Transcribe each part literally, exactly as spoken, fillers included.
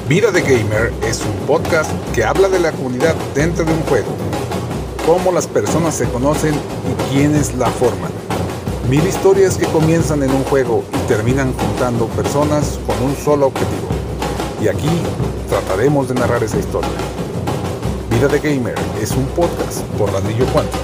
Vida de Gamer es un podcast que habla de la comunidad dentro de un juego, cómo las personas se conocen y quiénes la forman. Mil historias que comienzan en un juego y terminan juntando personas con un solo objetivo. Y aquí trataremos de narrar esa historia. Vida de Gamer es un podcast por Ladrillo Cuántico.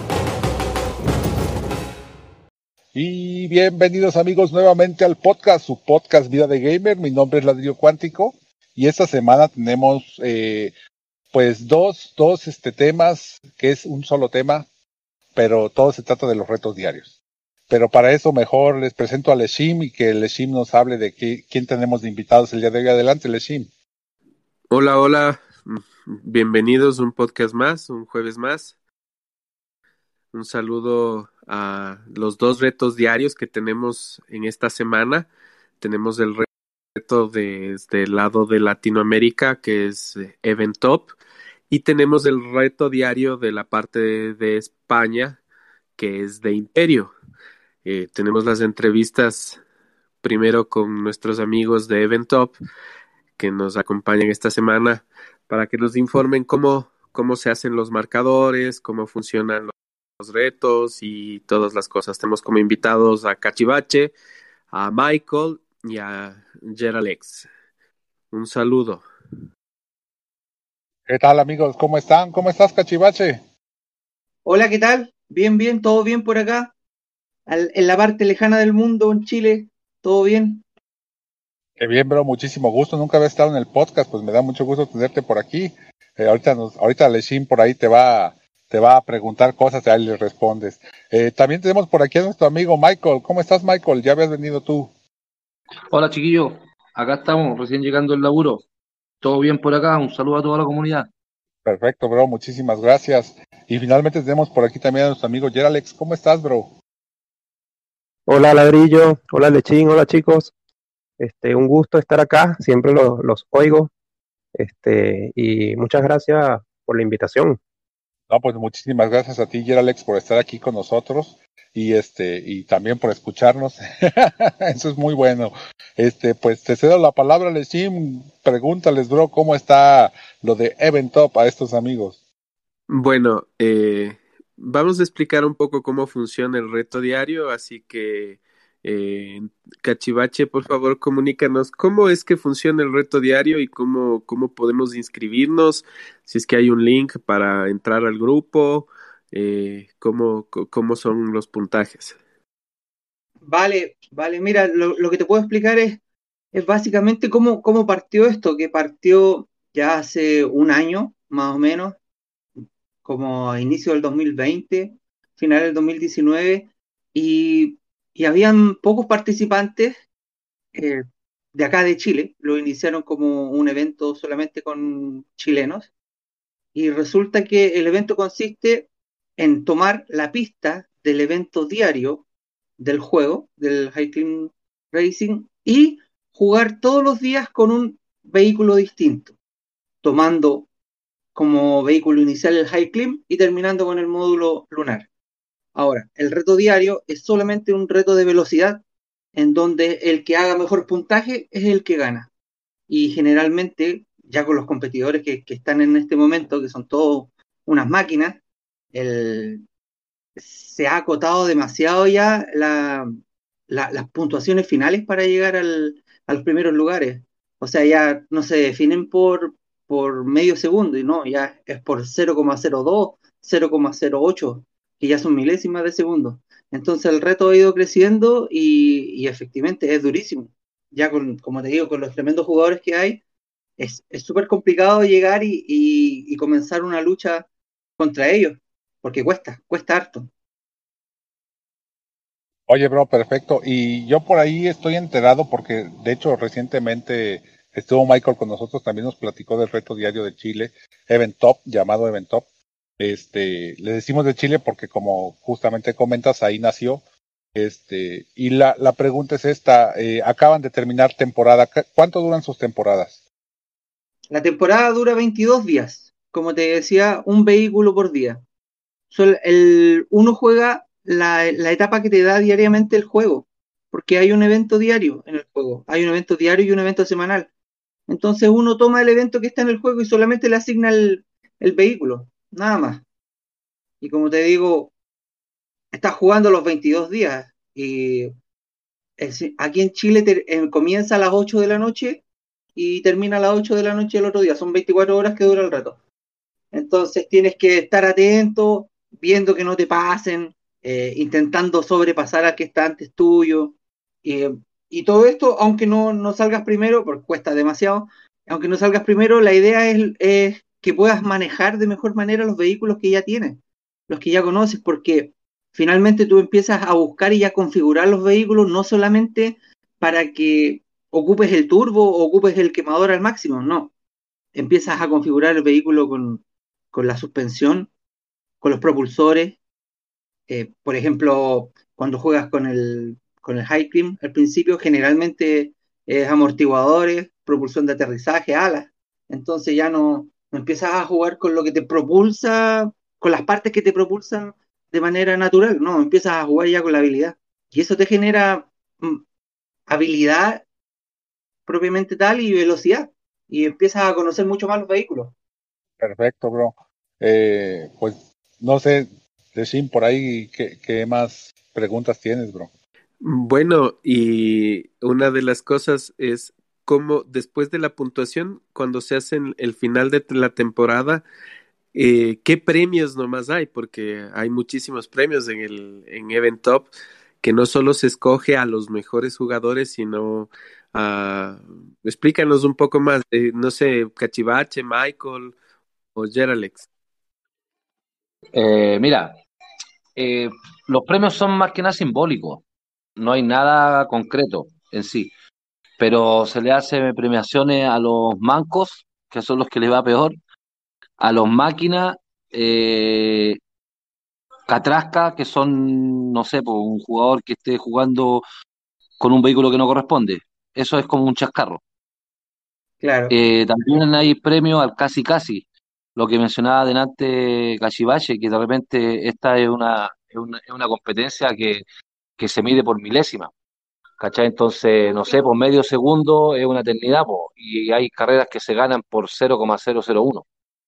Y bienvenidos amigos nuevamente al podcast, su podcast Vida de Gamer. Mi nombre es Ladrillo Cuántico y esta semana tenemos eh, pues dos, dos este, temas, que es un solo tema, pero todo se trata de los retos diarios. Pero para eso mejor les presento a Leshim y que Leshim nos hable de qué, quién tenemos de invitados el día de hoy. Adelante, Leshim. Hola, hola, bienvenidos a un podcast más, un jueves más. Un saludo a los dos retos diarios que tenemos en esta semana. Tenemos el reto desde el lado de Latinoamérica, que es Event Top, y tenemos el reto diario de la parte de, de España, que es de Imperio. Eh, tenemos las entrevistas primero con nuestros amigos de Event Top, que nos acompañan esta semana para que nos informen cómo, cómo se hacen los marcadores, cómo funcionan los los retos y todas las cosas. Tenemos como invitados a Cachivache, a Michael y a Geralex. Un saludo. ¿Qué tal amigos? ¿Cómo están? ¿Cómo estás, Cachivache? Hola, ¿qué tal? Bien, bien, todo bien por acá. Al- en la parte lejana del mundo, en Chile, todo bien. Qué bien, bro, muchísimo gusto. Nunca había estado en el podcast, pues me da mucho gusto tenerte por aquí. Eh, ahorita nos, ahorita Leshim por ahí te va, te va a preguntar cosas y ahí le respondes. Eh, también tenemos por aquí a nuestro amigo Michael. ¿Cómo estás, Michael? ¿Ya habías venido tú? Hola chiquillos, acá estamos, recién llegando al laburo. ¿Todo bien por acá? Un saludo a toda la comunidad. Perfecto, bro, muchísimas gracias. Y finalmente tenemos por aquí también a nuestro amigo Geralex. ¿Cómo estás, bro? Hola Ladrillo, hola Lechín, hola chicos. Este, un gusto estar acá, siempre los, los oigo. Este, y muchas gracias por la invitación. No, pues muchísimas gracias a ti, Geralex, por estar aquí con nosotros y este y también por escucharnos. Eso es muy bueno. Este, pues te cedo la palabra, Leshim. Pregúntales, bro, cómo está lo de Event Top a estos amigos. Bueno, eh, vamos a explicar un poco cómo funciona el reto diario, así que eh, Cachivache, por favor, comunícanos cómo es que funciona el reto diario y cómo, cómo podemos inscribirnos, si es que hay un link para entrar al grupo, eh, cómo, co- cómo son los puntajes. Vale, vale, mira, lo, lo que te puedo explicar es, es básicamente cómo, cómo partió esto, que partió ya hace un año, más o menos, como a inicio del dos mil veinte, final del dos mil diecinueve, y, y habían pocos participantes eh, de acá de Chile. Lo iniciaron como un evento solamente con chilenos. Y resulta que el evento consiste en tomar la pista del evento diario del juego, del High Climb Racing, y jugar todos los días con un vehículo distinto, tomando como vehículo inicial el High Climb y terminando con el módulo lunar. Ahora, el reto diario es solamente un reto de velocidad, en donde el que haga mejor puntaje es el que gana. Y generalmente, ya con los competidores que, que están en este momento, que son todos unas máquinas, el, se ha acotado demasiado ya la, la, las puntuaciones finales para llegar al, a los primeros lugares. O sea, ya no se definen por, por medio segundo, y no, ya es por cero coma cero dos, cero coma cero ocho, que ya son milésimas de segundo. Entonces el reto ha ido creciendo y, y efectivamente es durísimo. Ya con, como te digo, con los tremendos jugadores que hay, es es súper complicado llegar y, y, y comenzar una lucha contra ellos, porque cuesta, cuesta harto. Oye, bro, perfecto. Y yo por ahí estoy enterado porque, de hecho, recientemente estuvo Michael con nosotros, también nos platicó del reto diario de Chile, Event Top, llamado Event Top. Este, le decimos de Chile porque como justamente comentas, ahí nació. Este, y la, la pregunta es esta, eh, acaban de terminar temporada, ¿cu- ¿cuánto duran sus temporadas? La temporada dura veintidós días, como te decía, un vehículo por día. Sol- el, uno juega la, la etapa que te da diariamente el juego, porque hay un evento diario en el juego, hay un evento diario y un evento semanal. Entonces uno toma el evento que está en el juego y solamente le asigna el, el vehículo, nada más. Y como te digo, estás jugando los veintidós días y es- aquí en Chile ter- eh, comienza a las ocho de la noche y termina a las ocho de la noche el otro día. Son veinticuatro horas que dura el rato. Entonces tienes que estar atento, viendo que no te pasen, eh, intentando sobrepasar al que está antes tuyo. eh, y todo esto, aunque no, no salgas primero, porque cuesta demasiado, aunque no salgas primero, la idea es, es que puedas manejar de mejor manera los vehículos que ya tienes, los que ya conoces, porque finalmente tú empiezas a buscar y a configurar los vehículos no solamente para que ocupes el turbo o ocupes el quemador al máximo, no. Empiezas a configurar el vehículo con, con la suspensión, con los propulsores. Eh, por ejemplo, cuando juegas con el, con el High Cream, al principio generalmente es amortiguadores, propulsión de aterrizaje, alas. Entonces ya no, no empiezas a jugar con lo que te propulsa, con las partes que te propulsan de manera natural, no, empiezas a jugar ya con la habilidad. Y eso te genera mm, habilidad propiamente tal y velocidad. Y empiezas a conocer mucho más los vehículos. Perfecto, bro. Eh, pues no sé, Decim, por ahí, ¿qué, qué más preguntas tienes, bro? Bueno, y una de las cosas es cómo después de la puntuación, cuando se hace el final de la temporada, eh, ¿qué premios nomás hay? Porque hay muchísimos premios en el en Event Top que no solo se escoge a los mejores jugadores, sino a... Explícanos un poco más, eh, no sé, Cachivache, Michael o Geralex. Eh, mira, eh, los premios son más que nada simbólicos, no hay nada concreto en sí, pero se le hace premiaciones a los mancos, que son los que les va peor, a los máquinas, eh, Catrasca, que son, no sé, pues, un jugador que esté jugando con un vehículo que no corresponde. Eso es como un chascarro. Claro. Eh, también hay premios al casi casi, lo que mencionaba delante Cachivache, que de repente esta es una, es una, es una competencia que, que se mide por milésima, ¿cachai? Entonces, no sé, por medio segundo es una eternidad, po, y hay carreras que se ganan por cero coma cero cero uno,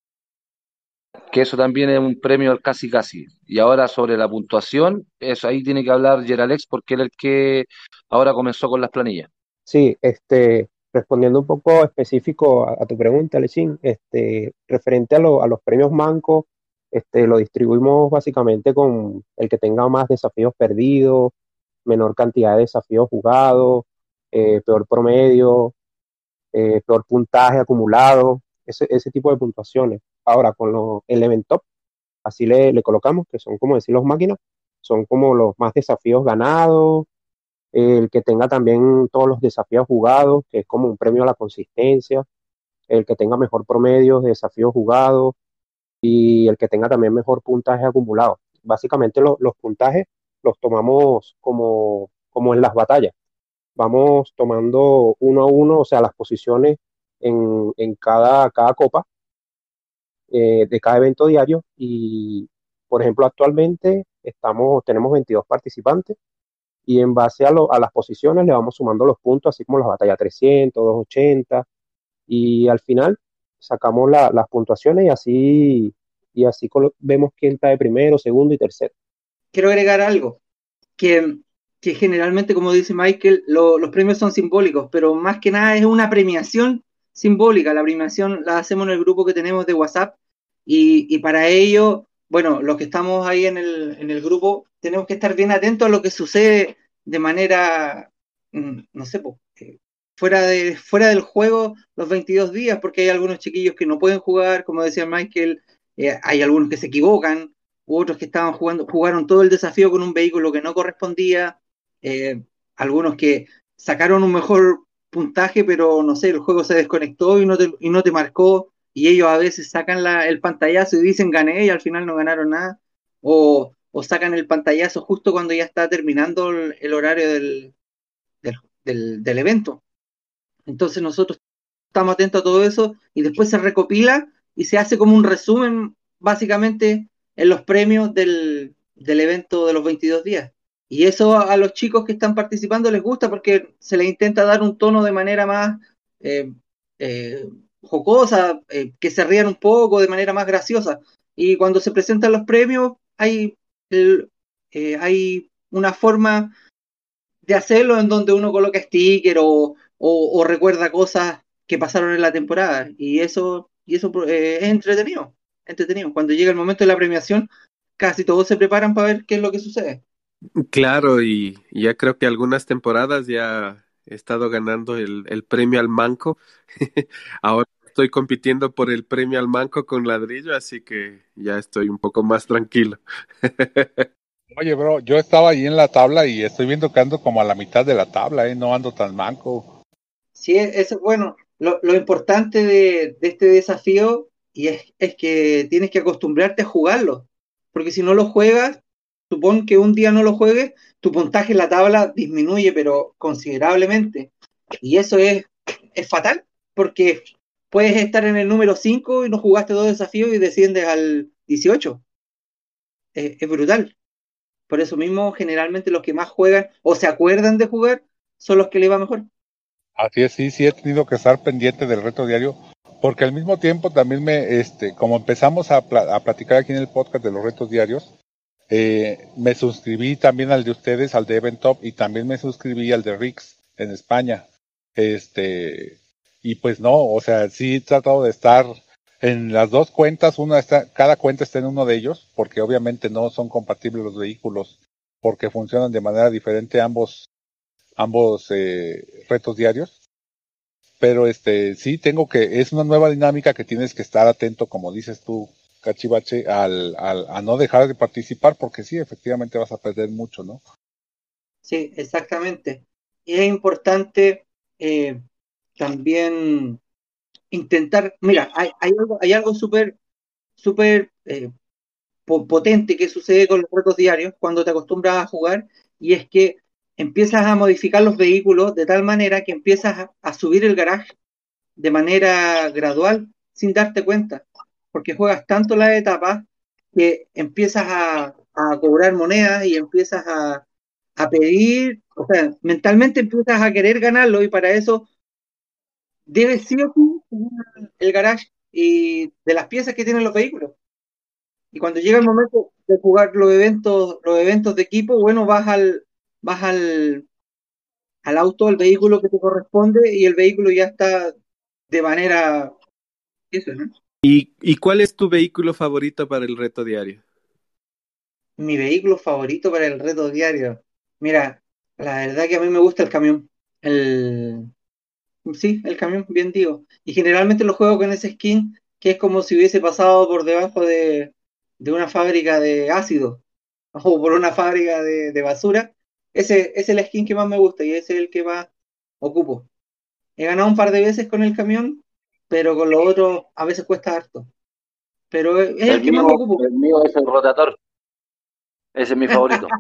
que eso también es un premio al casi casi. Y ahora sobre la puntuación, eso ahí tiene que hablar Geralex porque él es el que ahora comenzó con las planillas. Sí, este, respondiendo un poco específico a, a tu pregunta, Lechín, este, referente a, lo- a los premios Manco, este, lo distribuimos básicamente con el que tenga más desafíos perdidos, menor cantidad de desafíos jugados, eh, peor promedio, eh, peor puntaje acumulado, ese, ese tipo de puntuaciones. Ahora, con los, el Event Top, así le, le colocamos, que son como decir los máquinas, son como los más desafíos ganados, el que tenga también todos los desafíos jugados, que es como un premio a la consistencia, el que tenga mejor promedio de desafíos jugados y el que tenga también mejor puntaje acumulado. Básicamente lo- los puntajes los tomamos como, como en las batallas. Vamos tomando uno a uno, o sea, las posiciones en, en cada, cada copa eh, de cada evento diario y, por ejemplo, actualmente estamos, tenemos veintidós participantes y en base a, lo, a las posiciones le vamos sumando los puntos, así como las batallas trescientos, doscientos ochenta, y al final sacamos la, las puntuaciones y así, y así colo- vemos quién está de primero, segundo y tercero. Quiero agregar algo, que, que generalmente, como dice Michael, lo- los premios son simbólicos, pero más que nada es una premiación simbólica. La premiación la hacemos en el grupo que tenemos de WhatsApp y, y para ello, bueno, los que estamos ahí en el, en el grupo tenemos que estar bien atentos a lo que sucede de manera, mm, no sé, po, eh, fuera de, fuera del juego los veintidós días, porque hay algunos chiquillos que no pueden jugar, como decía Michael, eh, hay algunos que se equivocan, u otros que estaban jugando, jugaron todo el desafío con un vehículo que no correspondía, eh, algunos que sacaron un mejor puntaje, pero no sé, el juego se desconectó y no te, y no te marcó, y ellos a veces sacan la, el pantallazo y dicen gané y al final no ganaron nada, o, o sacan el pantallazo justo cuando ya está terminando el, el horario del, del, del, del evento. Entonces nosotros estamos atentos a todo eso y después se recopila y se hace como un resumen básicamente en los premios del, del evento de los veintidós días. Y eso a, a los chicos que están participando les gusta porque se les intenta dar un tono de manera más, eh, eh, jocosas, eh, que se rían un poco de manera más graciosa. Y cuando se presentan los premios, hay, el, eh, hay una forma de hacerlo en donde uno coloca sticker o, o, o recuerda cosas que pasaron en la temporada. Y eso, y eso eh, es entretenido, entretenido. Cuando llega el momento de la premiación, casi todos se preparan para ver qué es lo que sucede. Claro, y ya creo que algunas temporadas ya he estado ganando el, el premio al manco. Ahora estoy compitiendo por el premio al manco con ladrillo, así que ya estoy un poco más tranquilo. Oye, bro, yo estaba ahí en la tabla y estoy viendo que ando como a la mitad de la tabla, ¿eh? No ando tan manco. Sí, eso es bueno. Lo, lo importante de, de este desafío y es, es que tienes que acostumbrarte a jugarlo. Porque si no lo juegas, supón que un día no lo juegues, tu puntaje en la tabla disminuye, pero considerablemente. Y eso es, es fatal, porque puedes estar en el número cinco y no jugaste dos desafíos y desciendes al dieciocho. Es, es brutal. Por eso mismo, generalmente los que más juegan o se acuerdan de jugar son los que le va mejor. Así es, sí, sí he tenido que estar pendiente del reto diario, porque al mismo tiempo también me, este, como empezamos a, pla- a platicar aquí en el podcast de los retos diarios, eh, me suscribí también al de ustedes, al de Eventop, y también me suscribí al de Rix en España. Este, y pues no, o sea, sí he tratado de estar en las dos cuentas, una está, cada cuenta está en uno de ellos, porque obviamente no son compatibles los vehículos, porque funcionan de manera diferente ambos ambos eh, retos diarios, pero este sí tengo que, es una nueva dinámica que tienes que estar atento, como dices tú, Cachivache, al, al, a no dejar de participar, porque sí, efectivamente vas a perder mucho, ¿no? Sí, exactamente. Y es importante eh, también intentar, mira, hay, hay algo, hay algo súper, súper eh, po- potente que sucede con los retos diarios cuando te acostumbras a jugar, y es que empiezas a modificar los vehículos de tal manera que empiezas a, a subir el garage de manera gradual sin darte cuenta, porque juegas tanto las etapas que empiezas a, a cobrar monedas y empiezas a, a pedir, o sea, mentalmente empiezas a querer ganarlo y para eso debes sí o sí tener el garage y de las piezas que tienen los vehículos. Y cuando llega el momento de jugar los eventos, los eventos de equipo, bueno, vas al, vas al, al auto, al vehículo que te corresponde y el vehículo ya está de manera eso, ¿no? ¿Y, y cuál es tu vehículo favorito para el reto diario? Mi vehículo favorito para el reto diario. Mira, la verdad que a mí me gusta el camión. El, sí, el camión, bien digo. Y generalmente lo juego con ese skin que es como si hubiese pasado por debajo de, de una fábrica de ácido o por una fábrica de, de basura. Ese, ese es el skin que más me gusta y ese es el que más ocupo. He ganado un par de veces con el camión, pero con lo otro a veces cuesta harto. Pero es El el que más mío, ocupo. el mío es el rotator. Ese es mi favorito.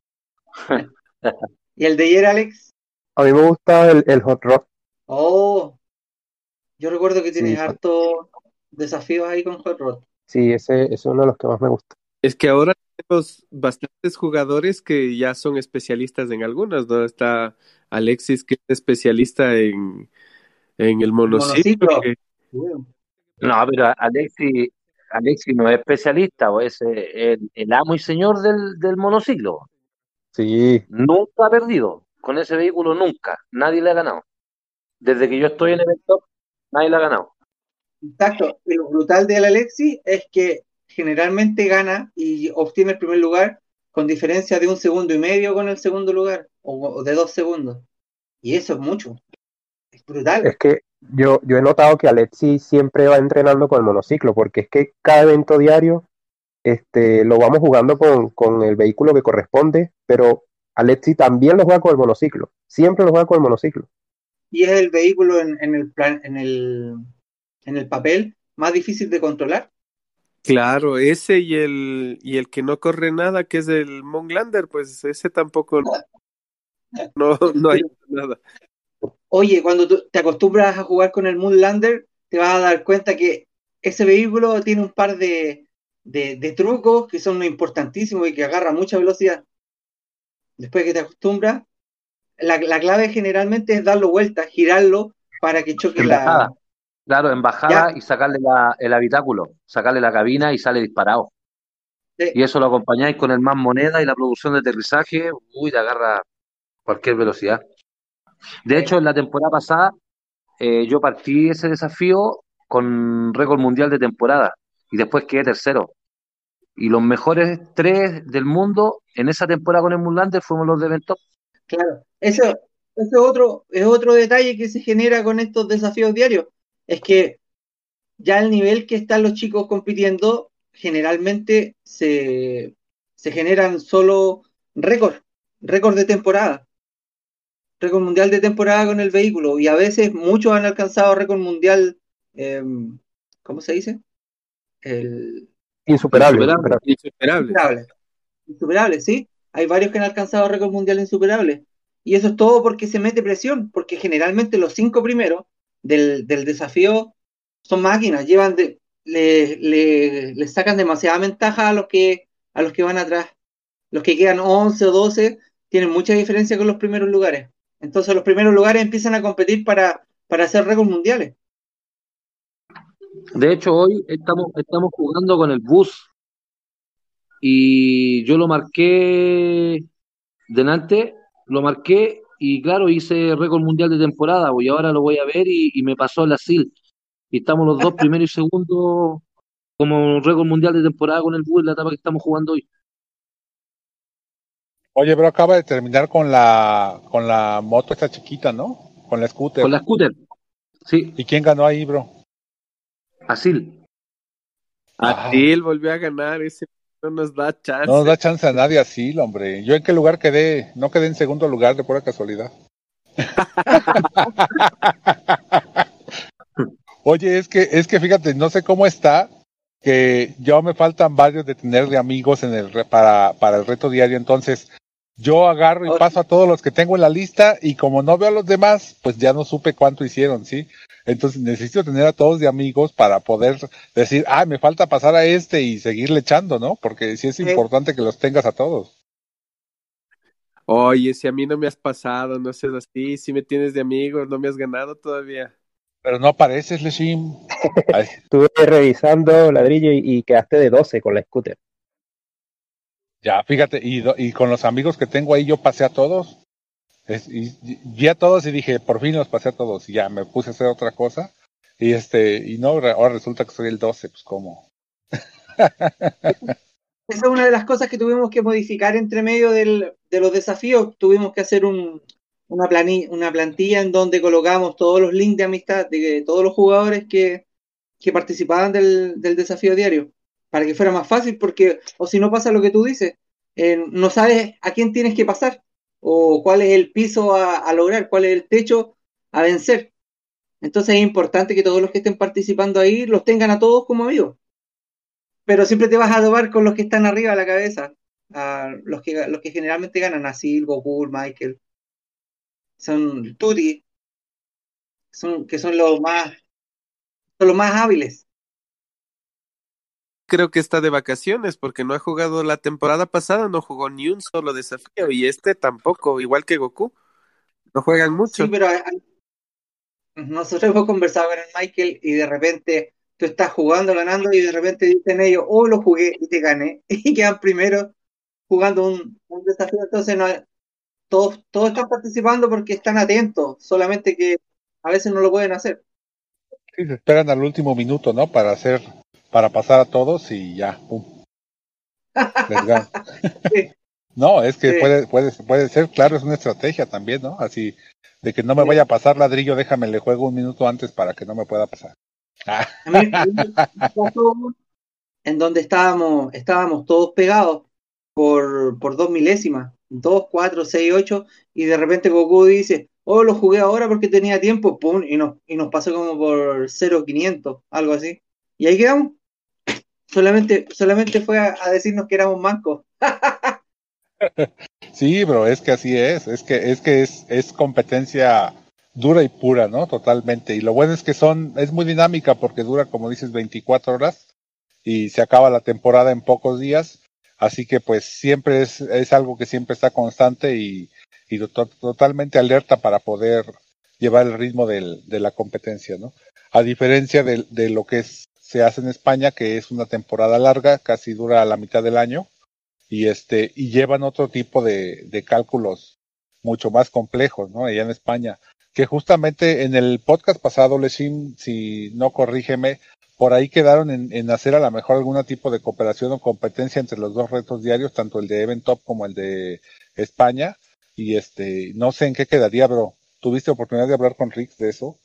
¿Y el de ayer, Alex? A mí me gusta el, el hot rod. Oh, yo recuerdo que Sí, tienes hartos desafíos ahí con Hot Rod. sí, ese, ese es uno de los que más me gusta. Es que ahora tenemos bastantes jugadores que ya son especialistas en algunas, ¿no? Está Alexis, que es especialista en, en el El monociclo, monociclo. que Bueno, No, pero Alexi, Alexi no es especialista, o es eh, el, el amo y señor del, del monociclo. Sí, Nunca ha perdido. Con ese vehículo nunca. Nadie le ha ganado. Desde que yo estoy en el top, nadie le ha ganado. exacto. Y lo brutal del Alexi es que generalmente gana y obtiene el primer lugar con diferencia de un segundo y medio con el segundo lugar, o, o de dos segundos. Y eso es mucho. Es brutal. es que yo, yo he notado que Alexi siempre va entrenando con el monociclo, porque es que cada evento diario este, lo vamos jugando con, con el vehículo que corresponde, pero Alexi también lo juega con el monociclo, siempre lo juega con el monociclo. Y es el vehículo en, en el plan, en el, en el papel más difícil de controlar. claro, ese y el, y el que no corre nada, que es el Monglander, pues ese tampoco no, no hay Pero, nada. oye, cuando tú te acostumbras a jugar con el Moonlander, te vas a dar cuenta que ese vehículo tiene un par de, de, de trucos que son importantísimos y que agarra mucha velocidad. Después que te acostumbras, la, la clave generalmente es darlo vuelta, girarlo para que choque En bajada. la... Claro, en bajada Ya, y sacarle la, el habitáculo, sacarle la cabina y sale disparado. sí, Y eso lo acompañáis con el más moneda y la producción de aterrizaje, uy, te agarra cualquier velocidad. De sí. hecho, en la temporada pasada, eh, yo partí ese desafío con récord mundial de temporada y después quedé tercero. Y los mejores tres del mundo en esa temporada con el Moonlander fuimos los de Ventop. Claro, eso, eso es otro, es otro detalle que se genera con estos desafíos diarios. Es que ya el nivel que están los chicos compitiendo, generalmente se, se generan solo récord, récord de temporada, récord mundial de temporada con el vehículo. Y a veces muchos han alcanzado récord mundial, eh, ¿cómo se dice? El Insuperable, Insuperable. insuperable. Insuperables. insuperable. Insuperable, ¿sí? Hay varios que han alcanzado récord mundial insuperable. Y eso es todo porque se mete presión, porque generalmente los cinco primeros del, del desafío son máquinas, llevan de, le, le, le sacan demasiada ventaja a los que a los que van atrás. Los que quedan once o doce tienen mucha diferencia con los primeros lugares. Entonces los primeros lugares empiezan a competir para, para hacer récords mundiales. De hecho, hoy estamos, estamos jugando con el bus y yo lo marqué delante, lo marqué y claro, hice récord mundial de temporada, pues, y ahora lo voy a ver y, y me pasó la S I L. Y estamos los dos primeros y segundos como récord mundial de temporada con el bus en la etapa que estamos jugando hoy. Oye, pero acaba de terminar con la con la moto esta chiquita, ¿no? Con la scooter. Con la scooter, sí, ¿Y quién ganó ahí, bro? a S I L. Ah, Atil volvió a ganar, ese no nos da no nos da chance. chance a nadie así, hombre. ¿Yo en qué lugar quedé? No quedé en segundo lugar de pura casualidad. Oye, es que, es que fíjate, no sé cómo está, que yo me faltan varios de tener de amigos en el re- para, para el reto diario, entonces yo agarro y Oh, paso a todos los que tengo en la lista y como no veo a los demás, pues ya no supe cuánto hicieron, ¿sí? Entonces necesito tener a todos de amigos para poder decir, ah, me falta pasar a este y seguirle echando, ¿no? Porque sí es eh, importante que los tengas a todos. Oye, si a mí no me has pasado, no seas así, si me tienes de amigos, no me has ganado todavía. Pero no apareces, Leshim. Ay, Estuve revisando ladrillo y, y quedaste de doce con la scooter. ya, fíjate, y, do- y con los amigos que tengo ahí yo pasé a todos. Es- y, y- vi a todos y dije, por fin los pasé a todos. Y ya me puse a hacer otra cosa. Y este, y no, re- ahora resulta que soy el doce, pues cómo. esa es una de las cosas que tuvimos que modificar entre medio del, de los desafíos. Tuvimos que hacer un, una, planilla, una plantilla en donde colocamos todos los links de amistad de todos los jugadores que, que participaban del, del desafío diario, para que fuera más fácil, porque, o si no pasa lo que tú dices, eh, no sabes a quién tienes que pasar, o cuál es el piso a, a lograr, cuál es el techo a vencer. Entonces es importante que todos los que estén participando ahí los tengan a todos como amigos. Pero siempre te vas a tobar con los que están arriba de la cabeza, a los que los que generalmente ganan, así Goku, Michael, son Tutti, son, que son los más, son los más hábiles. Creo que está de vacaciones porque no ha jugado la temporada pasada, no jugó ni un solo desafío y este tampoco, igual que Goku, no juegan Sí, mucho. pero a- a- nosotros hemos conversado con el Michael y de repente tú estás jugando, ganando y de repente dicen ellos, oh, lo jugué y te gané, y quedan primero jugando un, un desafío. Entonces no, todos, todos están participando porque están atentos, solamente que a veces no lo pueden hacer. Sí, se esperan al último minuto, ¿no? Para hacer, para pasar a todos y ya, pum, les gano. Sí, No, es que sí. puede, puede, puede ser, claro, es una estrategia también, ¿no? Así, de que no me vaya Sí. a pasar ladrillo, déjame, le juego un minuto antes para que no me pueda pasar. Ah. A mí, a mí me pasó en donde estábamos, estábamos todos pegados por, por dos milésimas, dos, cuatro, seis, ocho, y de repente Goku dice, oh, lo jugué ahora porque tenía tiempo, pum, y nos, y nos pasó como por cero quinientos, algo así. Y ahí quedamos. Solamente, solamente fue a, a decirnos que éramos mancos. Sí, bro, es que así es, es que es que es, es competencia dura y pura, ¿no? Totalmente. Y lo bueno es que son, es muy dinámica porque dura, como dices, veinticuatro horas y se acaba la temporada en pocos días. Así que pues siempre es, es algo que siempre está constante y, y to- totalmente alerta para poder llevar el ritmo del, de la competencia, ¿no? a diferencia de, de lo que es, se hace en España, que es una temporada larga, casi dura la mitad del año, y este, y llevan otro tipo de, de cálculos mucho más complejos, ¿no? Allá en España, que justamente en el podcast pasado, Leshim, si no corrígeme, por ahí quedaron en, en hacer a lo mejor algún tipo de cooperación o competencia entre los dos retos diarios, tanto el de Event Top como el de España, y este, no sé en qué quedaría, pero ¿tuviste oportunidad de hablar con Rick de eso?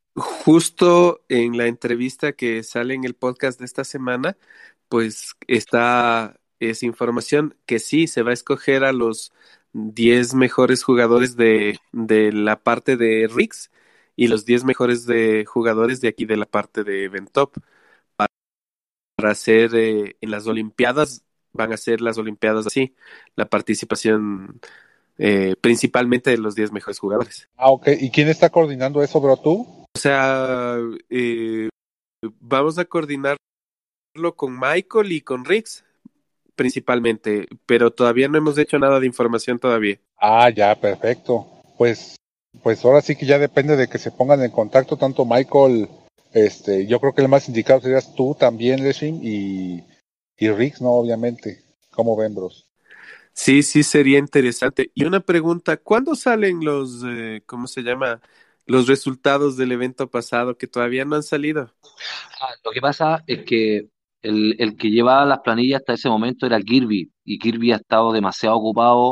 Justo en la entrevista que sale en el podcast de esta semana, pues está esa información que sí, se va a escoger a los diez mejores jugadores de, de la parte de Rix y los diez mejores de jugadores de aquí de la parte de Eventop para, para hacer eh, en las Olimpiadas, van a ser las Olimpiadas así, la participación eh, principalmente de los diez mejores jugadores. Ah, ok. ¿Y quién está coordinando eso, bro? ¿Tú? O sea, eh, vamos a coordinarlo con Michael y con Rix principalmente, pero todavía no hemos hecho nada de información todavía. Ah, ya, perfecto. Pues, pues ahora sí que ya depende de que se pongan en contacto tanto Michael, este, yo creo que el más indicado serías tú también, Leshim, y, y Rix, ¿no? Obviamente. ¿Cómo ven, bros? Sí, sí, sería interesante. Y una pregunta, ¿cuándo salen los, eh, ¿cómo se llama? Los resultados del evento pasado que todavía no han salido. Ah, lo que pasa es que el, el que llevaba las planillas hasta ese momento era Kirby, y Kirby ha estado demasiado ocupado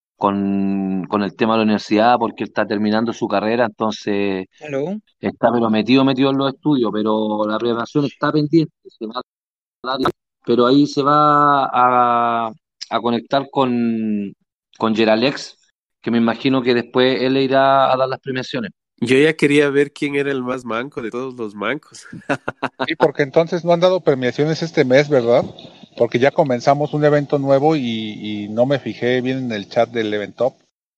con, con el tema de la universidad porque él está terminando su carrera, entonces Hello. está pero metido, metido en los estudios, pero la preparación está pendiente, se va a dar, pero ahí se va a, a conectar con, con Geralex, que me imagino que después él le irá a dar las premiaciones. Yo ya quería ver quién era el más manco de todos los mancos. Sí, porque entonces no han dado premiaciones este mes, ¿verdad? Porque ya comenzamos un evento nuevo y, y no me fijé bien en el chat del evento,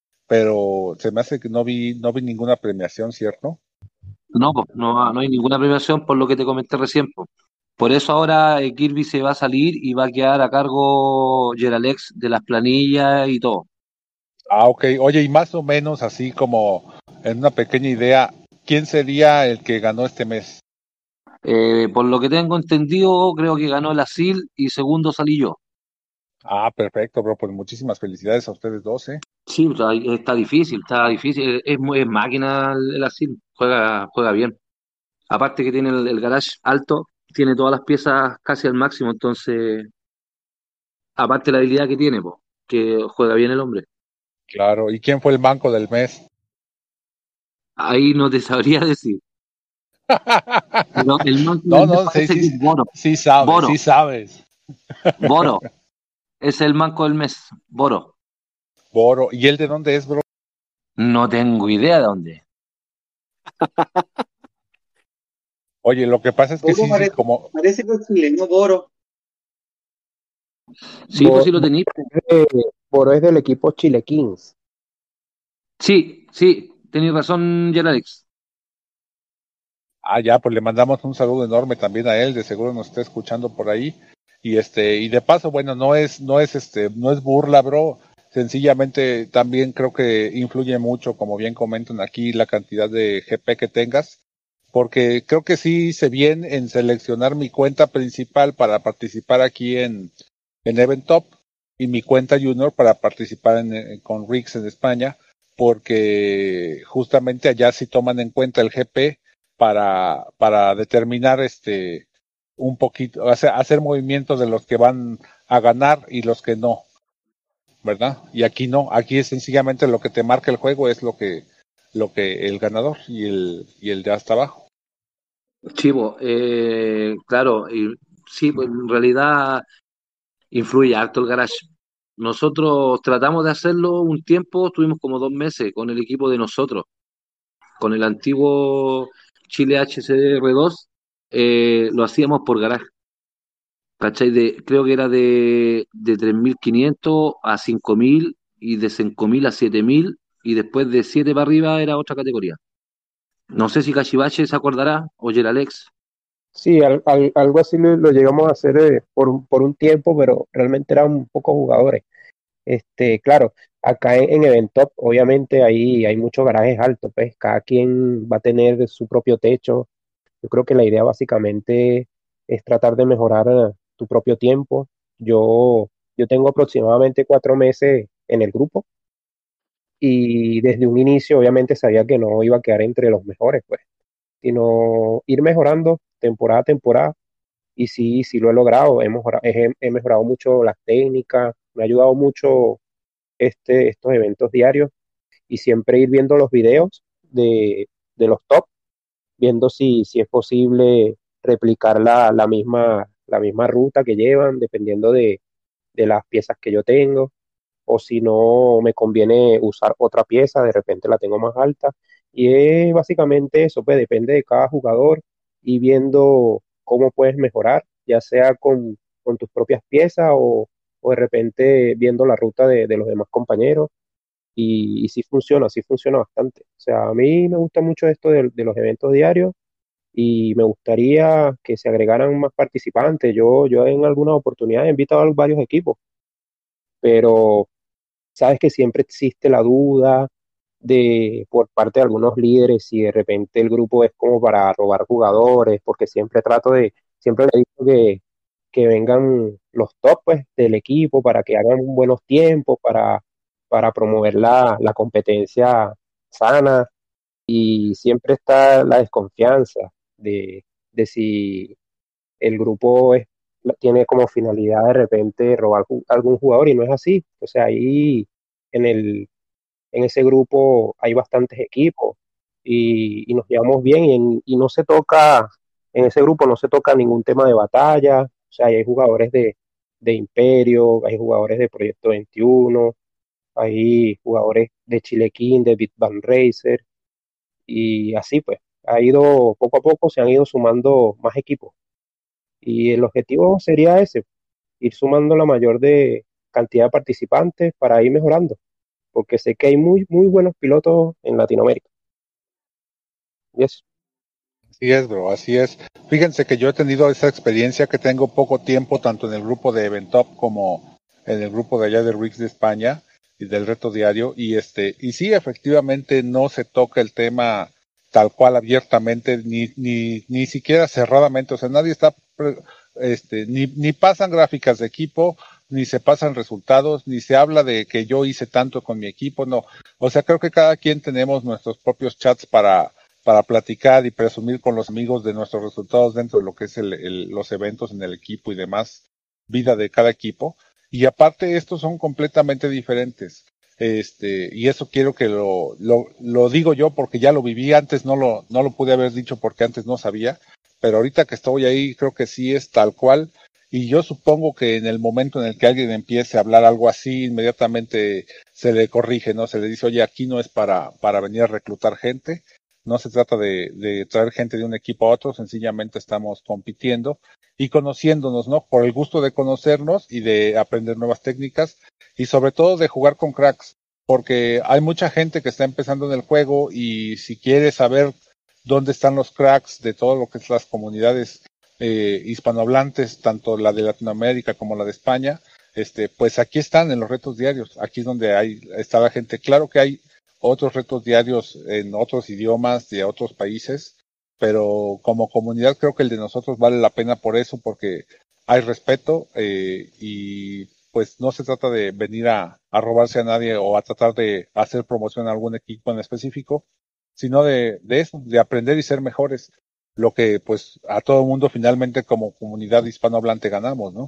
pero se me hace que no vi, no vi ninguna premiación, ¿cierto? No, pues, no, no hay ninguna premiación por lo que te comenté recién, pues. Por eso ahora eh, Kirby se va a salir y va a quedar a cargo Geralex de las planillas y todo. Ah, ok. Oye, y más o menos así como en una pequeña idea, ¿quién sería el que ganó este mes? Eh, por lo que tengo entendido, creo que ganó el Asil y segundo salí yo. Ah, perfecto, bro. Pues muchísimas felicidades a ustedes dos, ¿eh? Sí, o sea, está difícil, está difícil. Es, muy- es máquina el, el Asil, juega, juega bien. Aparte que tiene el, el garage alto, tiene todas las piezas casi al máximo, entonces, aparte la habilidad que tiene, pues, que juega bien el hombre. Claro. ¿Y quién fue el banco del mes? Ahí no te sabría decir. Pero el manco No, del mes no, sí, parece que sí, es Boro. sí sabes, Boro, sí sabes. Boro, es el manco del mes, Boro. Boro. ¿Y él de dónde es, bro? No tengo idea de dónde. Oye, lo que pasa es que Boro sí, sí, parece, como, parece que es chileno, Boro. Sí, pues Bo- sí lo tenéis. eh, Boro es del equipo Chile Kings. Sí, sí, tenéis razón, Alex. ah, ya, pues le mandamos un saludo enorme también a él, de seguro nos está escuchando por ahí. Y este, y de paso, bueno, no es, no es este, no es burla, bro. Sencillamente también creo que influye mucho, como bien comentan aquí, la cantidad de G P que tengas. Porque creo que sí hice bien en seleccionar mi cuenta principal para participar aquí en, en Event Top y mi cuenta junior para participar en, en- con Rix en España, porque justamente allá sí toman en cuenta el G P para, para determinar este un poquito, hacer, hacer movimientos de los que van a ganar y los que no, ¿verdad? Y aquí no, aquí es sencillamente lo que te marca el juego es lo que, lo que el ganador y el, y el de hasta abajo. Chivo, eh, claro, y, sí, pues en realidad influye harto el garage. Nosotros tratamos de hacerlo un tiempo, estuvimos como dos meses con el equipo de nosotros, con el antiguo Chile H C R dos, eh, lo hacíamos por garage. ¿Cachai? De, creo que era de, de tres mil quinientos a cinco mil y de cinco mil a siete mil y después de siete para arriba era otra categoría. No sé si Cachivache se acordará o Geralex. Sí, al- al- algo así lo, lo llegamos a hacer eh, por, un- por un tiempo, pero realmente eran pocos jugadores. Este, claro, acá en, en Eventop, obviamente ahí hay muchos garajes altos, pues cada quien va a tener su propio techo, Yo creo que la idea básicamente es tratar de mejorar eh, tu propio tiempo. Yo, yo tengo aproximadamente cuatro meses en el grupo y desde un inicio obviamente sabía que no iba a quedar entre los mejores, pues, sino ir mejorando temporada a temporada. Y sí, sí lo he logrado, he mejorado, he, he mejorado mucho las técnicas, me ha ayudado mucho este, estos eventos diarios y siempre ir viendo los videos de, de los top, viendo si, si es posible replicar la, la misma, la misma ruta que llevan, dependiendo de, de las piezas que yo tengo, o si no me conviene usar otra pieza, de repente la tengo más alta. Y es básicamente eso, pues depende de cada jugador y viendo cómo puedes mejorar, ya sea con, con tus propias piezas o, o de repente viendo la ruta de, de los demás compañeros. Y, y sí funciona, sí funciona bastante. O sea, a mí me gusta mucho esto de, de los eventos diarios y me gustaría que se agregaran más participantes. Yo, yo en algunas oportunidades he invitado a varios equipos, pero sabes que siempre existe la duda de por parte de algunos líderes si de repente el grupo es como para robar jugadores, porque siempre trato de, siempre le digo que, que vengan los top pues, del equipo para que hagan buenos tiempos, para, para promover la, la competencia sana y siempre está la desconfianza de, de si el grupo es, tiene como finalidad de repente robar ju- algún jugador y no es así. O sea, ahí en el, en ese grupo hay bastantes equipos y, y nos llevamos bien y, en- y no se toca, en ese grupo no se toca ningún tema de batalla. O sea, hay jugadores de, de Imperio, hay jugadores de Proyecto veintiuno, hay jugadores de Chile King, de Bit Bang Racer y así pues. Ha ido, poco a poco se han ido sumando más equipos. Y el objetivo sería ese, ir sumando la mayor de cantidad de participantes para ir mejorando, porque sé que hay muy, muy buenos pilotos en Latinoamérica. Y eso. Así es, bro, así es. Fíjense que yo he tenido esa experiencia que tengo poco tiempo, tanto en el grupo de Eventop como en el grupo de allá de Rix de España y del reto diario. Y este, y sí, efectivamente no se toca el tema tal cual abiertamente, ni, ni, ni siquiera cerradamente. O sea, nadie está, este, ni, ni pasan gráficas de equipo, ni se pasan resultados, ni se habla de que yo hice tanto con mi equipo, no. O sea, creo que cada quien tenemos nuestros propios chats para para platicar y presumir con los amigos de nuestros resultados dentro de lo que es el, el, los eventos en el equipo y demás vida de cada equipo. Y aparte estos son completamente diferentes. Este, y eso quiero que lo, lo, lo digo yo porque ya lo viví, antes no lo, no lo pude haber dicho porque antes no sabía, pero ahorita que estoy ahí creo que sí es tal cual. Y yo supongo que en el momento en el que alguien empiece a hablar algo así, inmediatamente se le corrige, ¿no? Se le dice, oye, aquí no es para, para venir a reclutar gente, no se trata de, de traer gente de un equipo a otro, sencillamente estamos compitiendo y conociéndonos, ¿no? Por el gusto de conocernos y de aprender nuevas técnicas y sobre todo de jugar con cracks, porque hay mucha gente que está empezando en el juego y si quiere saber dónde están los cracks de todo lo que es las comunidades eh, hispanohablantes, tanto la de Latinoamérica como la de España, este, pues aquí están en los retos diarios, aquí es donde hay, está la gente. Claro que hay otros retos diarios en otros idiomas de otros países, pero como comunidad creo que el de nosotros vale la pena por eso, porque hay respeto eh, y pues no se trata de venir a, a robarse a nadie o a tratar de hacer promoción a algún equipo en específico, sino de, de eso, de aprender y ser mejores, lo que pues a todo el mundo finalmente como comunidad hispanohablante ganamos, ¿no?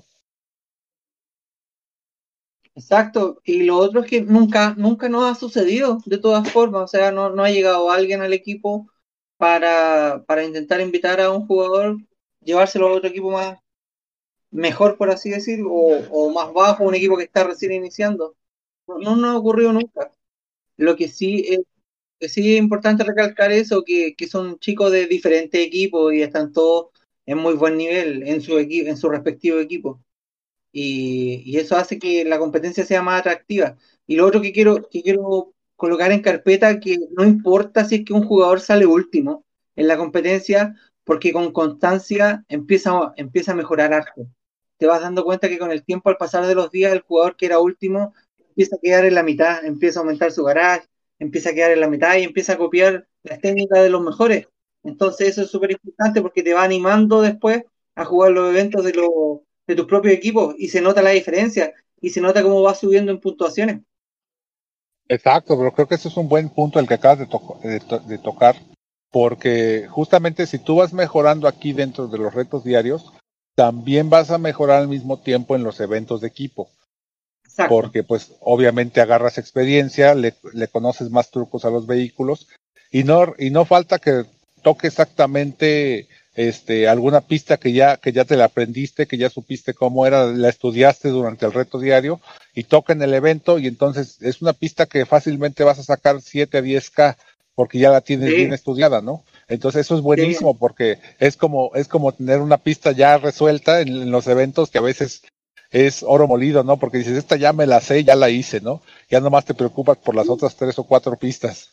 Exacto, y lo otro es que nunca, nunca nos ha sucedido de todas formas, o sea, no, no ha llegado alguien al equipo para, para intentar invitar a un jugador, llevárselo a otro equipo más mejor, por así decir, o, o más bajo, un equipo que está recién iniciando. No, no nos ha ocurrido nunca. Lo que sí es, que sí es importante recalcar eso, que, que son chicos de diferentes equipos y están todos en muy buen nivel en su equipo, en su respectivo equipo. Y, y eso hace que la competencia sea más atractiva. Y lo otro que quiero, que quiero colocar en carpeta, que no importa si es que un jugador sale último en la competencia, porque con constancia empieza, empieza a mejorar harto. Te vas dando cuenta que con el tiempo, al pasar de los días, el jugador que era último empieza a quedar en la mitad, empieza a aumentar su garage, empieza a quedar en la mitad y empieza a copiar las técnicas de los mejores. Entonces eso es súper importante porque te va animando después a jugar los eventos de, los de tus propios equipos y se nota la diferencia y se nota cómo vas subiendo en puntuaciones. Exacto, pero creo que ese es un buen punto el que acabas de, to- de, to- de tocar, porque justamente si tú vas mejorando aquí dentro de los retos diarios, también vas a mejorar al mismo tiempo en los eventos de equipo, Exacto. porque pues obviamente agarras experiencia, le, le conoces más trucos a los vehículos y no y no falta que toque exactamente este alguna pista que ya que ya te la aprendiste, que ya supiste cómo era, la estudiaste durante el reto diario y toca en el evento y entonces es una pista que fácilmente vas a sacar siete a diez K porque ya la tienes bien Sí, estudiada, ¿no? Entonces eso es sí, buenísimo porque es como es como tener una pista ya resuelta en, en los eventos que a veces es oro molido, ¿no? Porque dices, esta ya me la sé, ya la hice, ¿no? Ya nomás te preocupas por las otras tres o cuatro pistas.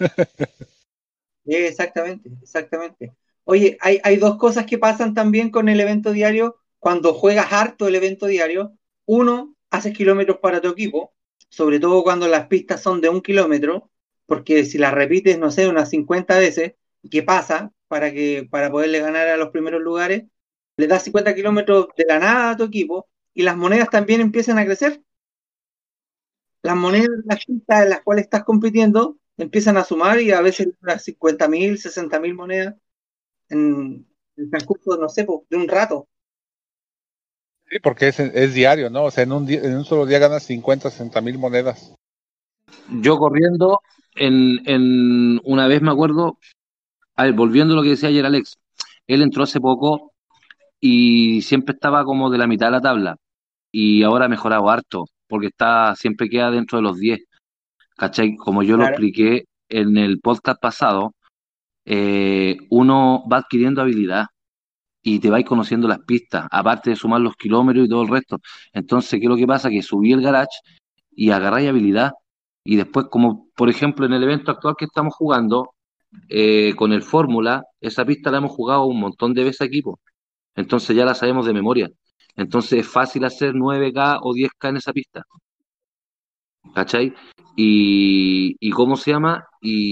sí, exactamente, exactamente. Oye, hay, hay dos cosas que pasan también con el evento diario. Cuando juegas harto el evento diario, uno, haces kilómetros para tu equipo, sobre todo cuando las pistas son de un kilómetro, porque si las repites, no sé, unas cincuenta veces, ¿qué pasa? Para que, para poderle ganar a los primeros lugares, le das cincuenta kilómetros de la nada a tu equipo y las monedas también empiezan a crecer. Las monedas de las pistas en las cuales estás compitiendo empiezan a sumar y a veces unas cincuenta mil, sesenta mil monedas en el transcurso, no sé, po, de un rato. Sí, porque es, es diario, ¿no? O sea, en un, día, en un solo día ganas cincuenta, sesenta mil monedas. Yo corriendo, en, en una vez me acuerdo, a ver, volviendo a lo que decía ayer Alex, él entró hace poco y siempre estaba como de la mitad de la tabla y ahora ha mejorado harto, porque está, siempre queda dentro de los diez, ¿cachai? Como yo lo Claro, expliqué en el podcast pasado, eh, uno va adquiriendo habilidad y te vais conociendo las pistas, aparte de sumar los kilómetros y todo el resto. Entonces, ¿qué es lo que pasa? Que subí el garage y agarráis habilidad. Y después, como por ejemplo en el evento actual que estamos jugando, eh, con el Fórmula, esa pista la hemos jugado un montón de veces aquí, po. Entonces ya la sabemos de memoria. Entonces es fácil hacer nueve K o diez K en esa pista, ¿cachai? Y, y ¿cómo se llama?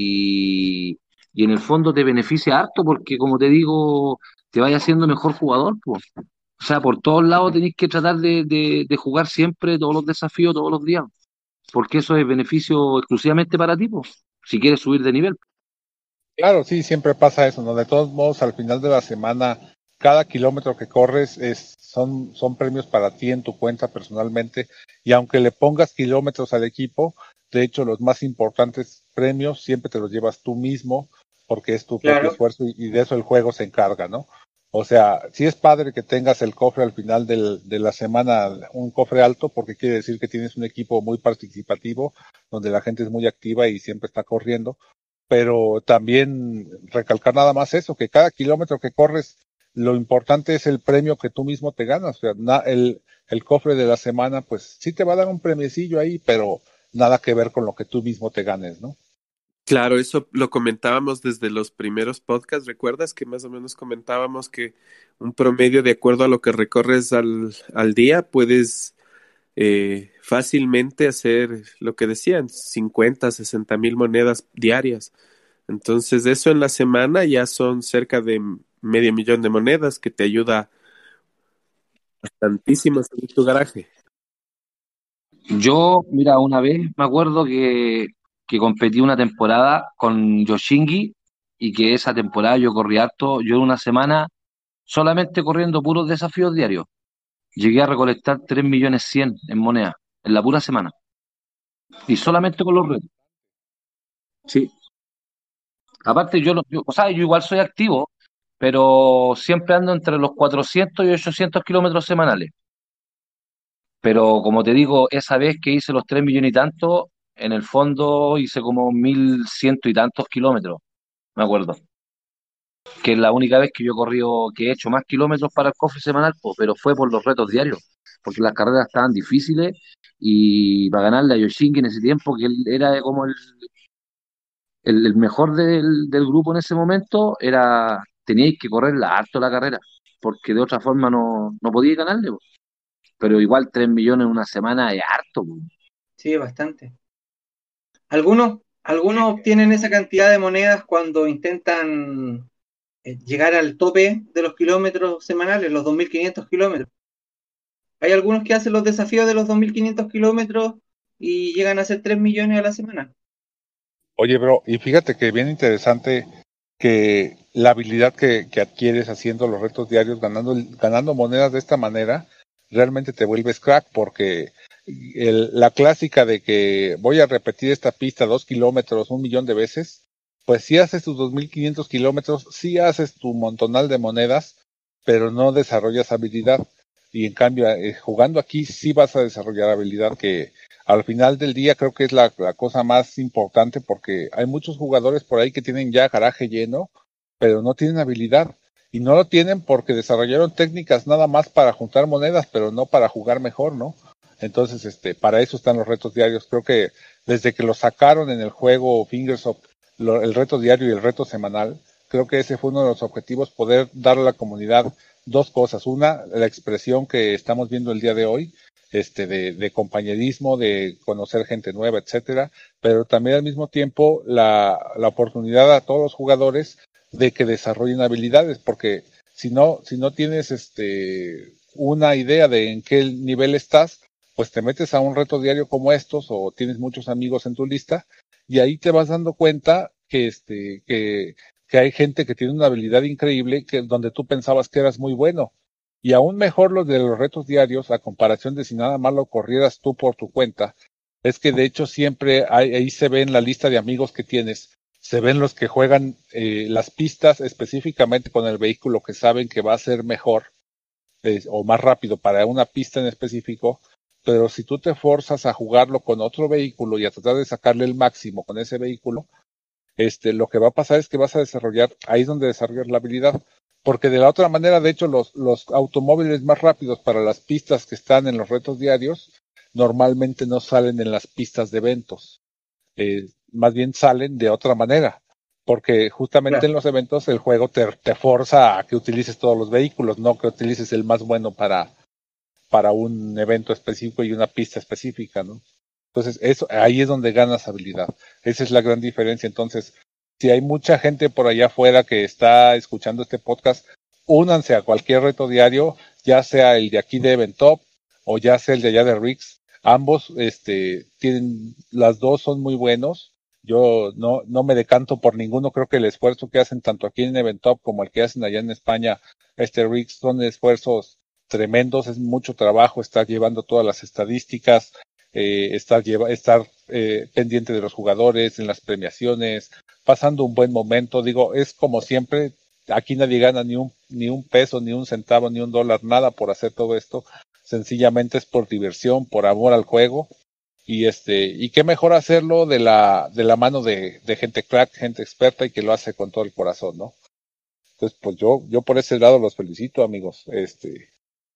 Y, y en el fondo te beneficia harto porque, como te digo, te vayas haciendo mejor jugador, pues. O sea, por todos lados tenéis que tratar de, de, de jugar siempre todos los desafíos, todos los días, porque eso es beneficio exclusivamente para ti, pues, si quieres subir de nivel. Claro, sí, siempre pasa eso, ¿no? De todos modos, al final de la semana, cada kilómetro que corres es, son, son premios para ti en tu cuenta personalmente. Y aunque le pongas kilómetros al equipo, de hecho, los más importantes premios siempre te los llevas tú mismo, porque es tu propio claro, esfuerzo y, y de eso el juego se encarga, ¿no? O sea, sí es padre que tengas el cofre al final del, de la semana, un cofre alto, porque quiere decir que tienes un equipo muy participativo, donde la gente es muy activa y siempre está corriendo, pero también recalcar nada más eso, que cada kilómetro que corres, lo importante es el premio que tú mismo te ganas. O sea, na- el, el cofre de la semana, pues sí te va a dar un premiecillo ahí, pero nada que ver con lo que tú mismo te ganes, ¿no? Claro, eso lo comentábamos desde los primeros podcasts. ¿Recuerdas que más o menos comentábamos que un promedio de acuerdo a lo que recorres al, al día puedes eh, fácilmente hacer lo que decían, cincuenta, sesenta mil monedas diarias? Entonces, eso en la semana ya son cerca de medio millón de monedas que te ayuda tantísimo a subir tu garaje. Yo, mira, una vez me acuerdo que, que competí una temporada con Yoshingi y que esa temporada yo corrí harto, yo en una semana solamente corriendo puros desafíos diarios. Llegué a recolectar tres millones cien en moneda en la pura semana y solamente con los retos. Sí. Aparte yo, lo- yo- o sea, yo igual soy activo, pero siempre ando entre los cuatrocientos y ochocientos kilómetros semanales. Pero como te digo, esa vez que hice los tres millones y tanto, en el fondo hice como mil ciento y tantos kilómetros, me acuerdo. Que es la única vez que yo he corrido, que he hecho más kilómetros para el cofre semanal, po, pero fue por los retos diarios, porque las carreras estaban difíciles y para ganarle a Yoshinki en ese tiempo, que él era como el, el, el mejor del, del grupo en ese momento, era teníais que correrla harto la carrera, porque de otra forma no, no podíais ganarle, po. Pero igual tres millones en una semana es harto, po. sí, bastante. Algunos, algunos obtienen esa cantidad de monedas cuando intentan eh, llegar al tope de los kilómetros semanales, los dos mil quinientos kilómetros. Hay algunos que hacen los desafíos de los dos mil quinientos kilómetros y llegan a hacer tres millones a la semana. Oye, bro, y fíjate que bien interesante que la habilidad que, que adquieres haciendo los retos diarios, ganando, ganando monedas de esta manera, realmente te vuelves crack, porque el, la clásica de que voy a repetir esta pista dos kilómetros un millón de veces, pues sí haces tus dos mil quinientos kilómetros, sí haces tu montonal de monedas, pero no desarrollas habilidad. Y en cambio, eh, jugando aquí sí vas a desarrollar habilidad, que al final del día creo que es la, la cosa más importante, porque hay muchos jugadores por ahí que tienen ya garaje lleno, pero no tienen habilidad. Y no lo tienen porque desarrollaron técnicas nada más para juntar monedas, pero no para jugar mejor, ¿no? Entonces, este, para eso están los retos diarios. Creo que desde que lo sacaron en el juego Fingersoft, lo, el reto diario y el reto semanal, creo que ese fue uno de los objetivos, poder darle a la comunidad dos cosas. Una, la expresión que estamos viendo el día de hoy, este, de, de compañerismo, de conocer gente nueva, etcétera, pero también al mismo tiempo la, la oportunidad a todos los jugadores de que desarrollen habilidades, porque si no, si no tienes este una idea de en qué nivel estás, pues te metes a un reto diario como estos, o tienes muchos amigos en tu lista, y ahí te vas dando cuenta que este, que, que hay gente que tiene una habilidad increíble, que donde tú pensabas que eras muy bueno. Y aún mejor los de los retos diarios, a comparación de si nada más lo corrieras tú por tu cuenta, es que de hecho siempre hay, ahí se ve en la lista de amigos que tienes, se ven los que juegan eh, las pistas específicamente con el vehículo que saben que va a ser mejor eh, o más rápido para una pista en específico, pero si tú te forzas a jugarlo con otro vehículo y a tratar de sacarle el máximo con ese vehículo, este, lo que va a pasar es que vas a desarrollar, ahí es donde desarrollas la habilidad, porque de la otra manera, de hecho, los, los automóviles más rápidos para las pistas que están en los retos diarios, normalmente no salen en las pistas de eventos, eh, más bien salen de otra manera, porque justamente Claro. en los eventos el juego te, te forza a que utilices todos los vehículos, no que utilices el más bueno para, para un evento específico y una pista específica, ¿no? Entonces, eso, ahí es donde ganas habilidad. Esa es la gran diferencia. Entonces, si hay mucha gente por allá afuera que está escuchando este podcast, únanse a cualquier reto diario, ya sea el de aquí de Eventop o ya sea el de allá de Rix. Ambos, este, tienen, las dos son muy buenos. Yo no, no me decanto por ninguno. Creo que el esfuerzo que hacen tanto aquí en Eventop como el que hacen allá en España, este Rix, son esfuerzos tremendos. Es mucho trabajo estar llevando todas las estadísticas, eh, estar, lleva, estar eh, pendiente de los jugadores en las premiaciones, pasando un buen momento. Digo, es como siempre, aquí nadie gana ni un, ni un peso, ni un centavo, ni un dólar, nada por hacer todo esto. Sencillamente es por diversión, por amor al juego. Y este, y qué mejor hacerlo de la, de la mano de, de gente crack, gente experta y que lo hace con todo el corazón, ¿no? Entonces, pues yo, yo por ese lado los felicito, amigos. Este,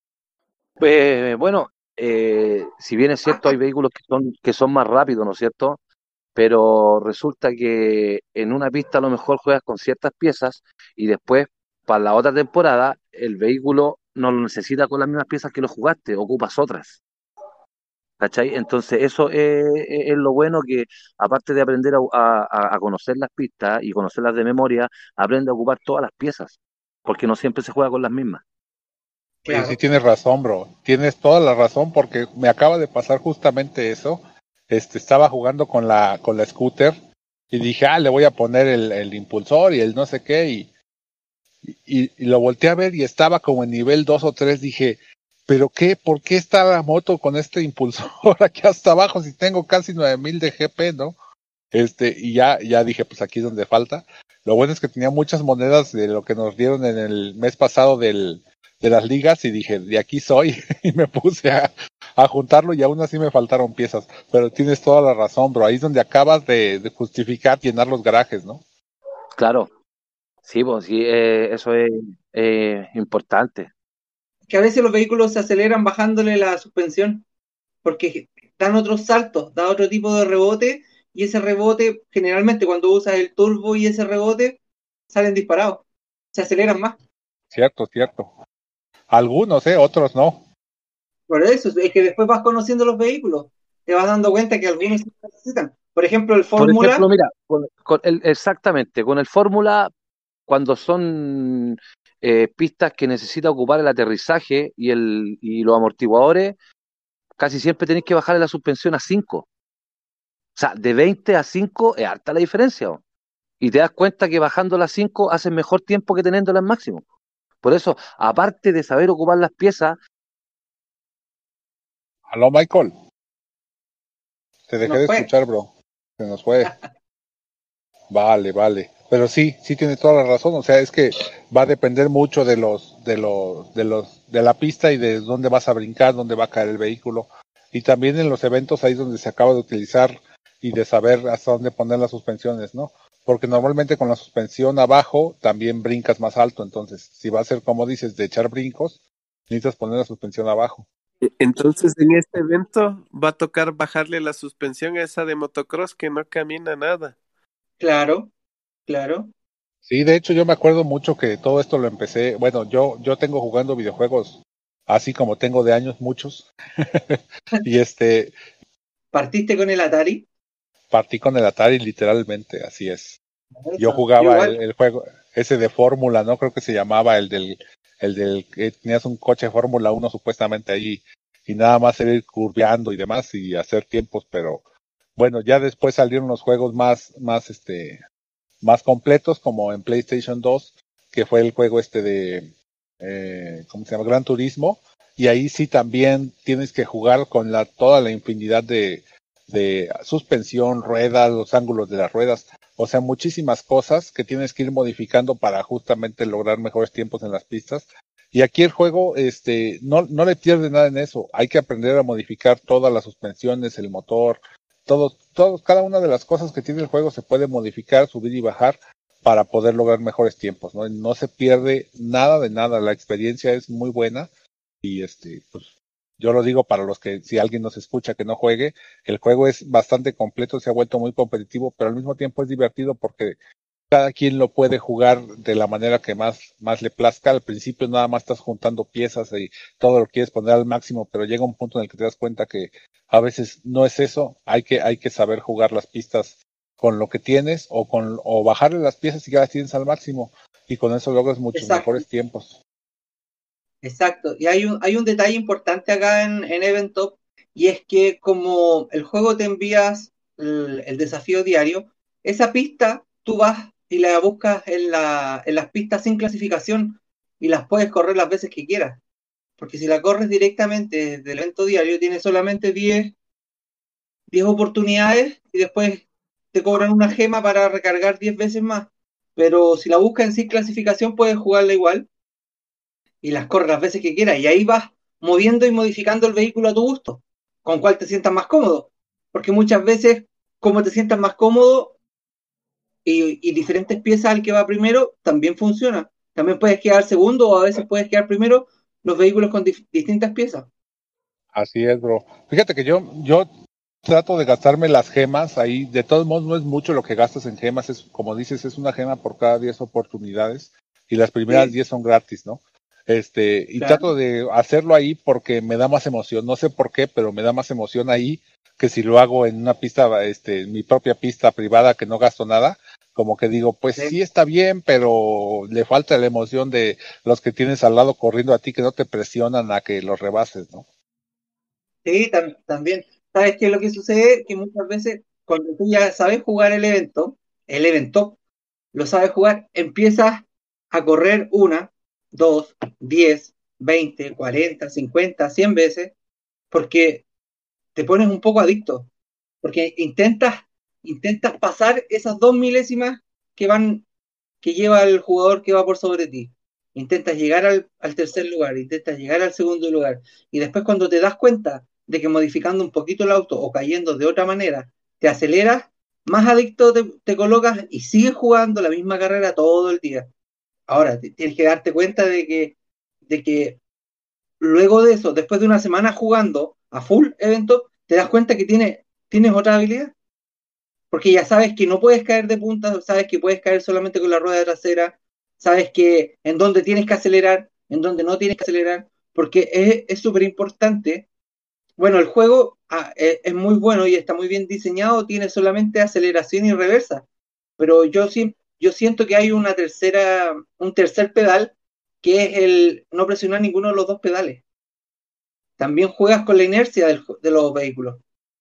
Eh, bueno, eh, si bien es cierto, hay vehículos que son, que son más rápidos, ¿no es cierto? Pero resulta que en una pista a lo mejor juegas con ciertas piezas y después, para la otra temporada, el vehículo no lo necesita con las mismas piezas que lo jugaste, ocupas otras. ¿Cachai? Entonces eso es, es- es lo bueno, que aparte de aprender a, a- a conocer las pistas y conocerlas de memoria, aprende a ocupar todas las piezas, porque no siempre se juega con las mismas. Oye, sí Claro. tienes razón, bro. Tienes toda la razón, porque me acaba de pasar justamente eso. Este, estaba jugando con la, con la scooter y dije, ah, le voy a poner el, el impulsor y el no sé qué, y, y, y lo volteé a ver y estaba como en nivel dos o tres. Dije, ¿pero qué? ¿Por qué está la moto con este impulsor aquí hasta abajo si tengo casi nueve mil de G P, ¿no? Este, y ya, ya dije, pues aquí es donde falta. Lo bueno es que tenía muchas monedas de lo que nos dieron en el mes pasado del, de las ligas, y dije, de aquí soy, y me puse a, a juntarlo, y aún así me faltaron piezas. Pero tienes toda la razón, bro. Ahí es donde acabas de, de justificar llenar los garajes, ¿no? Claro, sí, pues sí, eh, eso es eh, importante. Que a veces los vehículos se aceleran bajándole la suspensión, porque dan otros saltos, da otro tipo de rebote, y ese rebote, generalmente cuando usas el turbo y ese rebote, salen disparados, se aceleran más. Cierto, cierto. Algunos, ¿eh? Otros no. Por eso, es que después vas conociendo los vehículos, te vas dando cuenta que algunos sí necesitan. Por ejemplo, el Por ejemplo, Fórmula, mira, con, con el, exactamente, con el Fórmula. cuando son eh, pistas que necesita ocupar el aterrizaje y, el, y los amortiguadores, casi siempre tenéis que bajarle la suspensión a cinco. O sea, de veinte a cinco es harta la diferencia, ¿o? Y te das cuenta que bajando las cinco haces mejor tiempo que teniéndolas en máximo. Por eso, aparte de saber ocupar las piezas... Aló, Michael. Te dejé Nos de fue. escuchar, bro. Se nos fue. Vale, vale. Pero sí, sí tienes toda la razón. O sea, es que va a depender mucho de los, de los, de los, de la pista y de dónde vas a brincar, dónde va a caer el vehículo. Y también en los eventos ahí donde se acaba de utilizar y de saber hasta dónde poner las suspensiones, ¿no? Porque normalmente con la suspensión abajo también brincas más alto. Entonces, si va a ser como dices, de echar brincos, necesitas poner la suspensión abajo. Entonces, en este evento va a tocar bajarle la suspensión a esa de motocross que no camina nada. Claro, claro. Sí, de hecho yo me acuerdo mucho que todo esto lo empecé, bueno, yo, yo tengo jugando videojuegos, así como tengo de años muchos, y este, ¿Partiste con el Atari? partí con el Atari literalmente, así es. Yo Eso. Yo jugaba el, igual. el juego, ese de Fórmula, ¿no? Creo que se llamaba el del, el del que tenías un coche Fórmula uno supuestamente ahí, y nada más era ir curveando y demás y hacer tiempos, pero bueno, ya después salieron los juegos más, más este, más completos como en PlayStation dos, que fue el juego este de, eh, ¿cómo se llama? Gran Turismo, y ahí sí también tienes que jugar con la toda la infinidad de, de suspensión, ruedas, los ángulos de las ruedas, o sea, muchísimas cosas que tienes que ir modificando para justamente lograr mejores tiempos en las pistas. Y aquí el juego, este, no, no le pierde nada en eso. Hay que aprender a modificar todas las suspensiones, el motor, todo, todo, cada una de las cosas que tiene el juego se puede modificar, subir y bajar para poder lograr mejores tiempos, ¿no? No se pierde nada de nada, la experiencia es muy buena y este, pues yo lo digo para los que si alguien nos escucha que no juegue, el juego es bastante completo, se ha vuelto muy competitivo, pero al mismo tiempo es divertido porque cada quien lo puede jugar de la manera que más, más le plazca. Al principio nada más estás juntando piezas y todo lo quieres poner al máximo, pero llega un punto en el que te das cuenta que a veces no es eso. Hay que, hay que saber jugar las pistas con lo que tienes o con, o bajarle las piezas y ya las tienes al máximo. Y con eso logras muchos Exacto. mejores tiempos. Exacto. Y hay un, hay un detalle importante acá en, en Event Top, y es que como el juego te envías el, el desafío diario, esa pista tú vas y la buscas en, la, en las pistas sin clasificación y las puedes correr las veces que quieras. Porque si la corres directamente del evento diario, tienes solamente diez oportunidades y después te cobran una gema para recargar diez veces más. Pero si la buscas en sin clasificación, puedes jugarla igual y las corres las veces que quieras. Y ahí vas moviendo y modificando el vehículo a tu gusto, con cuál te sientas más cómodo. Porque muchas veces, como te sientas más cómodo y, y diferentes piezas al que va primero, también funciona. También puedes quedar segundo o a veces puedes quedar primero los vehículos con dif- distintas piezas. Así es, bro. Fíjate que yo, yo trato de gastarme las gemas ahí. De todos modos, no es mucho lo que gastas en gemas. Es, como dices, es una gema por cada diez oportunidades. Y las primeras Sí, diez son gratis, ¿no? Este, y claro. trato de hacerlo ahí porque me da más emoción. No sé por qué, pero me da más emoción ahí que si lo hago en una pista, este, en mi propia pista privada que no gasto nada. Como que digo, pues Sí, sí está bien, pero le falta la emoción de los que tienes al lado corriendo a ti que no te presionan a que los rebases, ¿no? sí, tam- también. ¿Sabes qué es lo que sucede? Que muchas veces cuando tú ya sabes jugar el evento, el evento, lo sabes jugar, empiezas a correr una, dos, diez, veinte, cuarenta, cincuenta, cien veces, porque te pones un poco adicto, porque intentas, intentas pasar esas dos milésimas que van, que lleva el jugador que va por sobre ti. Intentas llegar al, al tercer lugar, intentas llegar al segundo lugar, y después cuando te das cuenta de que modificando un poquito el auto o cayendo de otra manera, te aceleras, más adicto te, te colocas y sigues jugando la misma carrera todo el día. Ahora, t- tienes que darte cuenta de que, de que luego de eso, después de una semana jugando a full evento, te das cuenta que tiene, tienes otra habilidad, porque ya sabes que no puedes caer de punta, sabes que puedes caer solamente con la rueda trasera, sabes que en dónde tienes que acelerar, en dónde no tienes que acelerar, porque es súper importante. Bueno, el juego ah, es, es muy bueno y está muy bien diseñado, tiene solamente aceleración y reversa, pero yo siempre yo siento que hay una tercera, un tercer pedal, que es el no presionar ninguno de los dos pedales. También juegas con la inercia del, de los vehículos.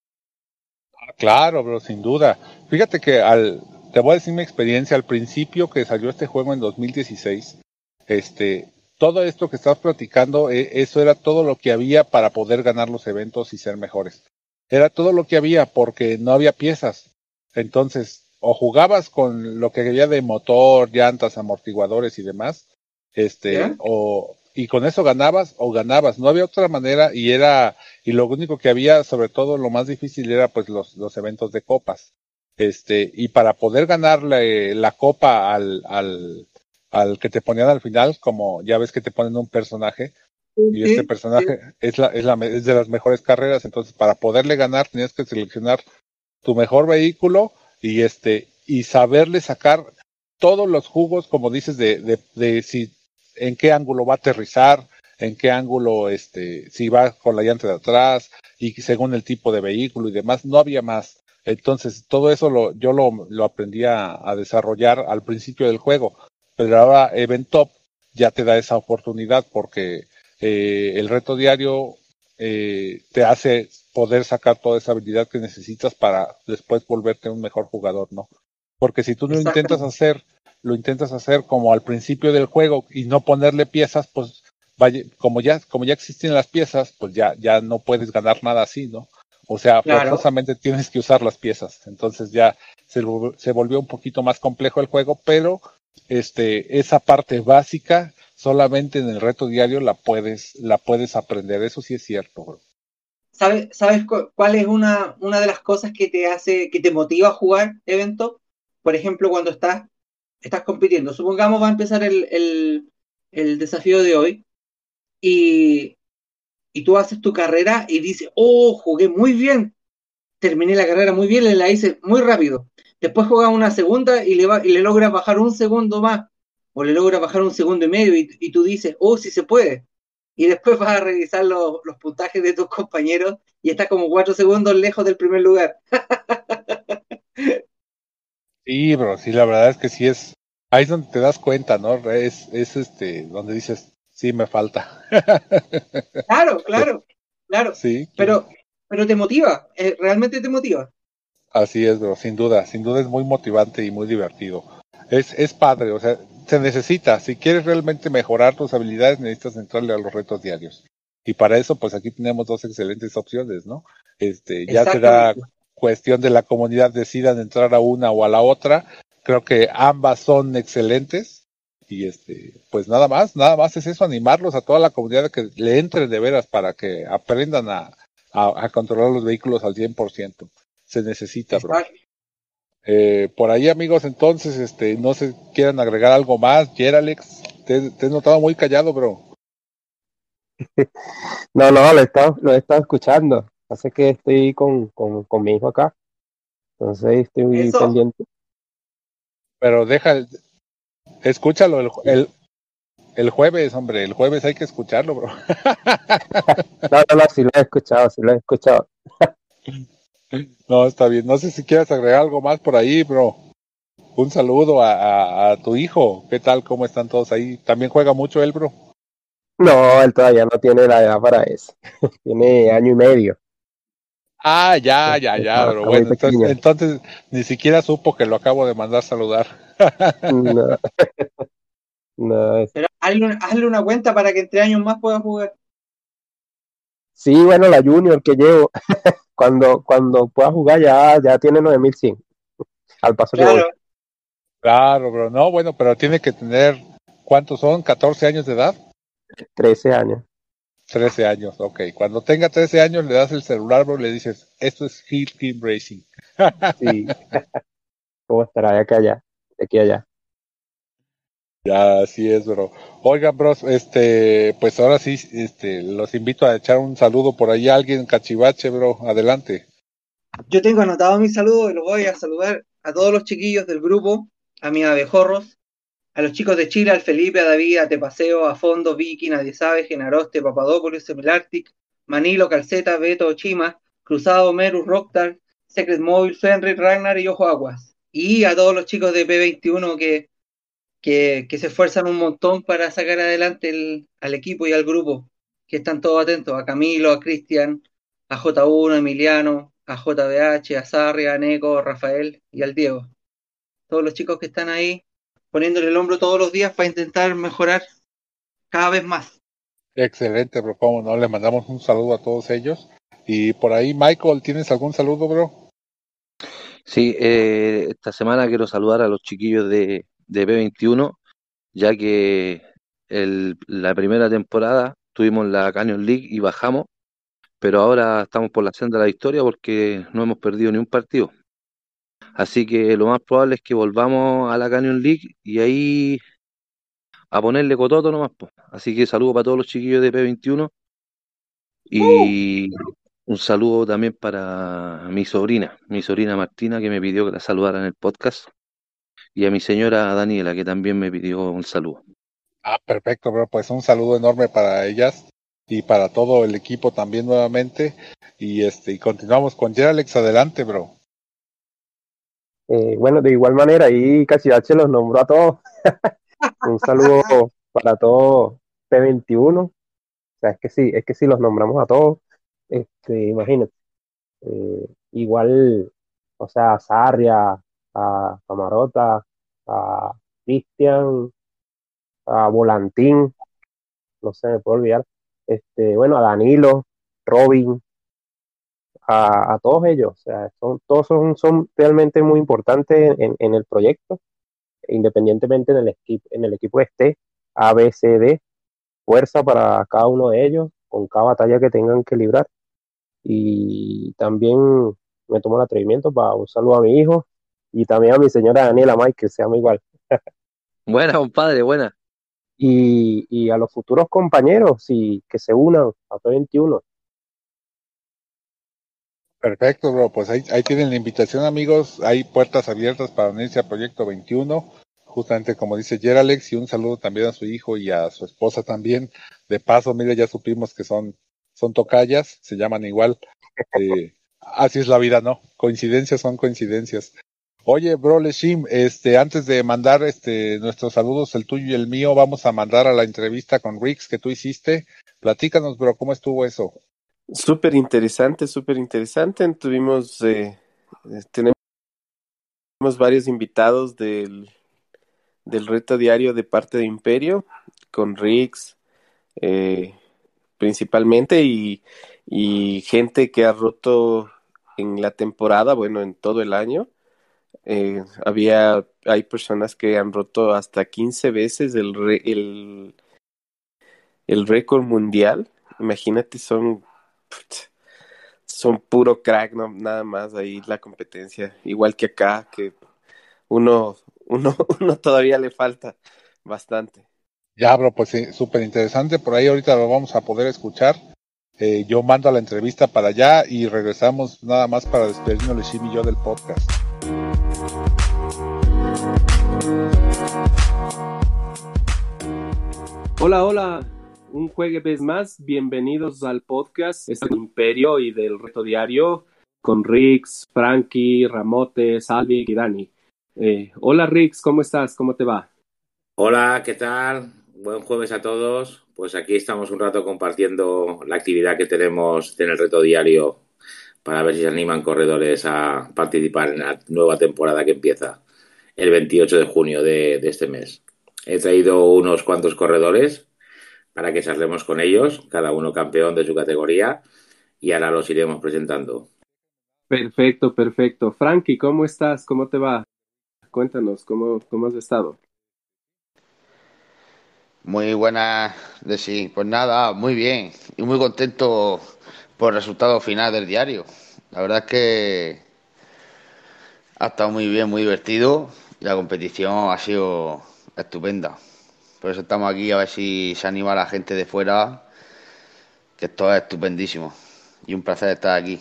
Claro, bro, sin duda. Fíjate que al, te voy a decir mi experiencia, al principio que salió este juego en dos mil dieciséis, este, todo esto que estás platicando, eh, eso era todo lo que había para poder ganar los eventos y ser mejores. Era todo lo que había porque no había piezas. Entonces, o jugabas con lo que había de motor, llantas, amortiguadores y demás, este, ¿Ya? o, y con eso ganabas o ganabas. No había otra manera y era, y lo único que había, sobre todo lo más difícil era pues los, los eventos de copas. Este, y para poder ganar la, la copa al, al, al que te ponían al final, como ya ves que te ponen un personaje, y este Sí, sí. personaje es, la, es, la, es de las mejores carreras, entonces para poderle ganar tenías que seleccionar tu mejor vehículo y este y saberle sacar todos los jugos, como dices, de, de, de si en qué ángulo va a aterrizar, en qué ángulo, este, si va con la llanta de atrás, y según el tipo de vehículo y demás, no había más. Entonces, todo eso lo, yo lo, lo aprendí a, a desarrollar al principio del juego, pero ahora Event Top ya te da esa oportunidad porque eh, el reto diario eh, te hace poder sacar toda esa habilidad que necesitas para después volverte un mejor jugador, ¿no? Porque si tú lo intentas Exactamente. hacer, lo intentas hacer como al principio del juego y no ponerle piezas, pues vaya, como ya, como ya existen las piezas, pues ya, ya no puedes ganar nada así, ¿no? O sea, Claro. forzosamente tienes que usar las piezas. Entonces ya se, se volvió un poquito más complejo el juego, pero este, esa parte básica solamente en el reto diario la puedes, la puedes aprender. Eso sí es cierto, bro. ¿Sabes, sabes cu- cuál es una, una de las cosas que te hace, que te motiva a jugar evento? Por ejemplo, cuando estás, estás compitiendo. Supongamos va a empezar el, el, el desafío de hoy y, y tú haces tu carrera y dices, oh, jugué muy bien, terminé la carrera muy bien, le la hice muy rápido. Después juegas una segunda y le, va, y le logras bajar un segundo más, o le logras bajar un segundo y medio, y, y tú dices, oh, sí se puede. Y después vas a revisar los, los puntajes de tus compañeros y estás como cuatro segundos lejos del primer lugar. Sí, bro, sí, la verdad es que sí es, ahí es donde te das cuenta, ¿no? Es, es este, donde dices, sí, me falta. Claro, claro, claro. Sí, Pero, pero te motiva, eh, realmente te motiva. así es, bro, sin duda, sin duda es muy motivante y muy divertido. Es, es padre, o sea, se necesita, si quieres realmente mejorar tus habilidades, necesitas entrarle a los retos diarios. Y para eso, pues aquí tenemos dos excelentes opciones, ¿no? Este, ya será Exactamente. cuestión de la comunidad decidan entrar a una o a la otra. Creo que ambas son excelentes. Y este, pues nada más, nada más es eso, animarlos a toda la comunidad a que le entren de veras para que aprendan a, a, a controlar los vehículos al cien por ciento. Se necesita, bro. Exacto. Eh, por ahí, amigos, entonces, este, no sé, quieran agregar algo más. Jeralex, te, te he notado muy callado, bro. No, no, lo he estado, lo he estado escuchando. Hace que estoy con, con, con mi hijo acá, entonces estoy muy Eso. pendiente. Pero deja, escúchalo el, el, el jueves, hombre, el jueves hay que escucharlo, bro. No, no, no, sí lo he escuchado, sí lo he escuchado. No, está bien. No sé si quieres agregar algo más por ahí, bro. Un saludo a, a, a tu hijo. ¿Qué tal? ¿Cómo están todos ahí? ¿También juega mucho él, bro? No, él todavía no tiene la edad para eso. Tiene año y medio. Ah, ya, ya, ya, Está, bro. está muy Bueno, entonces, pequeño. entonces ni siquiera supo que lo acabo de mandar saludar. No, no, es- Pero hazle, un- hazle una cuenta para que entre años más pueda jugar. Sí, bueno, la Junior que llevo, cuando, cuando pueda jugar ya, ya tiene nueve mil cien al paso que voy. Claro. Claro, bro. No, bueno, pero tiene que tener, ¿cuántos son? ¿catorce años de edad? trece años. trece años, ok. Cuando tenga trece años le das el celular, bro, y le dices, esto es Hill Team Racing. Sí, ¿cómo estará de acá allá? De aquí a allá. Ya, así es, bro. Oigan, bros, este, pues ahora sí, este, los invito a echar un saludo por ahí a alguien, Cachivache, bro. Adelante. Yo tengo anotado mis saludos y los voy a saludar a todos los chiquillos del grupo, a mis abejorros, a los chicos de Chile, al Felipe, a David, a Tepaseo, a Fondo, Vicky, Nadie Sabe, Genaroste, Papadopoulos, Semilartic, Manilo, Calceta, Beto, Chima, Cruzado, Merus, Rockstar, Secret Mobile, Fenrir, Ragnar y Ojo Aguas. y a todos los chicos de P veintiuno que, que, que se esfuerzan un montón para sacar adelante el, al equipo y al grupo, que están todos atentos, a Camilo, a Cristian, a J uno, a Emiliano, a J B H, a Sarri, a Neco, a Rafael y al Diego. Todos los chicos que están ahí poniéndole el hombro todos los días para intentar mejorar cada vez más. Excelente, bro, cómo no, le mandamos un saludo a todos ellos. Y por ahí, Michael, ¿tienes algún saludo, bro? Sí, eh, esta semana quiero saludar a los chiquillos de, de P veintiuno, ya que el, la primera temporada tuvimos la Canyon League y bajamos, pero ahora estamos por la senda de la victoria porque no hemos perdido ni un partido. Así que lo más probable es que volvamos a la Canyon League y ahí a ponerle cototo nomás, po. Así que saludo para todos los chiquillos de P veintiuno y un saludo también para mi sobrina, mi sobrina Martina, que me pidió que la saludara en el podcast, y a mi señora Daniela, que también me pidió un saludo. Ah, perfecto, bro, pues un saludo enorme para ellas y para todo el equipo también nuevamente. Y este, y continuamos con Geralex, adelante, bro. Eh, bueno, de igual manera, ahí Cachivache los nombró a todos. Un saludo para todos P veintiuno. O sea, es que sí, es que sí los nombramos a todos. Este, imagínate. Eh, igual, o sea, a Sarria, a Camarota, a Cristian, a Volantín, no se me puede olvidar. Este, bueno, a Danilo, Robin, a, a todos ellos. O sea, son, todos son, son realmente muy importantes en, en el proyecto, independientemente en el equipo, en el equipo que esté, A, B, C, D, fuerza para cada uno de ellos, con cada batalla que tengan que librar. Y también me tomo el atrevimiento para un saludo a mi hijo y también a mi señora Daniela Mike, que se llama igual. Buena, compadre, buena. Y, y a los futuros compañeros y que se unan a P veintiuno. Perfecto, bro, pues ahí, ahí tienen la invitación, amigos. Hay puertas abiertas para unirse a Proyecto veintiuno, justamente como dice Geralex, y un saludo también a su hijo y a su esposa también. De paso, mire, ya supimos que son, son tocayas, se llaman igual. Eh, así es la vida, ¿no? Coincidencias son coincidencias. Oye, bro, Leshim, este, antes de mandar este nuestros saludos, el tuyo y el mío, vamos a mandar a la entrevista con Rix que tú hiciste. Platícanos, bro, ¿cómo estuvo eso? Súper interesante, súper interesante. Tuvimos, eh, eh, tenemos varios invitados del, del reto diario de parte de Imperio, con Rix, eh, principalmente, y, y gente que ha roto en la temporada, bueno, en todo el año. Eh, había, hay personas que han roto hasta quince veces el, re, el, el récord mundial. Imagínate, son, son puro crack, no, nada más ahí la competencia. Igual que acá, que uno, uno, uno todavía le falta bastante. Ya, bro, pues sí, súper interesante. Por ahí ahorita lo vamos a poder escuchar. Eh, yo mando a la entrevista para allá y regresamos nada más para despedirnos Leshim y yo del podcast. Hola, hola, un jueves más, bienvenidos al podcast, es el Imperio y del Reto Diario, con Rix, Frankie, Ramote, Salvi y Dani. Eh, hola Rix, ¿cómo estás? ¿Cómo te va? Hola, ¿qué tal? Buen jueves a todos. Pues aquí estamos un rato compartiendo la actividad que tenemos en el Reto Diario para ver si se animan corredores a participar en la nueva temporada que empieza el veintiocho de junio de, de este mes. He traído unos cuantos corredores para que charlemos con ellos, cada uno campeón de su categoría, y ahora los iremos presentando. Perfecto, perfecto. Frankie, ¿cómo estás? ¿Cómo te va? Cuéntanos, ¿cómo, cómo has estado? Muy buenas, de sí. Pues nada, muy bien y muy contento por el resultado final del diario. La verdad es que ha estado muy bien, muy divertido y la competición ha sido estupenda. Por eso estamos aquí a ver si se anima la gente de fuera, que esto es estupendísimo y un placer estar aquí.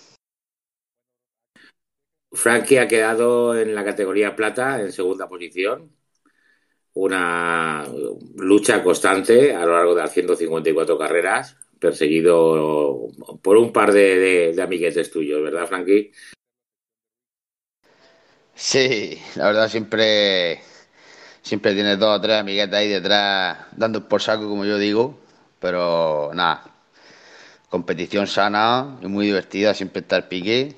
Frankie ha quedado en la categoría plata en segunda posición. Una lucha constante a lo largo de las ciento cincuenta y cuatro carreras, perseguido por un par de, de, de amiguetes tuyos, ¿verdad, Frankie? Sí, la verdad siempre, siempre tienes dos o tres amiguetas ahí detrás dando por saco, como yo digo. Pero nada, competición sana y muy divertida, siempre está el pique.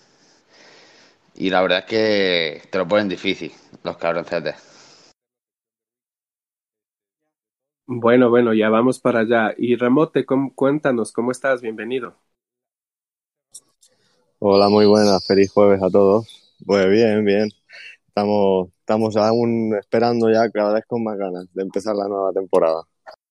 Y la verdad es que te lo ponen difícil, los cabroncetes. Bueno, bueno, ya vamos para allá. Y Ramote, ¿cómo- cuéntanos, ¿cómo estás? Bienvenido. Hola, muy buenas, feliz jueves a todos. Pues bien, bien. Estamos, estamos aún esperando ya cada vez con más ganas de empezar la nueva temporada.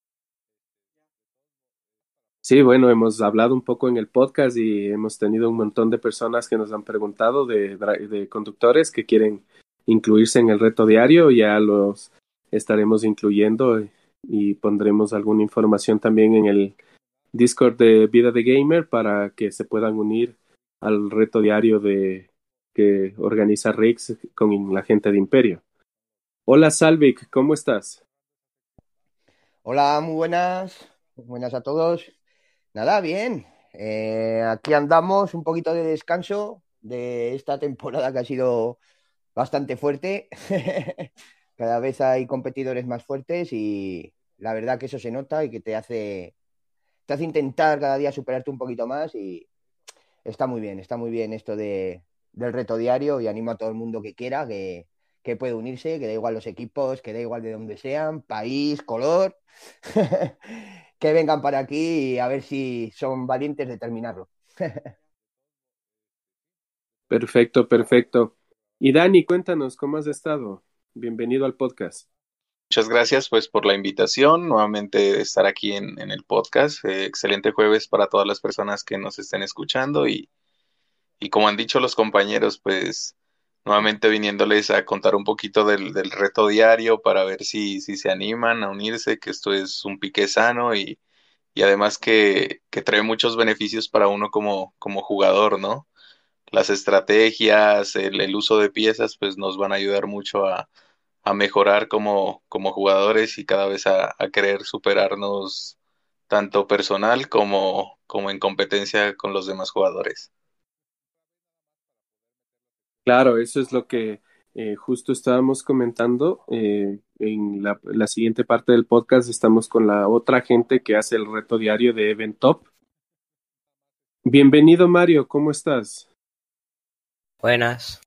Sí, bueno, hemos hablado un poco en el podcast y hemos tenido un montón de personas que nos han preguntado de, dra- de conductores que quieren incluirse en el reto diario. Ya los estaremos incluyendo y pondremos alguna información también en el Discord de Vida de Gamer para que se puedan unir al reto diario de que organiza Rix con la gente de Imperio. Hola Salvik, ¿cómo estás? Hola, muy buenas, buenas a todos. Nada, bien. Eh, aquí andamos, un poquito de descanso de esta temporada que ha sido bastante fuerte. Cada vez hay competidores más fuertes y la verdad que eso se nota y que te hace, te hace intentar cada día superarte un poquito más y está muy bien, está muy bien esto de, del reto diario y animo a todo el mundo que quiera que, que puede unirse, que da igual los equipos, que da igual de donde sean, país, color, que vengan para aquí y a ver si son valientes de terminarlo. Perfecto, perfecto. Y Dani, cuéntanos, ¿cómo has estado? Bienvenido al podcast. Muchas gracias pues por la invitación, nuevamente estar aquí en, en el podcast. Eh, excelente jueves para todas las personas que nos estén escuchando y, y como han dicho los compañeros, pues nuevamente viniéndoles a contar un poquito del, del reto diario para ver si, si se animan a unirse, que esto es un pique sano y, y además que, que trae muchos beneficios para uno como, como jugador, ¿no? Las estrategias, el, el uso de piezas, pues nos van a ayudar mucho a a mejorar como, como jugadores y cada vez a, a querer superarnos tanto personal como, como en competencia con los demás jugadores. Claro, eso es lo que eh, justo estábamos comentando. Eh, en la, la siguiente parte del podcast estamos con la otra gente que hace el reto diario de Event Top. Bienvenido Mario, ¿cómo estás? Buenas.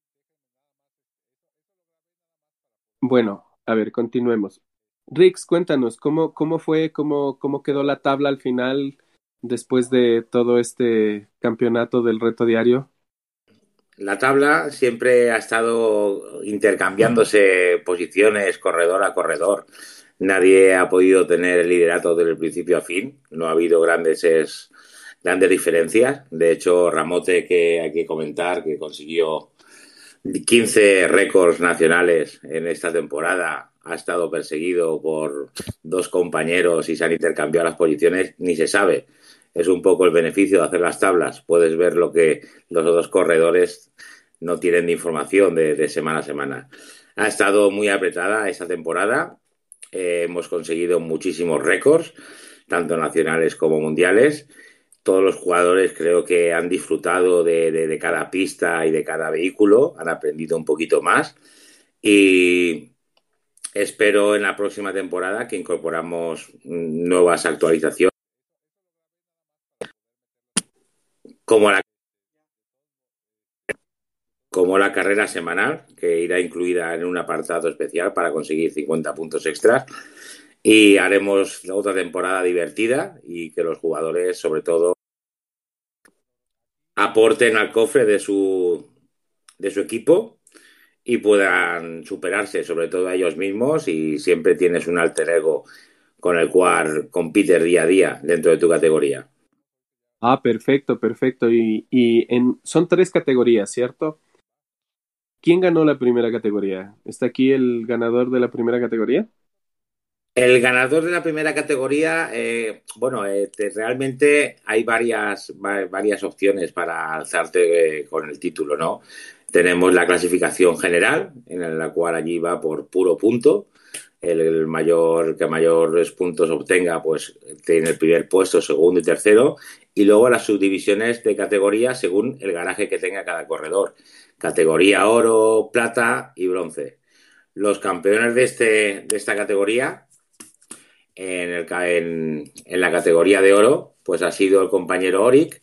Bueno, a ver, continuemos. Rix, cuéntanos, ¿cómo, cómo fue, cómo, cómo quedó la tabla al final después de todo este campeonato del reto diario? La tabla siempre ha estado intercambiándose posiciones corredor a corredor. Nadie ha podido tener el liderato desde el principio a fin. No ha habido grandes, es, grandes diferencias. De hecho, Ramote, que hay que comentar, que consiguió quince récords nacionales en esta temporada, ha estado perseguido por dos compañeros y se han intercambiado las posiciones, ni se sabe. Es un poco el beneficio de hacer las tablas. Puedes ver lo que los otros corredores no tienen de información de, de semana a semana. Ha estado muy apretada esta temporada. Eh, hemos conseguido muchísimos récords, tanto nacionales como mundiales. Todos los jugadores creo que han disfrutado de, de, de cada pista y de cada vehículo, han aprendido un poquito más y espero en la próxima temporada que incorporamos nuevas actualizaciones como la, como la carrera semanal, que irá incluida en un apartado especial para conseguir cincuenta puntos extras. Y haremos otra temporada divertida y que los jugadores, sobre todo, aporten al cofre de su, de su equipo y puedan superarse, sobre todo a ellos mismos, y siempre tienes un alter ego con el cual compites día a día dentro de tu categoría. Ah, perfecto, perfecto. Y, y en, son tres categorías, ¿cierto? ¿Quién ganó la primera categoría? ¿Está aquí el ganador de la primera categoría? El ganador de la primera categoría, eh, bueno, eh, te, realmente hay varias, va, varias opciones para alzarte eh, con el título, ¿no? Tenemos la clasificación general, en la cual allí va por puro punto. el, el mayor que mayores puntos obtenga, pues tiene el primer puesto, segundo y tercero, y luego las subdivisiones de categoría según el garaje que tenga cada corredor. Categoría oro, plata y bronce. Los campeones de, este, de esta categoría, en, el, en, en la categoría de oro, pues ha sido el compañero Oric,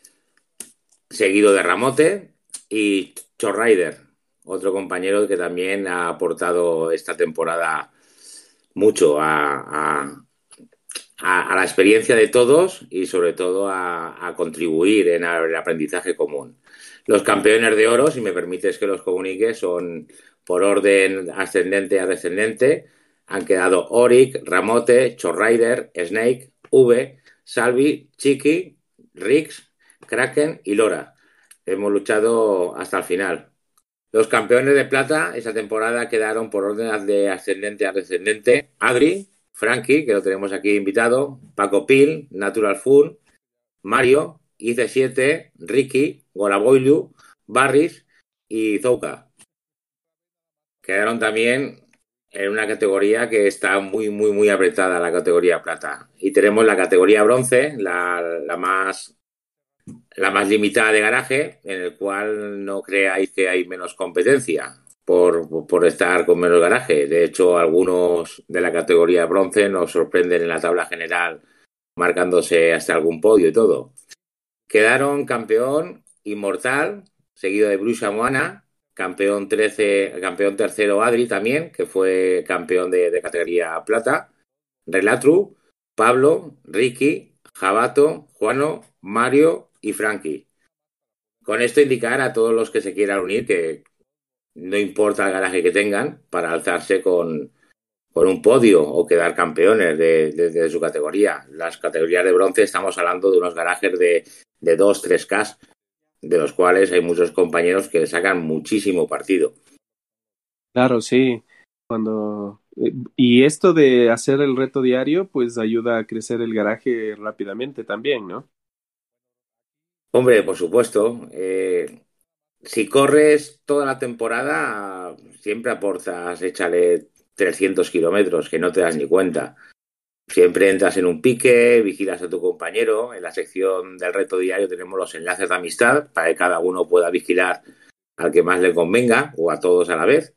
seguido de Ramote y Chorrider, otro compañero que también ha aportado esta temporada mucho a, a, a, a la experiencia de todos y sobre todo a, a contribuir en el aprendizaje común. Los campeones de oro, si me permites que los comunique, son por orden ascendente a descendente. Han quedado Oric, Ramote, Chorrider, Snake, V, Salvi, Chiqui, Rix, Kraken y Lora. Hemos luchado hasta el final. Los campeones de plata esa temporada quedaron por orden de ascendente a descendente. Adri, Frankie, que lo tenemos aquí invitado, Paco Pil, Natural Fun, Mario, I C siete, Ricky, Goraboilu, Barris y Zouka. Quedaron también en una categoría que está muy, muy, muy apretada, la categoría plata. Y tenemos la categoría bronce, la, la más la más limitada de garaje, en el cual no creáis que hay menos competencia por, por estar con menos garaje. De hecho, algunos de la categoría bronce nos sorprenden en la tabla general, marcándose hasta algún podio y todo. Quedaron campeón Inmortal, seguido de Bruce Moana, campeón trece, campeón tercero Adri también, que fue campeón de, de categoría plata, Relatru, Pablo, Ricky, Jabato, Juano, Mario y Frankie. Con esto indicar a todos los que se quieran unir que no importa el garaje que tengan para alzarse con, con un podio o quedar campeones de, de, de su categoría. Las categorías de bronce estamos hablando de unos garajes de, de dos, tres K, de los cuales hay muchos compañeros que le sacan muchísimo partido. Claro, sí. Cuando y esto de hacer el reto diario, pues ayuda a crecer el garaje rápidamente también, ¿no? Hombre, por supuesto. Eh, si corres toda la temporada, siempre aportas, échale trescientos kilómetros, que no te das ni cuenta. Siempre entras en un pique, vigilas a tu compañero. En la sección del reto diario tenemos los enlaces de amistad para que cada uno pueda vigilar al que más le convenga o a todos a la vez.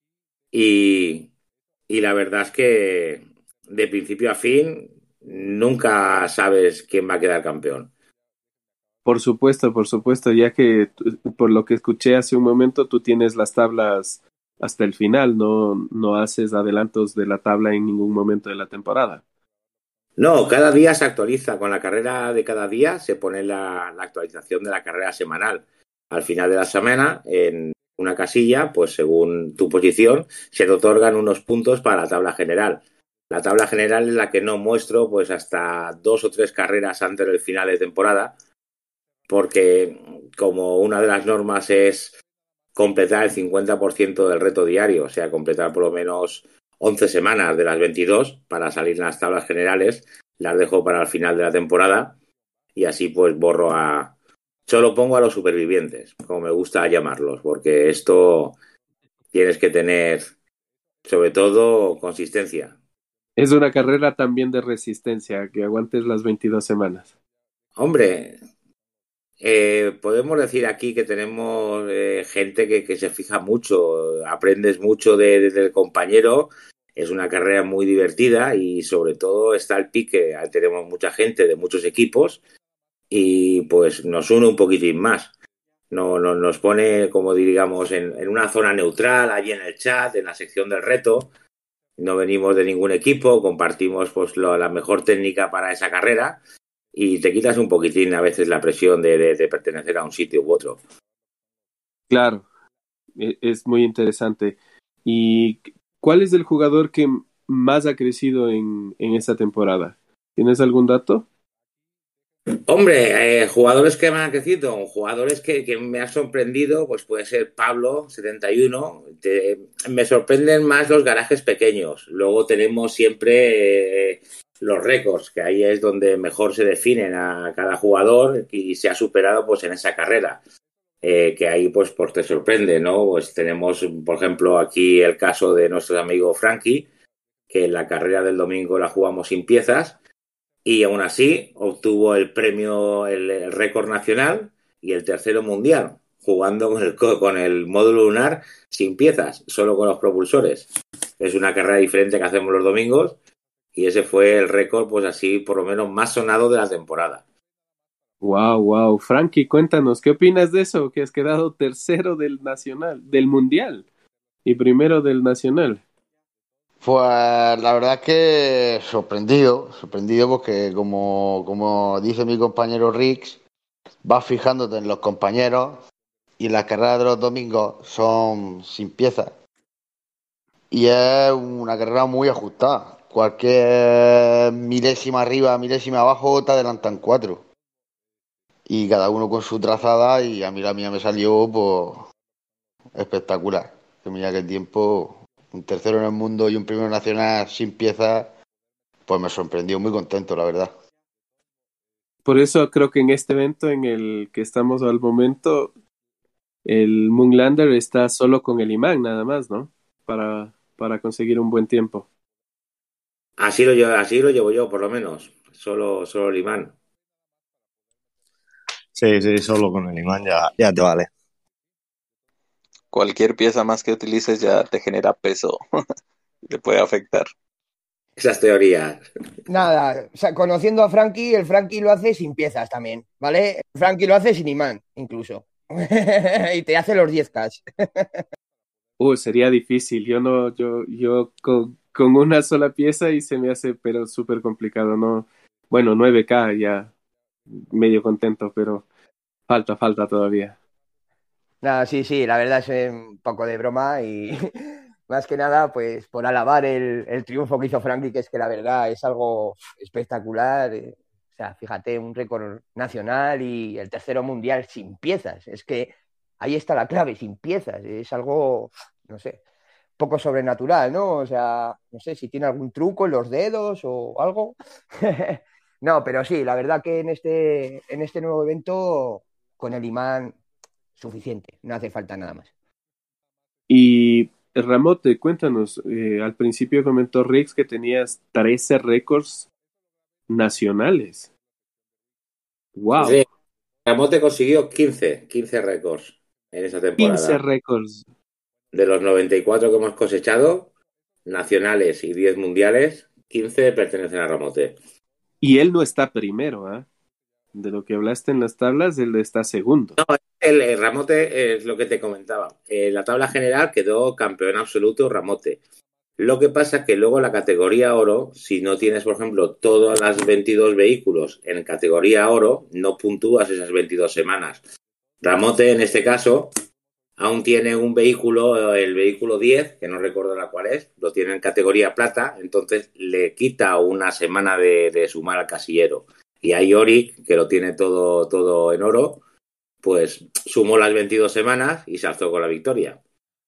Y, y la verdad es que de principio a fin nunca sabes quién va a quedar campeón. Por supuesto, por supuesto, ya que por lo que escuché hace un momento, tú tienes las tablas hasta el final, no, no haces adelantos de la tabla en ningún momento de la temporada. No, cada día se actualiza. Con la carrera de cada día se pone la, la actualización de la carrera semanal. Al final de la semana, en una casilla, pues según tu posición, se te otorgan unos puntos para la tabla general. La tabla general es la que no muestro pues hasta dos o tres carreras antes del final de temporada, porque como una de las normas es completar el cincuenta por ciento del reto diario, o sea, completar por lo menos once semanas de las veintidós para salir en las tablas generales, las dejo para el final de la temporada y así pues borro a... Solo pongo a los supervivientes, como me gusta llamarlos, porque esto tienes que tener, sobre todo, consistencia. Es una carrera también de resistencia, que aguantes las veintidós semanas. Hombre... Eh, podemos decir aquí que tenemos eh, gente que, que se fija mucho, aprendes mucho de, de, del compañero, es una carrera muy divertida y sobre todo está el pique, tenemos mucha gente de muchos equipos y pues nos une un poquitín más, no, no, nos pone como digamos en, en una zona neutral, allí en el chat, en la sección del reto, no venimos de ningún equipo, compartimos pues lo, la mejor técnica para esa carrera. Y te quitas un poquitín a veces la presión de, de, de pertenecer a un sitio u otro. Claro, es muy interesante. ¿Y cuál es el jugador que más ha crecido en, en esta temporada? ¿Tienes algún dato? Hombre, eh, jugadores que me han crecido, jugadores que, que me han sorprendido, pues puede ser Pablo, setenta y uno. Te, me sorprenden más los garajes pequeños. Luego tenemos siempre... Eh, los récords, que ahí es donde mejor se definen a cada jugador y se ha superado pues en esa carrera, eh, que ahí pues, pues te sorprende, ¿no? Pues tenemos, por ejemplo, aquí el caso de nuestro amigo Frankie, que la carrera del domingo la jugamos sin piezas y aún así obtuvo el premio, el, el récord nacional y el tercero mundial, jugando con el, con el módulo lunar sin piezas, solo con los propulsores. Es una carrera diferente que hacemos los domingos y ese fue el récord, pues así, por lo menos más sonado de la temporada. Wow, wow. Frankie, cuéntanos, ¿qué opinas de eso? Que has quedado tercero del nacional, del mundial y primero del nacional. Pues la verdad es que sorprendido, sorprendido porque como, como dice mi compañero Rix, vas fijándote en los compañeros y las carreras de los domingos son sin piezas. Y es una carrera muy ajustada. Cualquier milésima arriba, milésima abajo, te adelantan cuatro. Y cada uno con su trazada y a mí la mía me salió pues espectacular. Que mira que el tiempo, un tercero en el mundo y un primero nacional sin piezas, pues me sorprendió, muy contento, la verdad. Por eso creo que en este evento en el que estamos al momento, el Moonlander está solo con el imán nada más, ¿no? Para, para conseguir un buen tiempo. Así lo llevo, así lo llevo yo, por lo menos. Solo, solo el imán. Sí, sí, solo con el imán ya, ya te vale. Cualquier pieza más que utilices ya te genera peso. Te puede afectar. Esas teorías. Nada, o sea, conociendo a Frankie, el Frankie lo hace sin piezas también, ¿vale? El Frankie lo hace sin imán, incluso. Y te hace los diez K. Uh, sería difícil. Yo no, yo, yo con, con una sola pieza y se me hace, pero súper complicado, ¿no? Bueno, nueve K ya medio contento, pero falta, falta todavía. Nada, sí, sí, la verdad es un poco de broma y más que nada, pues por alabar el, el triunfo que hizo Frankie, que es que la verdad es algo espectacular. eh, O sea, fíjate, un récord nacional y el tercero mundial sin piezas. Es que ahí está la clave, sin piezas. Es algo, no sé, poco sobrenatural, ¿no? O sea, no sé si tiene algún truco en los dedos o algo. No, pero sí, la verdad que en este, en este nuevo evento, con el imán, suficiente, no hace falta nada más. Y Ramote, cuéntanos, eh, al principio comentó Rix que tenías trece récords nacionales. Wow, Sí, Camote consiguió quince, quince récords en esa quince temporada. récords. De los noventa y cuatro que hemos cosechado, nacionales y diez mundiales, quince pertenecen a Ramote. Y él no está primero, ¿ah? De lo que hablaste en las tablas, él está segundo. No, el, el Ramote es lo que te comentaba. En la tabla general quedó campeón absoluto Ramote. Lo que pasa es que luego la categoría oro, si no tienes, por ejemplo, todas las veintidós vehículos en categoría oro, no puntúas esas veintidós semanas. Ramote, en este caso, aún tiene un vehículo, el vehículo diez, que no recuerdo la cual es, lo tiene en categoría plata, entonces le quita una semana de, de sumar al casillero. Y a Yorick, que lo tiene todo, todo en oro, pues sumó las veintidós semanas y se alzó con la victoria.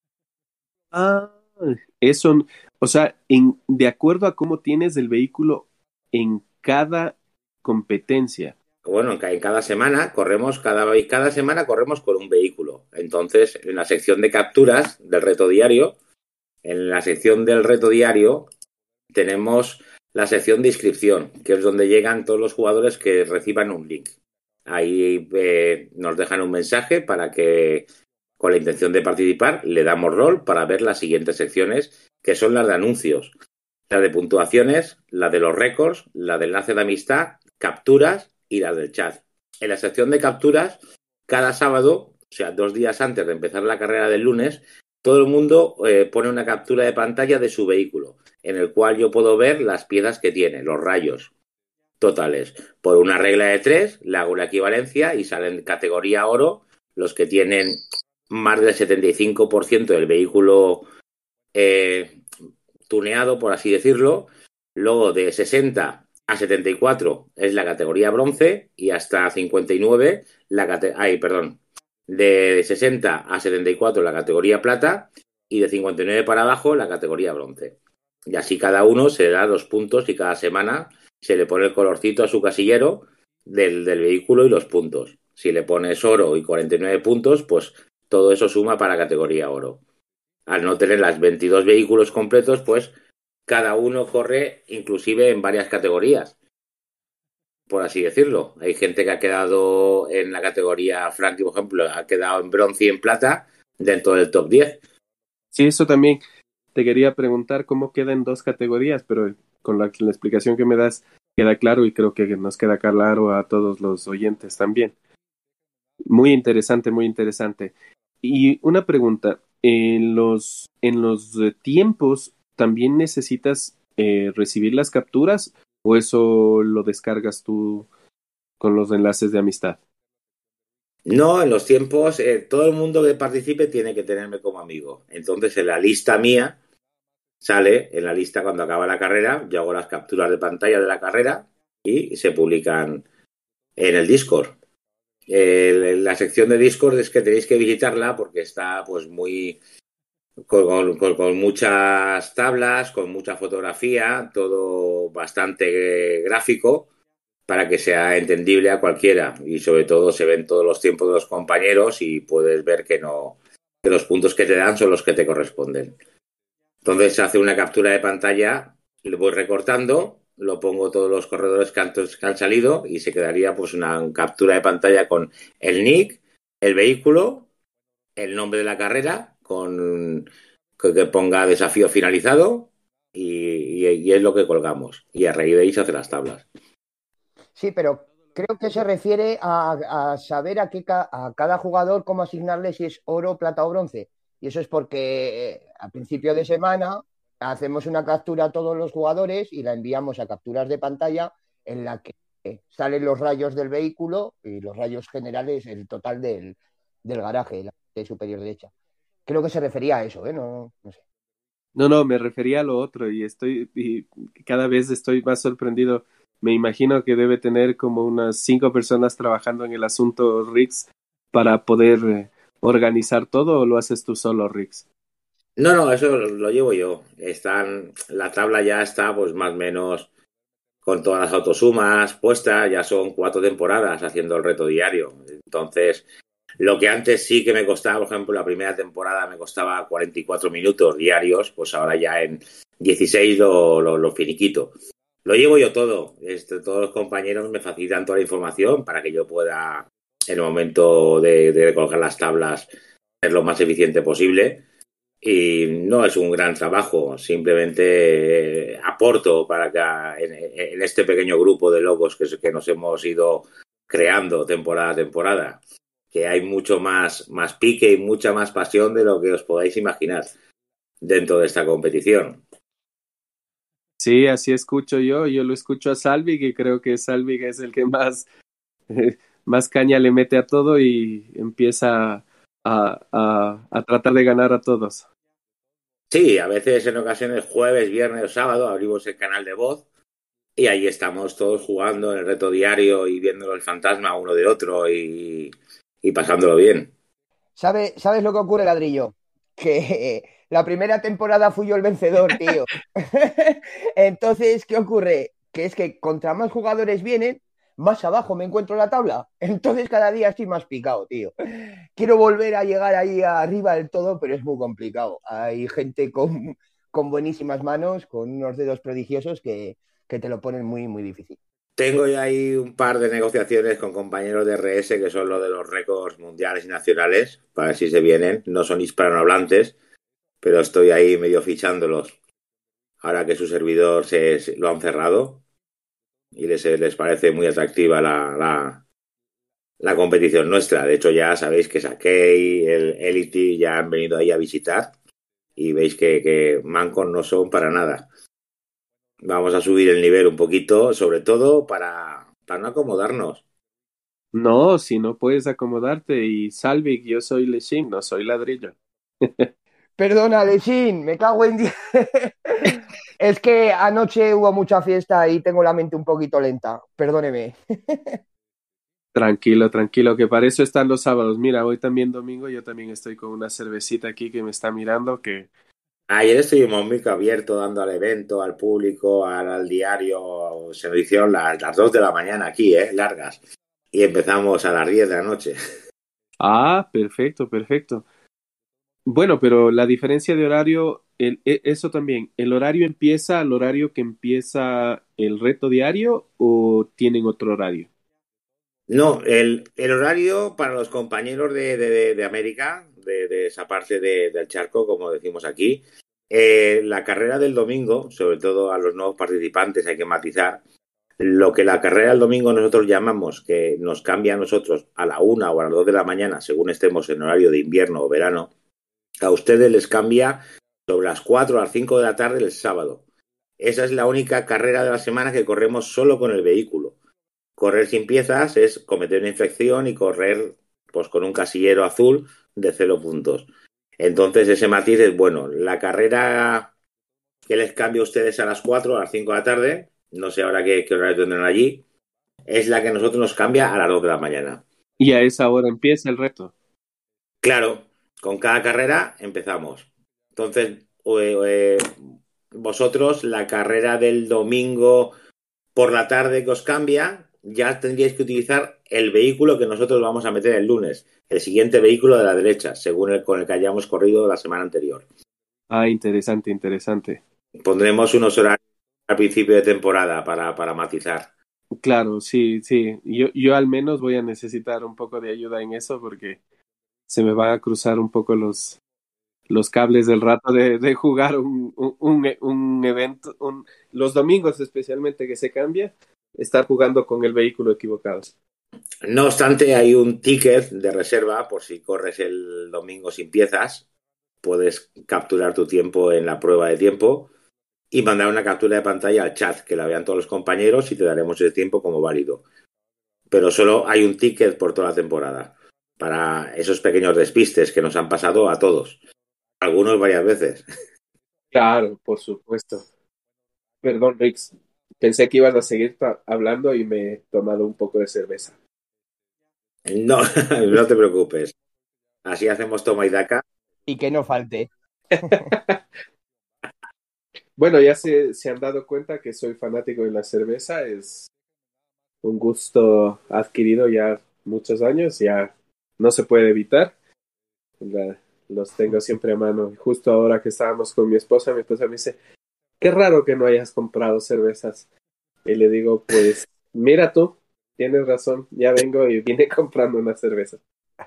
Ah, eso, o sea, en, de acuerdo a cómo tienes el vehículo en cada competencia. Bueno, en cada semana corremos, cada, cada semana corremos con un vehículo. Entonces, en la sección de capturas del reto diario, en la sección del reto diario tenemos la sección de inscripción, que es donde llegan todos los jugadores que reciban un link. Ahí eh, nos dejan un mensaje para que, con la intención de participar, le damos rol para ver las siguientes secciones, que son las de anuncios, la de puntuaciones, la de los récords, la de enlace de amistad, capturas y las del chat. En la sección de capturas, cada sábado, o sea, dos días antes de empezar la carrera del lunes, todo el mundo eh, pone una captura de pantalla de su vehículo, en el cual yo puedo ver las piezas que tiene, los rayos totales. Por una regla de tres, le hago la equivalencia y salen categoría oro los que tienen más del setenta y cinco por ciento del vehículo eh, tuneado, por así decirlo. Luego de sesenta a setenta y cuatro es la categoría bronce y hasta cincuenta y nueve la cate- ay, perdón, de sesenta a setenta y cuatro la categoría plata y de cincuenta y nueve para abajo la categoría bronce. Y así cada uno se da dos puntos y cada semana se le pone el colorcito a su casillero del, del vehículo y los puntos. Si le pones oro y cuarenta y nueve puntos, pues todo eso suma para categoría oro. Al no tener las veintidós vehículos completos, pues cada uno corre inclusive en varias categorías, por así decirlo. Hay gente que ha quedado en la categoría, Frankie, por ejemplo, ha quedado en bronce y en plata dentro del top diez. Sí, eso también te quería preguntar cómo queda en dos categorías, pero con la, la explicación que me das queda claro y creo que nos queda claro a todos los oyentes también. Muy interesante, muy interesante. Y una pregunta, en los, en los eh, tiempos, ¿también necesitas eh, recibir las capturas o eso lo descargas tú con los enlaces de amistad? No, en los tiempos, eh, todo el mundo que participe tiene que tenerme como amigo. Entonces, en la lista mía, sale en la lista cuando acaba la carrera, yo hago las capturas de pantalla de la carrera y se publican en el Discord. Eh, la sección de Discord es que tenéis que visitarla porque está pues muy con, con, con muchas tablas, con mucha fotografía, todo bastante gráfico para que sea entendible a cualquiera y sobre todo se ven todos los tiempos de los compañeros y puedes ver que no que los puntos que te dan son los que te corresponden. Entonces se hace una captura de pantalla, le voy recortando, lo pongo todos los corredores que han, que han salido y se quedaría pues una captura de pantalla con el nick, el vehículo, el nombre de la carrera, con que ponga desafío finalizado y, y, y es lo que colgamos. Y a raíz de ahí se hacen las tablas. Sí, pero creo que se refiere a, a saber a, qué ca a cada jugador cómo asignarle si es oro, plata o bronce. Y eso es porque eh, a principio de semana hacemos una captura a todos los jugadores y la enviamos a capturas de pantalla en la que eh, salen los rayos del vehículo y los rayos generales, el total del, del garaje, la parte superior derecha. Creo que se refería a eso, ¿eh? No, no sé. No, no, me refería a lo otro y estoy y cada vez estoy más sorprendido. Me imagino que debe tener como unas cinco personas trabajando en el asunto, Rix, para poder eh, organizar todo, ¿o lo haces tú solo, Rix? No, no, eso lo llevo yo. Están, la tabla ya está pues más o menos con todas las autosumas puestas, ya son cuatro temporadas haciendo el reto diario. Entonces, lo que antes sí que me costaba, por ejemplo, la primera temporada me costaba cuarenta y cuatro minutos diarios, pues ahora ya en dieciséis lo, lo, lo finiquito. Lo llevo yo todo. Este, todos los compañeros me facilitan toda la información para que yo pueda, en el momento de, de colocar las tablas, ser lo más eficiente posible. Y no es un gran trabajo, simplemente eh, aporto para que en, en este pequeño grupo de locos que, que nos hemos ido creando temporada a temporada, que hay mucho más, más pique y mucha más pasión de lo que os podáis imaginar dentro de esta competición. Sí, así escucho yo. Yo lo escucho a Salvig y creo que Salvig es el que más, eh, más caña le mete a todo y empieza a, a, a tratar de ganar a todos. Sí, a veces en ocasiones jueves, viernes o sábado abrimos el canal de voz y ahí estamos todos jugando en el reto diario y viéndolo el fantasma uno de otro y, y pasándolo bien. ¿Sabe, ¿Sabes lo que ocurre, Ladrillo? Que la primera temporada fui yo el vencedor, tío. Entonces, ¿qué ocurre? Que es que contra más jugadores vienen, más abajo me encuentro en la tabla. Entonces cada día estoy más picado, tío. Quiero volver a llegar ahí arriba del todo, pero es muy complicado. Hay gente con, con buenísimas manos, con unos dedos prodigiosos que, que te lo ponen muy, muy difícil. Tengo ya ahí un par de negociaciones con compañeros de R S que son los de los récords mundiales y nacionales, para ver si se vienen. No son hispanohablantes, pero estoy ahí medio fichándolos. Ahora que su servidor se, se lo han cerrado y les, les parece muy atractiva la, la, la competición nuestra. De hecho, ya sabéis que Sakei, el Elite ya han venido ahí a visitar y veis que, que mancos no son para nada. Vamos a subir el nivel un poquito, sobre todo para, para no acomodarnos. No, si no puedes acomodarte y Salvig, yo soy Lechín, no soy Ladrillo. Perdona, Lechín, me cago en diez. Es que anoche hubo mucha fiesta y tengo la mente un poquito lenta. Perdóneme. Tranquilo, tranquilo, que para eso están los sábados. Mira, hoy también domingo, yo también estoy con una cervecita aquí que me está mirando, que... Ayer estuvimos muy abierto dando al evento, al público, al, al diario. Se nos hicieron las, las dos de la mañana aquí, ¿eh? Largas. Y empezamos a las diez de la noche. Ah, perfecto, perfecto. Bueno, pero la diferencia de horario, el, e- eso también, ¿el horario empieza al horario que empieza el reto diario o tienen otro horario? No, el, el horario para los compañeros de, de- de América, de, de esa parte de- del charco, como decimos aquí, eh, la carrera del domingo, sobre todo a los nuevos participantes, hay que matizar, lo que la carrera del domingo nosotros llamamos, que nos cambia a nosotros a la una o a las dos de la mañana, según estemos en horario de invierno o verano, a ustedes les cambia sobre las cuatro o las cinco de la tarde el sábado. Esa es la única carrera de la semana que corremos solo con el vehículo. Correr sin piezas es cometer una infracción y correr pues con un casillero azul de cero puntos. Entonces ese matiz es bueno. La carrera que les cambia a ustedes a las cuatro o a las cinco de la tarde, no sé ahora qué, qué horario tendrán allí, es la que a nosotros nos cambia a las dos de la mañana. Y a esa hora empieza el reto. Claro, con cada carrera empezamos. Entonces, eh, eh, vosotros la carrera del domingo por la tarde que os cambia, ya tendríais que utilizar el vehículo que nosotros vamos a meter el lunes, el siguiente vehículo de la derecha, según el con el que hayamos corrido la semana anterior. Ah, interesante, interesante. Pondremos unos horarios al principio de temporada para, para matizar. Claro, sí, sí. Yo, yo al menos voy a necesitar un poco de ayuda en eso porque se me van a cruzar un poco los, los cables del rato de, de jugar un, un, un, un evento, un, los domingos especialmente que se cambia, estar jugando con el vehículo equivocado. No obstante, hay un ticket de reserva por si corres el domingo sin piezas. Puedes capturar tu tiempo en la prueba de tiempo y mandar una captura de pantalla al chat, que la vean todos los compañeros y te daremos ese tiempo como válido. Pero solo hay un ticket por toda la temporada para esos pequeños despistes que nos han pasado a todos. Algunos varias veces. Claro, por supuesto. Perdón, Rix. Pensé que ibas a seguir hablando y me he tomado un poco de cerveza. No, no te preocupes. Así hacemos toma y daca. Y que no falte. Bueno, ya se, se han dado cuenta que soy fanático de la cerveza. Es un gusto adquirido ya muchos años. Ya no se puede evitar. La, los tengo siempre a mano. Justo ahora que estábamos con mi esposa, mi esposa me dice, qué raro que no hayas comprado cervezas. Y le digo, pues, mira tú, tienes razón, ya vengo y vine comprando una cerveza.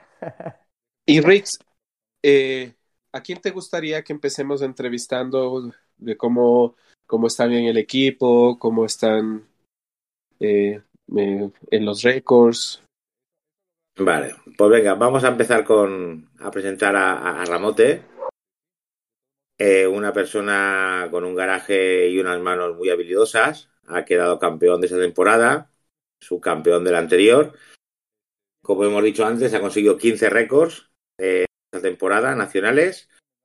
Y Rix, eh, ¿a quién te gustaría que empecemos entrevistando de cómo, cómo están en el equipo, cómo están eh, eh, en los récords? Vale, pues venga, vamos a empezar con a presentar a, a Ramote, eh, una persona con un garaje y unas manos muy habilidosas. Ha quedado campeón de esa temporada, subcampeón de la anterior. Como hemos dicho antes, ha conseguido quince récords eh, esta temporada nacionales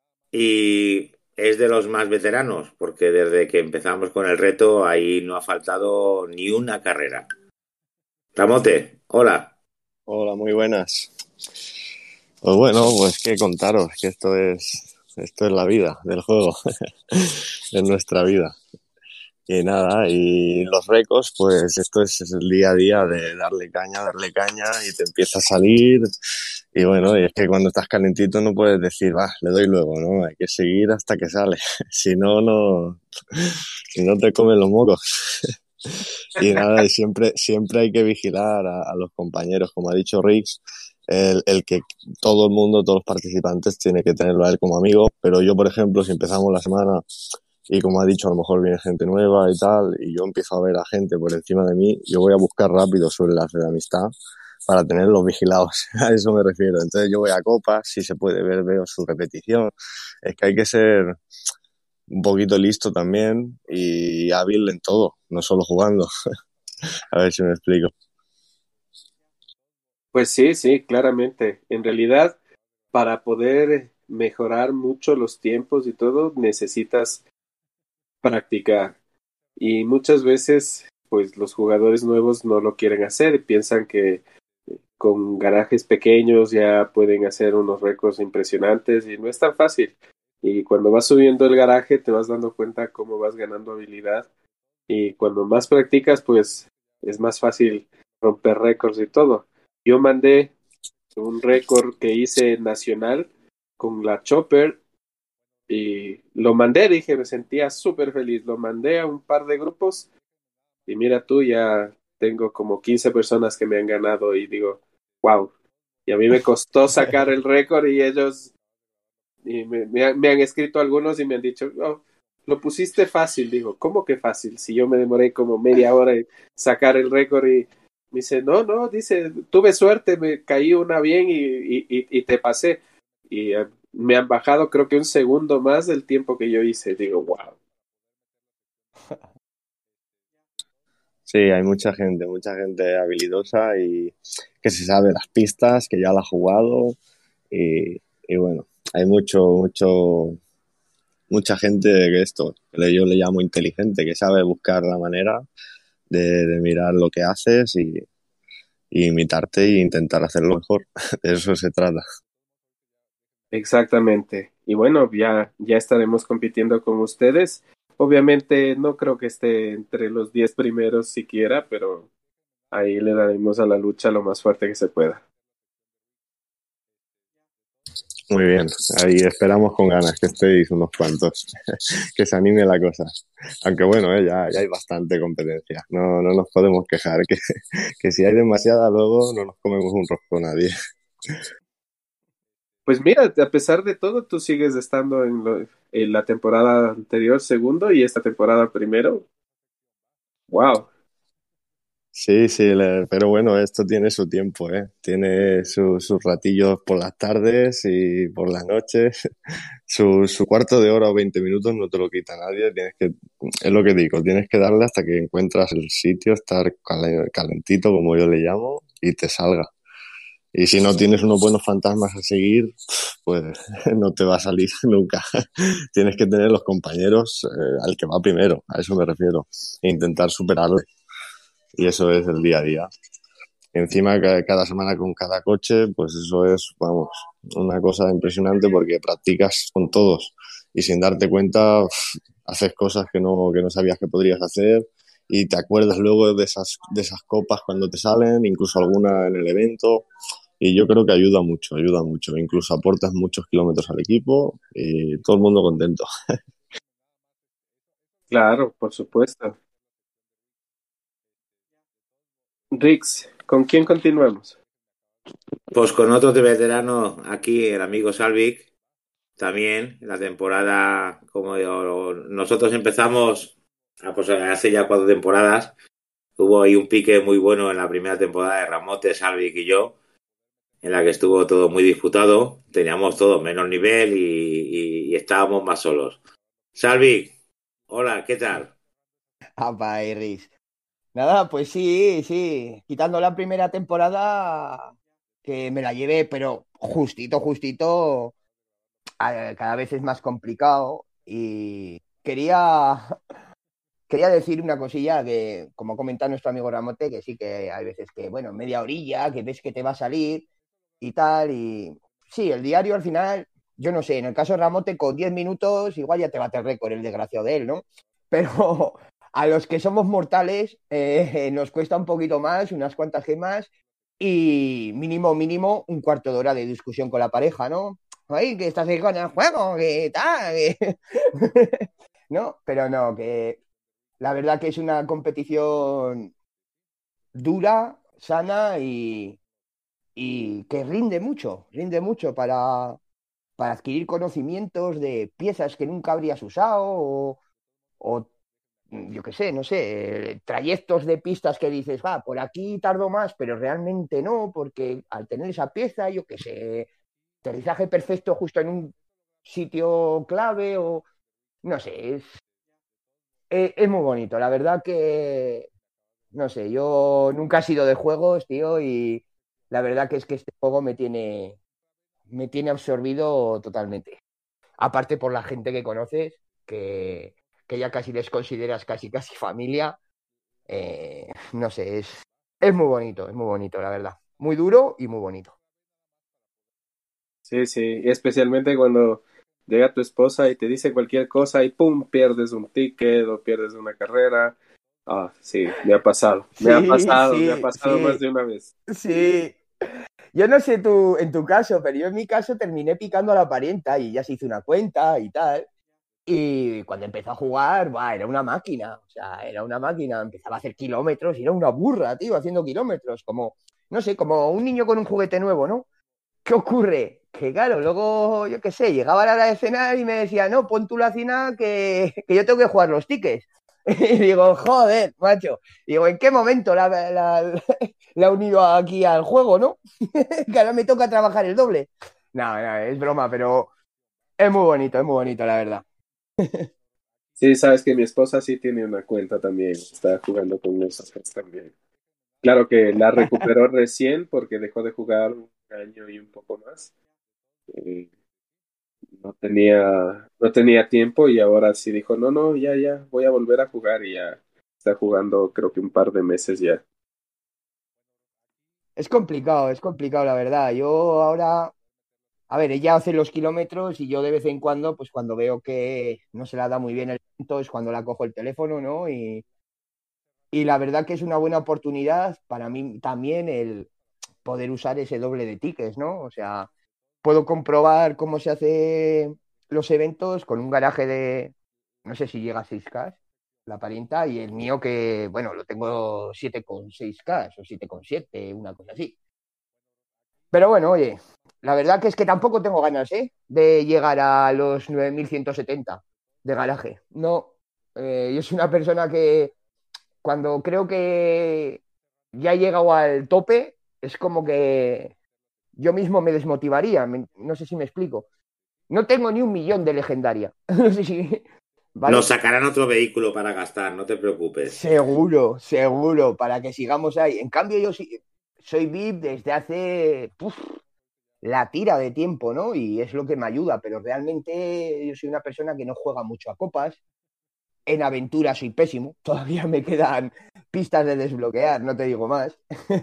y es de los más veteranos, porque desde que empezamos con el reto ahí no ha faltado ni una carrera. Ramote, hola. Hola, muy buenas. Pues bueno, pues qué contaros, que esto es, esto es la vida del juego, es nuestra vida. Y nada, y los récords, pues esto es, es el día a día de darle caña, darle caña y te empieza a salir. Y bueno, y es que cuando estás calentito no puedes decir, va, le doy luego, ¿no? Hay que seguir hasta que sale. Si no, no, si no te comen los mocos. Y nada, y siempre, siempre hay que vigilar a, a los compañeros, como ha dicho Rix, el, el que todo el mundo, todos los participantes tiene que tenerlo a él como amigo, pero yo, por ejemplo, si empezamos la semana y como ha dicho, a lo mejor viene gente nueva y tal, y yo empiezo a ver a gente por encima de mí, yo voy a buscar rápido su enlace de amistad para tenerlos vigilados, a eso me refiero. Entonces yo voy a copas, si se puede ver, veo su repetición. Es que hay que ser un poquito listo también y hábil en todo, no solo jugando. A ver si me explico. Pues sí, sí, claramente. En realidad, para poder mejorar mucho los tiempos y todo, necesitas practicar. Y muchas veces, pues los jugadores nuevos no lo quieren hacer, piensan que con garajes pequeños ya pueden hacer unos récords impresionantes y no es tan fácil. Y cuando vas subiendo el garaje te vas dando cuenta cómo vas ganando habilidad y cuando más practicas pues es más fácil romper récords y todo. Yo mandé un récord que hice nacional con la Chopper y lo mandé, dije, me sentía súper feliz. Lo mandé a un par de grupos y mira tú, ya tengo como quince personas que me han ganado y digo, wow. Y a mí me costó sacar el récord y ellos, y me, me, han, me han escrito algunos y me han dicho, oh, lo pusiste fácil. Digo, ¿cómo que fácil? Si yo me demoré como media hora en sacar el récord y me dice, no, no, dice, tuve suerte, me caí una bien y, y, y, y te pasé. Y uh, me han bajado creo que un segundo más del tiempo que yo hice. Digo, wow. Sí, hay mucha gente, mucha gente habilidosa y que se sabe las pistas, que ya la ha jugado y, y bueno, hay mucho, mucho, mucha gente que esto, que yo le llamo inteligente, que sabe buscar la manera de, de mirar lo que haces y, y imitarte e intentar hacerlo mejor. De eso se trata. Exactamente. Y bueno, ya, ya estaremos compitiendo con ustedes. Obviamente no creo que esté entre los diez primeros siquiera, pero ahí le daremos a la lucha lo más fuerte que se pueda. Muy bien, ahí esperamos con ganas que estéis unos cuantos, que se anime la cosa. Aunque bueno, eh, ya, ya hay bastante competencia, no, no nos podemos quejar, que, que si hay demasiada luego no nos comemos un rosco nadie. Pues mira, a pesar de todo, tú sigues estando en, lo, en la temporada anterior segundo y esta temporada primero. Wow. Sí, sí, le, pero bueno, esto tiene su tiempo, ¿eh? Tiene su, sus ratillos por las tardes y por las noches. Su, su cuarto de hora o veinte minutos no te lo quita nadie. Tienes que, es lo que digo, tienes que darle hasta que encuentras el sitio, estar calentito, como yo le llamo, y te salga. Y si no tienes unos buenos fantasmas a seguir, pues no te va a salir nunca. Tienes que tener los compañeros eh, al que va primero, a eso me refiero, e intentar superarle. Y eso es el día a día. Encima, cada semana con cada coche, pues eso es, vamos, una cosa impresionante porque practicas con todos y sin darte cuenta haces cosas que no, que no sabías que podrías hacer y te acuerdas luego de esas, de esas copas cuando te salen, incluso alguna en el evento. Y yo creo que ayuda mucho, ayuda mucho. Incluso aportas muchos kilómetros al equipo y todo el mundo contento. Claro, por supuesto. Rix, ¿con quién continuamos? Pues con otro de veterano aquí, el amigo Salvik, también la temporada, como digo, nosotros empezamos pues hace ya cuatro temporadas, hubo ahí un pique muy bueno en la primera temporada de Ramote, Salvik y yo, en la que estuvo todo muy disputado, teníamos todo menos nivel y, y, y estábamos más solos. Salvik, hola, ¿qué tal? Apa, Iris. Nada, pues sí, sí. Quitando la primera temporada, que me la llevé, pero justito, justito, a- cada vez es más complicado. Y quería, quería decir una cosilla que, como comenta nuestro amigo Ramote, que sí que hay veces que, bueno, media orilla, que ves que te va a salir y tal. Y sí, el diario al final, yo no sé, en el caso de Ramote, con diez minutos, igual ya te bate el récord, el desgraciado de él, ¿no? Pero a los que somos mortales eh, nos cuesta un poquito más, unas cuantas gemas y mínimo, mínimo un cuarto de hora de discusión con la pareja, ¿no? Ay, que estás ahí con el juego, que tal, que... ¿no? Pero no, que la verdad que es una competición dura, sana y, y que rinde mucho, rinde mucho para, para adquirir conocimientos de piezas que nunca habrías usado o, o yo qué sé, no sé, eh, trayectos de pistas que dices, va, por aquí tardo más, pero realmente no, porque al tener esa pieza, yo qué sé, aterrizaje perfecto justo en un sitio clave o no sé, es, es, es muy bonito. La verdad que, no sé, yo nunca he sido de juegos, tío, y la verdad que es que este juego me tiene, me tiene absorbido totalmente. Aparte por la gente que conoces, que, que ya casi les consideras casi casi familia. Eh, no sé, es, es muy bonito, es muy bonito, la verdad. Muy duro y muy bonito. Sí, sí, y especialmente cuando llega tu esposa y te dice cualquier cosa y pum, pierdes un ticket o pierdes una carrera. Ah, sí, me ha pasado, me ha Sí, pasado, me ha sí, pasado más sí, de una vez. sí. yo no sé tú, en tu caso, pero yo en mi caso terminé picando a la parienta y ya se hizo una cuenta y tal. Y cuando empezó a jugar, buah, era una máquina, o sea, era una máquina, empezaba a hacer kilómetros y era una burra, tío, haciendo kilómetros, como, no sé, como un niño con un juguete nuevo, ¿no? ¿Qué ocurre? Que claro, luego, yo qué sé, llegaba la hora de cenar y me decía, no, pon tú la cena que, que yo tengo que jugar los tickets. Y digo, joder, macho. Digo, ¿en qué momento la, la, la he unido aquí al juego, no? Que ahora me toca trabajar el doble. No, no, es broma, pero es muy bonito, es muy bonito, la verdad. Sí, sabes que mi esposa sí tiene una cuenta también, está jugando con nosotros también. Claro que la recuperó recién porque dejó de jugar un año y un poco más. Eh, no tenía, no tenía tiempo y ahora sí dijo, no, no, ya, ya, voy a volver a jugar y ya está jugando creo que un par de meses ya. Es complicado, es complicado, la verdad. Yo ahora, a ver, ella hace los kilómetros y yo de vez en cuando, pues cuando veo que no se la da muy bien el viento, es cuando la cojo el teléfono, ¿no? Y, y la verdad que es una buena oportunidad para mí también el poder usar ese doble de tickets, ¿no? O sea, puedo comprobar cómo se hace los eventos con un garaje de, no sé si llega a seis K, la parienta, y el mío que, bueno, lo tengo siete coma seis K o siete coma siete, una cosa así. Pero bueno, oye, la verdad que es que tampoco tengo ganas, ¿eh? De llegar a los nueve mil ciento setenta de garaje. No, eh, yo soy una persona que cuando creo que ya he llegado al tope, es como que yo mismo me desmotivaría. Me- no sé si me explico. No tengo ni un millón de legendaria. No sé si. Nos ¿Vale? sacarán otro vehículo para gastar, no te preocupes. Seguro, seguro, para que sigamos ahí. En cambio, yo sí, soy V I P desde hace puf, la tira de tiempo, ¿no? Y es lo que me ayuda, pero realmente yo soy una persona que no juega mucho a copas. En aventura soy pésimo. Todavía me quedan pistas de desbloquear, no te digo más.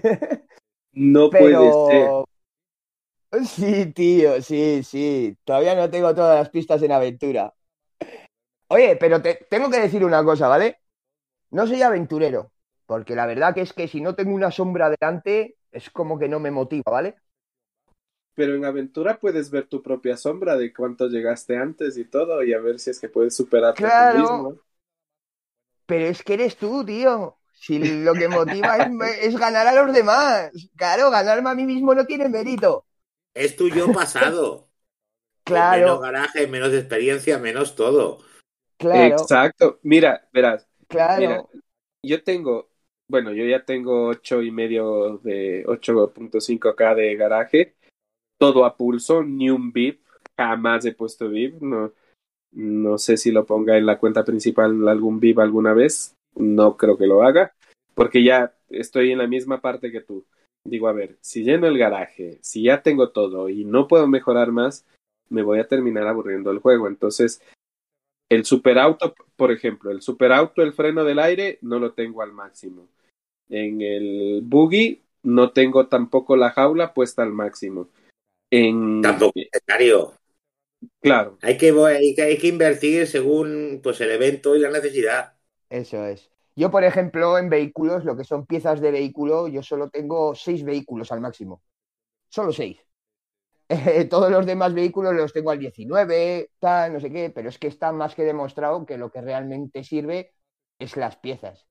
No puede ser. Pero sí, tío, sí, sí. Todavía no tengo todas las pistas en aventura. Oye, pero te tengo que decir una cosa, ¿vale? No soy aventurero, porque la verdad que es que si no tengo una sombra delante, es como que no me motiva, ¿vale? Pero en aventura puedes ver tu propia sombra de cuánto llegaste antes y todo y a ver si es que puedes superarte a ti Claro, mismo. pero es que eres tú, tío. Si lo que motiva es, es ganar a los demás. Claro, ganarme a mí mismo no tiene mérito. Es tu yo pasado. Con menos Claro, garaje, menos experiencia, menos todo. claro, Exacto. Mira, verás, mira, claro. yo tengo, bueno, yo ya tengo ocho y medio de ocho punto cinco K de garaje, todo a pulso, ni un V I P, jamás he puesto V I P, no, no sé si lo ponga en la cuenta principal algún V I P alguna vez, no creo que lo haga, porque ya estoy en la misma parte que tú. Digo, a ver, si lleno el garaje, si ya tengo todo y no puedo mejorar más, me voy a terminar aburriendo el juego. Entonces, el superauto, por ejemplo, el superauto, el freno del aire, no lo tengo al máximo. En el buggy, no tengo tampoco la jaula puesta al máximo. En, Tampoco es necesario. claro, Hay que, hay que, hay que invertir según pues, el evento y la necesidad. Eso es. Yo, por ejemplo, en vehículos, lo que son piezas de vehículo, yo solo tengo seis vehículos al máximo. Solo seis. Eh, todos los demás vehículos los tengo al diecinueve, tal, no sé qué, pero es que está más que demostrado que lo que realmente sirve es las piezas.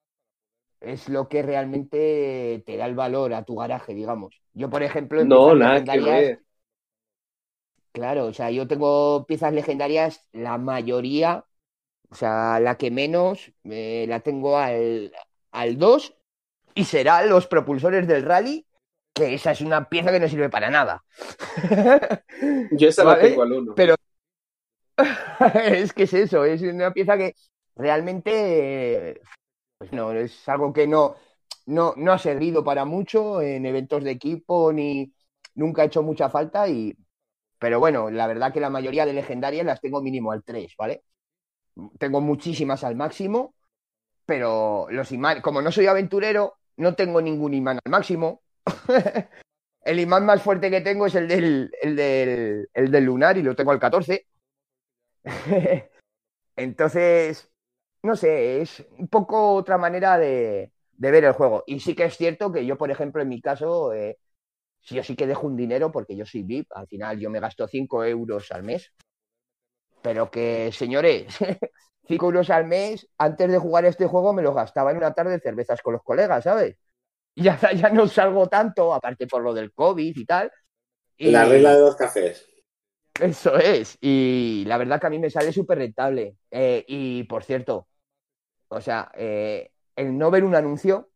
Es lo que realmente te da el valor a tu garaje, digamos. Yo, por ejemplo, en no, piezas nada que legendarias, ver. claro, o sea, yo tengo piezas legendarias, la mayoría, o sea, la que menos, eh, la tengo al, al dos y serán los propulsores del rally, que esa es una pieza que no sirve para nada. Yo esa la tengo ¿Vale? al uno. Pero es que es eso, es una pieza que realmente pues no, es algo que no, no, no ha servido para mucho en eventos de equipo ni nunca ha hecho mucha falta y pero bueno, la verdad que la mayoría de legendarias las tengo mínimo al tres, ¿vale? Tengo muchísimas al máximo, pero los imanes, como no soy aventurero, no tengo ningún imán al máximo. El imán más fuerte que tengo es el del, el del, el del lunar y lo tengo al catorce. Entonces, no sé, es un poco otra manera de, de ver el juego. Y sí que es cierto que yo, por ejemplo, en mi caso, eh, sí o sí que dejo un dinero porque yo soy V I P, al final yo me gasto cinco euros al mes, pero que, señores, cinco euros al mes, antes de jugar este juego me los gastaba en una tarde de cervezas con los colegas, ¿sabes? Y ya, ya no salgo tanto, aparte por lo del COVID y tal. Y La regla de los cafés. eso es, y la verdad que a mí me sale súper rentable. Eh, y por cierto, o sea, eh, el no ver un anuncio,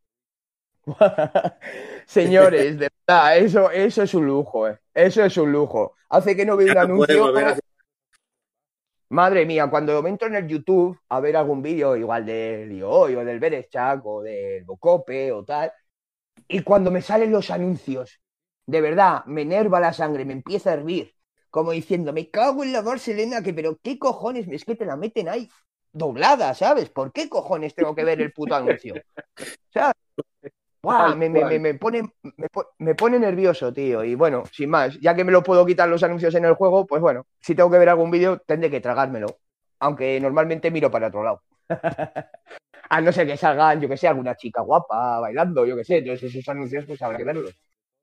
señores, de verdad, eso, eso es un lujo, eh. Eso es un lujo. Hace que no vea Ya un no puedes anuncio. volver a hacer. Madre mía, cuando me entro en el YouTube a ver algún vídeo, igual del IOI o del Berechak o del Bocope o tal, y cuando me salen los anuncios, de verdad, me enerva la sangre, me empieza a hervir, como diciendo, me cago en la Barcelona, que pero qué cojones, es que te la meten ahí doblada, ¿sabes? ¿Por qué cojones tengo que ver el puto anuncio? ¿Sabes? ¡Buah! Me, me, me, me pone, me, me pone nervioso, tío. Y bueno, sin más, ya que me lo puedo quitar los anuncios en el juego, pues bueno, si tengo que ver algún vídeo, tendré que tragármelo. Aunque normalmente miro para otro lado. A no ser que salgan, yo que sé, alguna chica guapa bailando, yo que sé. Entonces esos anuncios pues habrá que verlos.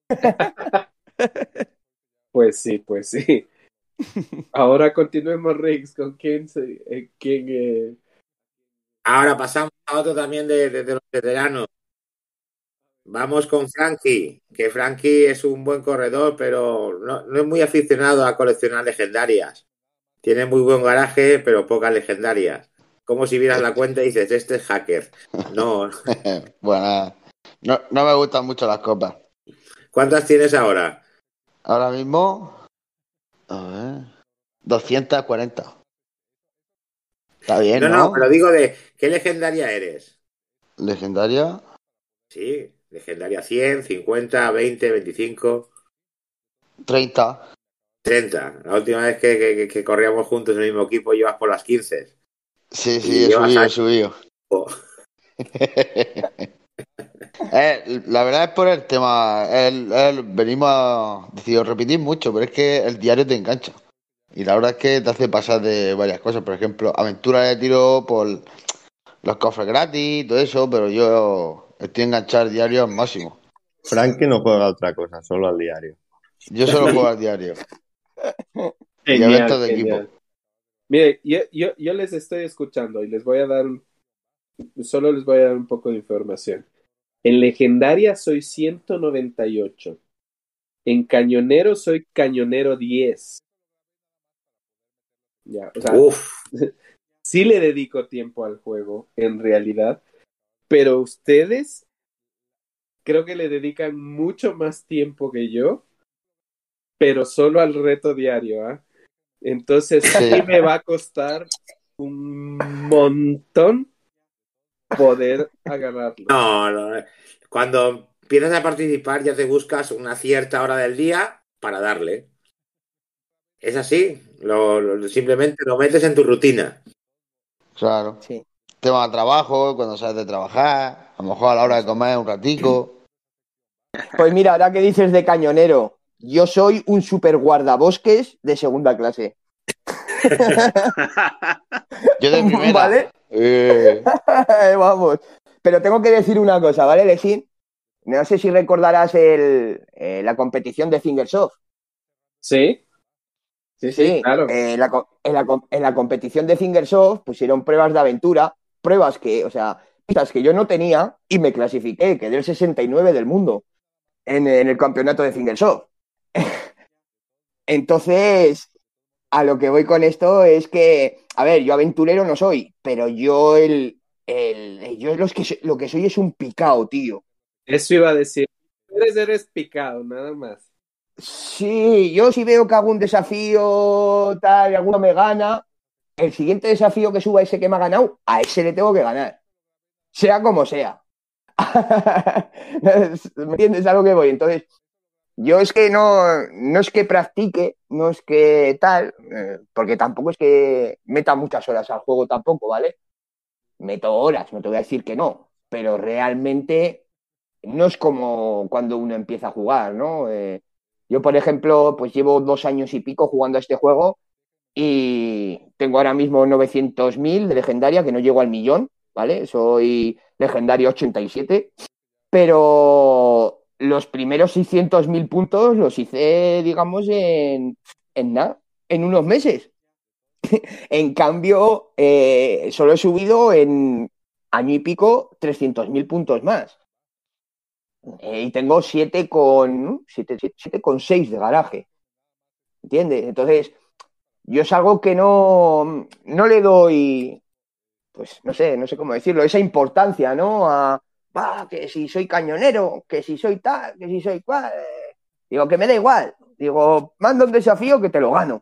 Pues sí, pues sí. Ahora continuemos, Riggs, con quién se, eh, quién eh... Ahora pasamos a otro también de, de, de los veteranos. Vamos con Frankie, que Frankie es un buen corredor, pero no, no es muy aficionado a coleccionar legendarias. Tiene muy buen garaje, pero pocas legendarias. Como si vieras la cuenta y dices, este es hacker. No. Bueno, no, no me gustan mucho las copas. ¿Cuántas tienes ahora? Ahora mismo, a ver, doscientos cuarenta. Está bien, No, ¿no? no, pero digo de, ¿qué legendaria eres? ¿Legendaria? Sí, legendaria cien, cincuenta, veinte, veinticinco. treinta. treinta. La última vez que, que, que corríamos juntos en el mismo equipo llevas por las quince. Sí, sí, Y he llevas subido, he años. subido. eh, la verdad es por el tema. El, el, venimos a decido repetir mucho, pero es que el diario te engancha. Y la verdad es que te hace pasar de varias cosas. Por ejemplo, aventura de tiro por los cofres gratis y todo eso, pero yo estoy enganchado al diario al máximo. Frankie no juega otra cosa, solo al diario. Yo solo juego al diario. Y Genial, eventos de genial. equipo. Mire, yo, yo, yo les estoy escuchando y les voy a dar, un- solo les voy a dar un poco de información. En legendaria soy ciento noventa y ocho. En cañonero soy cañonero diez. Ya, o sea, Uf. sí le dedico tiempo al juego, en realidad, pero ustedes creo que le dedican mucho más tiempo que yo, pero solo al reto diario, ¿ah? Entonces sí. sí me va a costar un montón poder agarrarlo. No, no. Cuando empiezas a participar ya te buscas una cierta hora del día para darle. Es así, lo, lo, simplemente lo metes en tu rutina. Claro. Sí. Tema de trabajo, cuando sales de trabajar, a lo mejor a la hora de comer un ratico. Pues mira, ahora que dices de cañonero, yo soy un super guardabosques de segunda clase. Yo de primera. ¿Vale? Eh. Vamos. Pero tengo que decir una cosa, ¿vale, Lesin? No sé si recordarás el, eh, la competición de Fingersoft. Sí. Sí, sí, sí claro. Eh, la, en, la, en la competición de Fingersoft pusieron pruebas de aventura, pruebas que, o sea, pistas que yo no tenía y me clasifiqué, quedé el sesenta y nueve del mundo en, en el campeonato de Fingersoft. Entonces, a lo que voy con esto es que, a ver, yo aventurero no soy, pero yo el, el yo los que soy, lo que soy es un picao, tío. Eso iba a decir. Eres, eres picado, nada más. Sí, yo si veo que hago un desafío tal y alguno me gana, el siguiente desafío que suba ese que me ha ganado, a ese le tengo que ganar. Sea como sea. ¿Me entiendes a lo que voy? Entonces, yo es que no, no es que practique, no es que tal, eh, porque tampoco es que meta muchas horas al juego tampoco, ¿vale? Meto horas, no te voy a decir que no, pero realmente no es como cuando uno empieza a jugar, ¿no? Eh, yo, por ejemplo, pues llevo dos años y pico jugando a este juego y tengo ahora mismo novecientos mil de legendaria, que no llego al millón, ¿vale? Soy legendario ochenta y siete, pero los primeros seiscientos mil puntos los hice, digamos, en, en nada, en unos meses. En cambio, eh, solo he subido en año y pico trescientos mil puntos más. Eh, y tengo siete con, siete, siete con seis de garaje. ¿Entiendes? Entonces, yo es algo que no, no le doy, pues no sé, no sé cómo decirlo, esa importancia, ¿no? A, "Bah, que si soy cañonero, que si soy tal, que si soy cual". Digo, que me da igual. Digo, manda un desafío que te lo gano.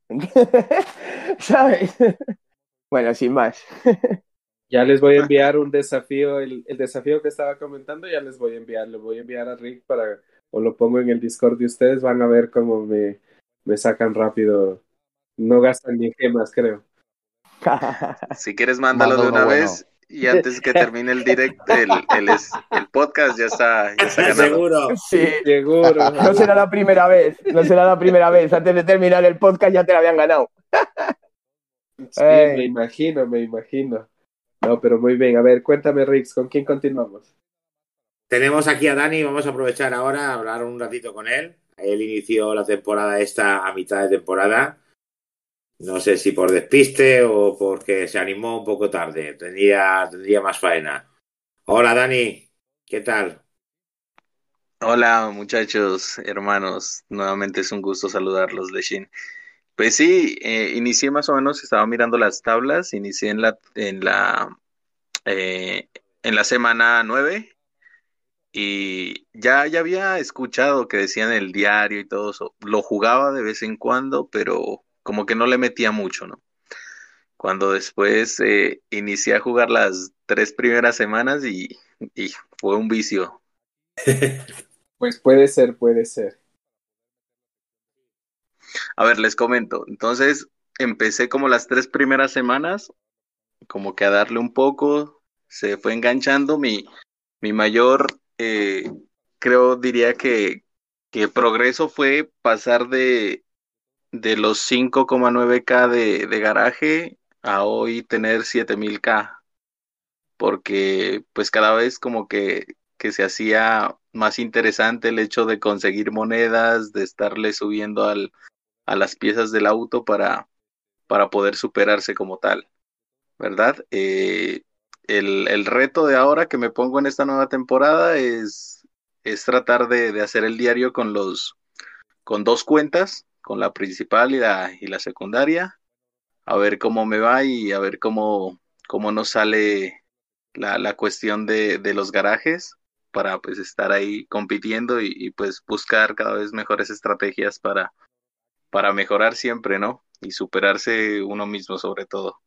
¿Sabes? Bueno, sin más. Ya les voy a enviar un desafío, el, el desafío que estaba comentando, ya les voy a enviar, le voy a enviar a Rick para, o lo pongo en el Discord de ustedes, van a ver cómo me, me sacan rápido. No gastan ni gemas, creo. Si quieres, mándalo Manda de uno una bueno. vez y antes que termine el direct, el, el, es- el podcast ya está, ya está ganado. Seguro. Sí. Seguro. No será la primera vez, no será la primera vez. Antes de terminar el podcast ya te la habían ganado. Sí, me Ay. imagino, me imagino. No, pero muy bien. A ver, cuéntame, Rix, ¿con quién continuamos? Tenemos aquí a Dani, vamos a aprovechar ahora a hablar un ratito con él. Él inició la temporada esta a mitad de temporada. No sé si por despiste o porque se animó un poco tarde. Tendría, tendría más faena. Hola Dani, ¿qué tal? Hola muchachos, hermanos, nuevamente es un gusto saludarlos, Leshin. Pues sí, eh, inicié más o menos, estaba mirando las tablas, inicié en la, en la, eh, en la semana nueve y ya, ya había escuchado que decían el diario y todo eso. Lo jugaba de vez en cuando, pero como que no le metía mucho, ¿no? Cuando después eh, inicié a jugar las tres primeras semanas y, y fue un vicio. Pues puede ser, puede ser. A ver, les comento. Entonces, empecé como las tres primeras semanas, como que a darle un poco, se fue enganchando. Mi, mi mayor, eh, creo, diría que, que progreso fue pasar de, de los cinco coma nueve K de, de garaje a hoy tener siete mil K, porque pues cada vez como que, que se hacía más interesante el hecho de conseguir monedas, de estarle subiendo al, a las piezas del auto para para poder superarse como tal, ¿verdad? Eh, el, el reto de ahora que me pongo en esta nueva temporada es, es tratar de, de hacer el diario con los con dos cuentas, con la principal y la, y la secundaria, a ver cómo me va y a ver cómo, cómo nos sale la, la cuestión de, de los garajes para pues estar ahí compitiendo y, y pues buscar cada vez mejores estrategias para, para mejorar siempre, ¿no? Y superarse uno mismo sobre todo.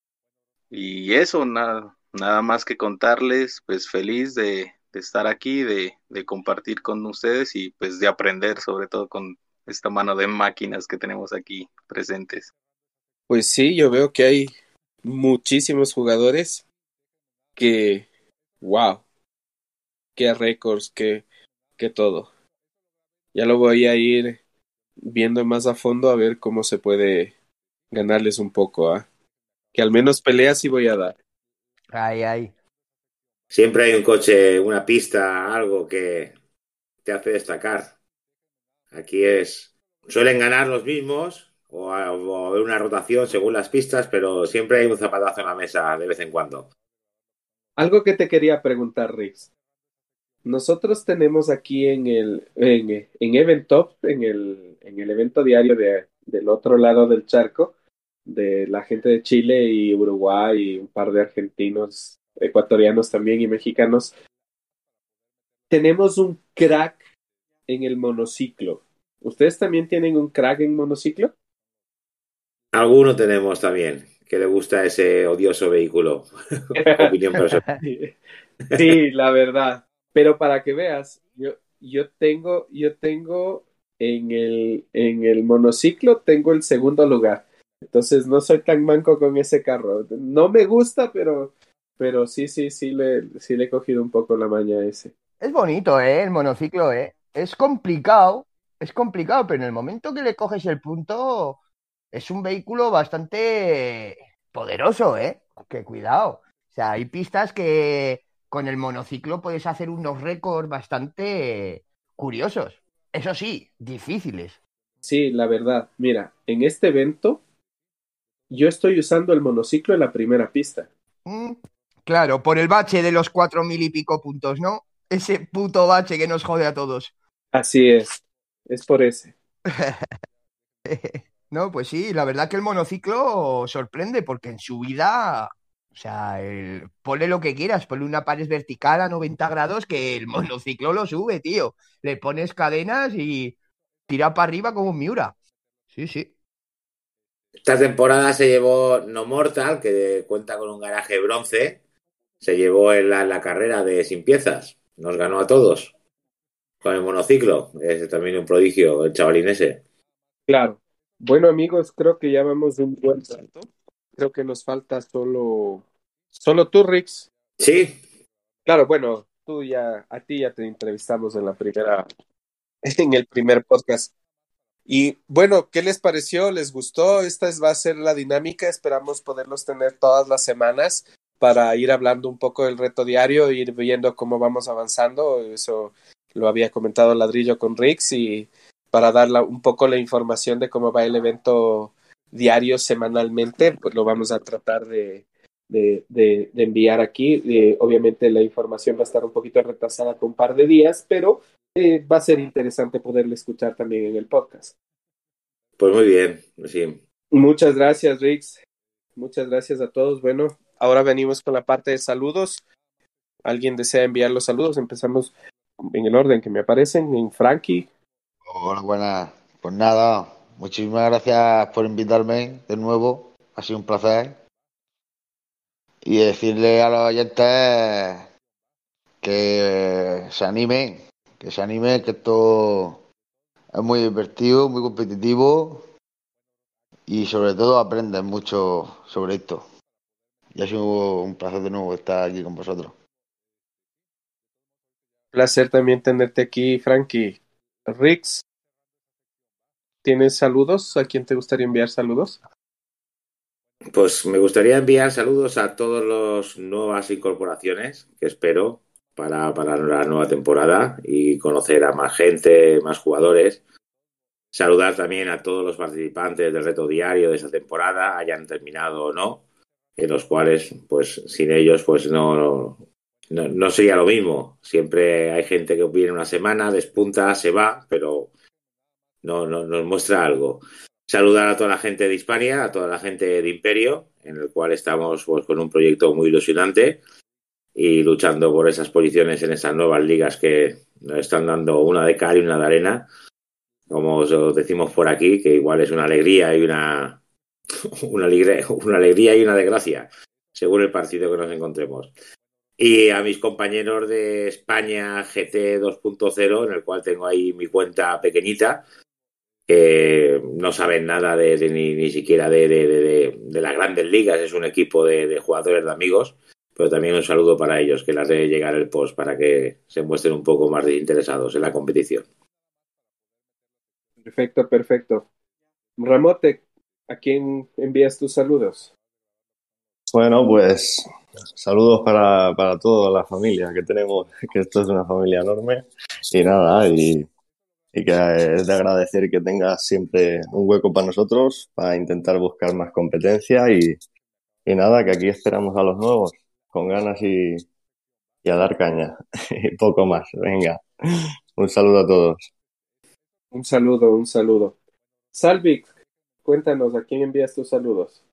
Y eso, nada, nada más que contarles, pues feliz de, de estar aquí, de, de compartir con ustedes y pues de aprender sobre todo con esta mano de máquinas que tenemos aquí presentes. Pues sí, yo veo que hay muchísimos jugadores que, wow, qué récords, qué, qué todo. Ya lo voy a ir viendo más a fondo a ver cómo se puede ganarles un poco, ¿ah? Que al menos peleas sí voy a dar. Ay, ay. Siempre hay un coche, una pista, algo que te hace destacar. Aquí es, suelen ganar los mismos o, a- o haber una rotación según las pistas, pero siempre hay un zapatazo en la mesa de vez en cuando. Algo que te quería preguntar, Rix. Nosotros tenemos aquí en el en, en Event Top, en el, en el evento diario de, del otro lado del charco, de la gente de Chile y Uruguay y un par de argentinos, ecuatorianos también y mexicanos. Tenemos un crack en el monociclo. ¿Ustedes también tienen un crack en monociclo? Alguno tenemos también que le gusta ese odioso vehículo. Opinión personal. Sí, la verdad. Pero para que veas, yo, yo tengo, yo tengo en el, en el monociclo, tengo el segundo lugar. Entonces no soy tan manco con ese carro. No me gusta, pero, pero sí, sí, sí le, sí le he cogido un poco la maña a ese. Es bonito, ¿eh? El monociclo, ¿eh? Es complicado, es complicado, pero en el momento que le coges el punto, es un vehículo bastante poderoso, ¿eh? Que cuidado. O sea, hay pistas que, con el monociclo puedes hacer unos récords bastante curiosos. Eso sí, difíciles. Sí, la verdad. Mira, en este evento yo estoy usando el monociclo en la primera pista. Mm, claro, por el bache de los cuatro mil y pico puntos, ¿no? Ese puto bache que nos jode a todos. Así es, es por ese. No, pues sí, la verdad que el monociclo sorprende porque en su vida, o sea, el, ponle lo que quieras, ponle una pared vertical a noventa grados que el monociclo lo sube, tío. Le pones cadenas y tira para arriba como un Miura. Sí, sí. Esta temporada se llevó No Mortal, que cuenta con un garaje bronce. Se llevó en la, la carrera de sin piezas. Nos ganó a todos con el monociclo. Es también un prodigio el chavalín ese. Claro. Bueno, amigos, creo que ya vamos de un buen rato. Creo que nos falta solo, solo tú, Rix. Sí. Claro, bueno, tú ya, a ti ya te entrevistamos en la primera, en el primer podcast. Y bueno, ¿qué les pareció? ¿Les gustó? Esta es, va a ser la dinámica. Esperamos poderlos tener todas las semanas para ir hablando un poco del reto diario, e ir viendo cómo vamos avanzando. Eso lo había comentado Ladrillo con Rix, y para dar la, un poco la información de cómo va el evento diario semanalmente, pues lo vamos a tratar de, de, de, de enviar aquí. Eh, obviamente la información va a estar un poquito retrasada con un par de días, pero eh, va a ser interesante poderle escuchar también en el podcast. Pues muy bien, sí. Muchas gracias, Rix. Muchas gracias a todos. Bueno, ahora venimos con la parte de saludos. ¿Alguien desea enviar los saludos? Empezamos en el orden que me aparecen. En Frankie. Hola, buenas. Pues nada, muchísimas gracias por invitarme de nuevo. Ha sido un placer. Y decirle a los oyentes que se animen, que se animen, que esto es muy divertido, muy competitivo y sobre todo aprenden mucho sobre esto. Y ha sido un placer de nuevo estar aquí con vosotros. Placer también tenerte aquí, Frankie. Rix, ¿tienes saludos? ¿A quién te gustaría enviar saludos? Pues me gustaría enviar saludos a todas las nuevas incorporaciones que espero para, para la nueva temporada y conocer a más gente, más jugadores. Saludar también a todos los participantes del reto diario de esta temporada, hayan terminado o no, en los cuales, pues sin ellos, pues no, no, no sería lo mismo. Siempre hay gente que viene una semana, despunta, se va, pero no, no nos muestra algo. Saludar a toda la gente de Hispania, a toda la gente de Imperio, en el cual estamos pues, con un proyecto muy ilusionante y luchando por esas posiciones en esas nuevas ligas que nos están dando una de cal y una de arena, como os decimos por aquí, que igual es una alegría y una, una, alegría, una alegría y una desgracia, según el partido que nos encontremos. Y a mis compañeros de España G T dos punto cero, en el cual tengo ahí mi cuenta pequeñita, que no saben nada de, de ni, ni siquiera de, de, de, de las grandes ligas, es un equipo de, de jugadores, de amigos, pero también un saludo para ellos, que les haré llegar el post para que se muestren un poco más interesados en la competición. Perfecto, perfecto. Ramote, ¿a quién envías tus saludos? Bueno, pues saludos para, para toda la familia que tenemos, que esto es una familia enorme. Y nada, y, y que es de agradecer que tengas siempre un hueco para nosotros, para intentar buscar más competencia. Y, y nada, que aquí esperamos a los nuevos, con ganas y, y a dar caña. Y poco más. Venga, un saludo a todos. Un saludo, un saludo. Salvik, cuéntanos, ¿a quién envías tus saludos?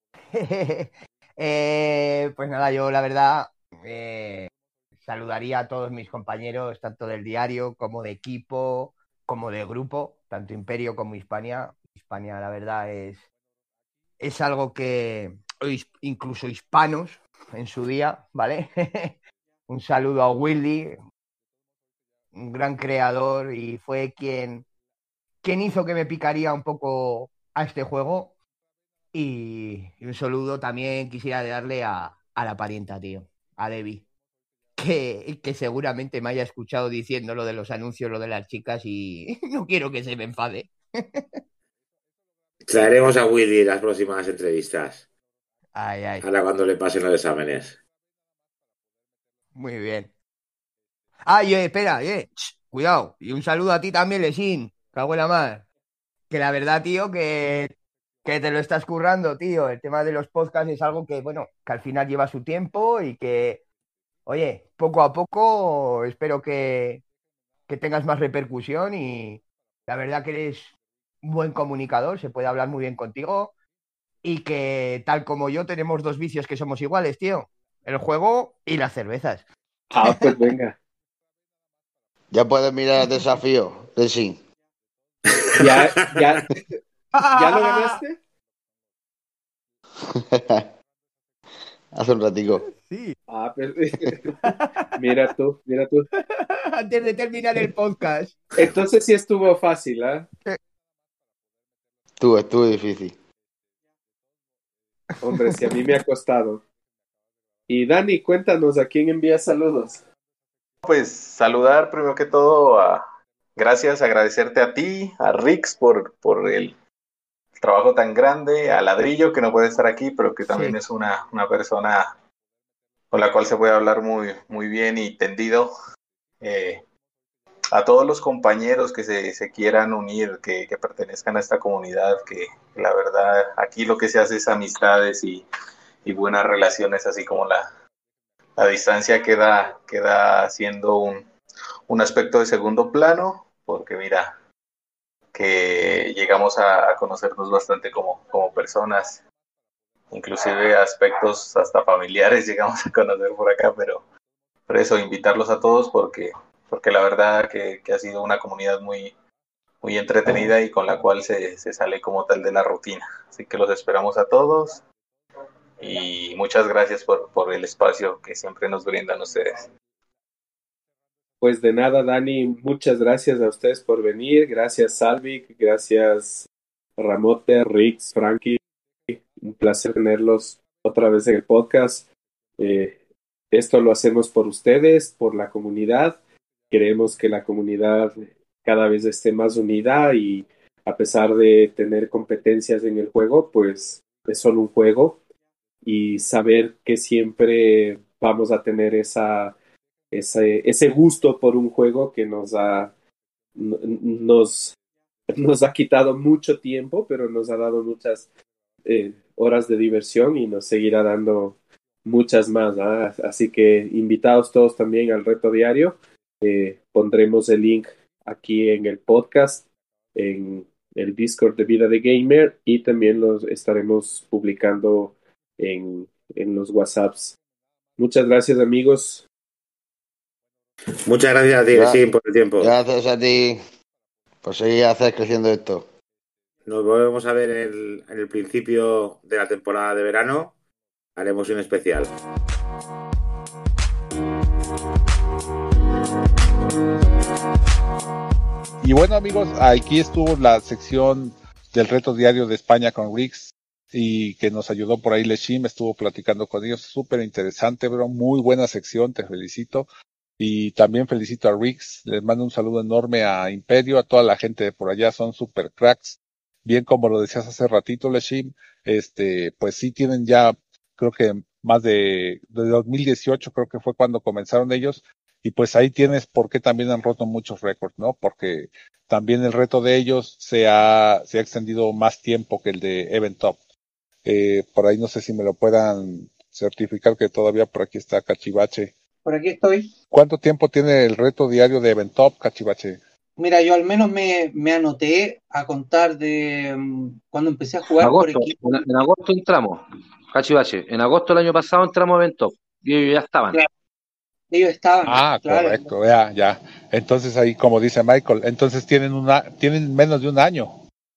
eh, pues nada, yo la verdad eh, saludaría a todos mis compañeros, tanto del diario como de equipo, como de grupo, tanto Imperio como Hispania. Hispania, la verdad, es, es algo que incluso hispanos en su día, ¿vale? Un saludo a Willy, un gran creador, y fue quien, quien hizo que me picaría un poco a este juego. Y, y un saludo también quisiera darle a, a la parienta, tío, a Debbie, que, que seguramente me haya escuchado diciendo lo de los anuncios, lo de las chicas, y no quiero que se me enfade. Traeremos a Willy las próximas entrevistas. Ay, ay. Ahora cuando le pasen los exámenes. Muy bien. Ah, y, eh, espera, eh, ch, cuidado. Y un saludo a ti también, Lesin. Cago en la mar. Que la verdad, tío, que, que te lo estás currando, tío. El tema de los podcasts es algo que, bueno, que al final lleva su tiempo y que, oye, poco a poco espero que, que tengas más repercusión y la verdad que eres un buen comunicador, se puede hablar muy bien contigo y que tal como yo tenemos dos vicios que somos iguales, tío. El juego y las cervezas. Ah, pues venga. Ya puedes mirar el desafío, Lesin. ¿Ya, ya, ¿ya lo ganaste? Hace un ratico. Sí. Ah, pues, mira tú, mira tú. Antes de terminar el podcast. Entonces sí estuvo fácil, ¿ah? ¿eh? Estuvo, estuvo difícil. Hombre, si a mí me ha costado. Y Dani, cuéntanos, ¿a quién envías saludos? Pues saludar primero que todo a, gracias, agradecerte a ti, a Rix por, por el trabajo tan grande, a Ladrillo que no puede estar aquí, pero que también sí. es una, una persona con la cual se puede hablar muy, muy bien y tendido. Eh, a todos los compañeros que se, se quieran unir, que, que pertenezcan a esta comunidad, que, que la verdad aquí lo que se hace es amistades y, y buenas relaciones, así como la, la distancia queda, queda siendo un, un aspecto de segundo plano, porque mira, que llegamos a, a conocernos bastante como, como personas, inclusive aspectos hasta familiares llegamos a conocer por acá, pero por eso invitarlos a todos porque, porque la verdad que, que ha sido una comunidad muy, muy entretenida y con la cual se, se sale como tal de la rutina. Así que los esperamos a todos y muchas gracias por, por el espacio que siempre nos brindan ustedes. Pues de nada, Dani, muchas gracias a ustedes por venir. Gracias, Salvik. Gracias, Ramote, Rix, Frankie. Un placer tenerlos otra vez en el podcast. Eh, esto lo hacemos por ustedes, por la comunidad. Queremos que la comunidad cada vez esté más unida y a pesar de tener competencias en el juego, pues es solo un juego y saber que siempre vamos a tener esa Ese, ese gusto por un juego que nos ha nos, nos ha quitado mucho tiempo, pero nos ha dado muchas eh, horas de diversión y nos seguirá dando muchas más, ¿eh? Así que invitados todos también al reto diario. Eh, pondremos el link aquí en el podcast, en el Discord de Vida de Gamer y también los estaremos publicando en, en los WhatsApps. Muchas gracias, amigos. Muchas gracias a ti, Gra- sí, por el tiempo. Gracias a ti por seguir hacer creciendo esto. Nos volvemos a ver en el, en el principio de la temporada de verano. Haremos un especial. Y bueno, amigos, aquí estuvo la sección del reto diario de España con Rix y que nos ayudó por ahí Leshim, estuvo platicando con ellos, súper interesante, bro, muy buena sección, te felicito. Y también felicito a Rix, les mando un saludo enorme a Imperio, a toda la gente de por allá, son super cracks. Bien como lo decías hace ratito, Leshim, este, pues sí tienen ya, creo que más de, de dos mil dieciocho creo que fue cuando comenzaron ellos, y pues ahí tienes por qué también han roto muchos récords, ¿no? Porque también el reto de ellos se ha, se ha extendido más tiempo que el de Event Top. Eh, por ahí no sé si me lo puedan certificar que todavía por aquí está Cachivache. Por aquí estoy. ¿Cuánto tiempo tiene el reto diario de Eventop, Cachivache? Mira, yo al menos me, me anoté a contar de um, cuando empecé a jugar agosto, por equipo. En, en agosto entramos, Cachivache. En agosto del año pasado entramos a Evento y ellos ya estaban. Claro. Ellos estaban. Ah, claro. correcto, ya, ya. Entonces ahí, como dice Michael, entonces tienen una, tienen menos de un año.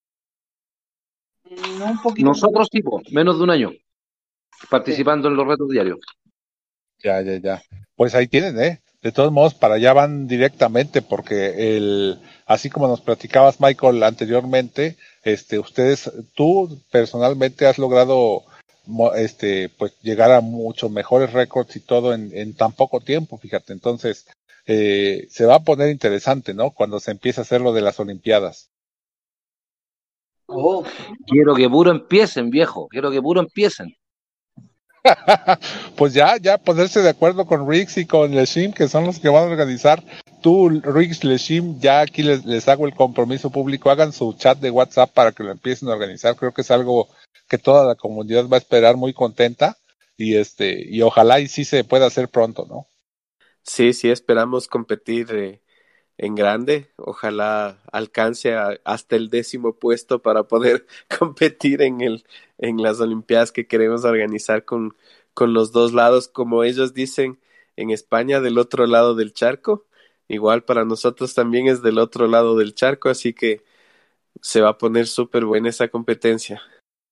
No, un poquito. Nosotros sí, po, menos de un año, participando sí. en los retos diarios. Ya, ya, ya. Pues ahí tienen, ¿eh? De todos modos, para allá van directamente, porque el, así como nos platicabas, Michael, anteriormente, este, ustedes, tú personalmente has logrado, este, pues llegar a muchos mejores récords y todo en, en tan poco tiempo, fíjate. Entonces, eh, se va a poner interesante, ¿no? Cuando se empiece a hacer lo de las Olimpiadas. Oh. Quiero que puro empiecen, viejo. Quiero que puro empiecen. Pues ya, ya ponerse de acuerdo con Riggs y con Leshim, que son los que van a organizar. Tú, Riggs, Leshim, ya aquí les, les hago el compromiso público, hagan su chat de WhatsApp para que lo empiecen a organizar. Creo que es algo que toda la comunidad va a esperar muy contenta, y este, y ojalá y sí se pueda hacer pronto, ¿no? Sí, sí, esperamos competir eh, en grande. Ojalá alcance a, hasta el décimo puesto para poder competir en el en las Olimpiadas que queremos organizar con, con los dos lados, como ellos dicen en España, del otro lado del charco. Igual para nosotros también es del otro lado del charco, así que se va a poner súper buena esa competencia.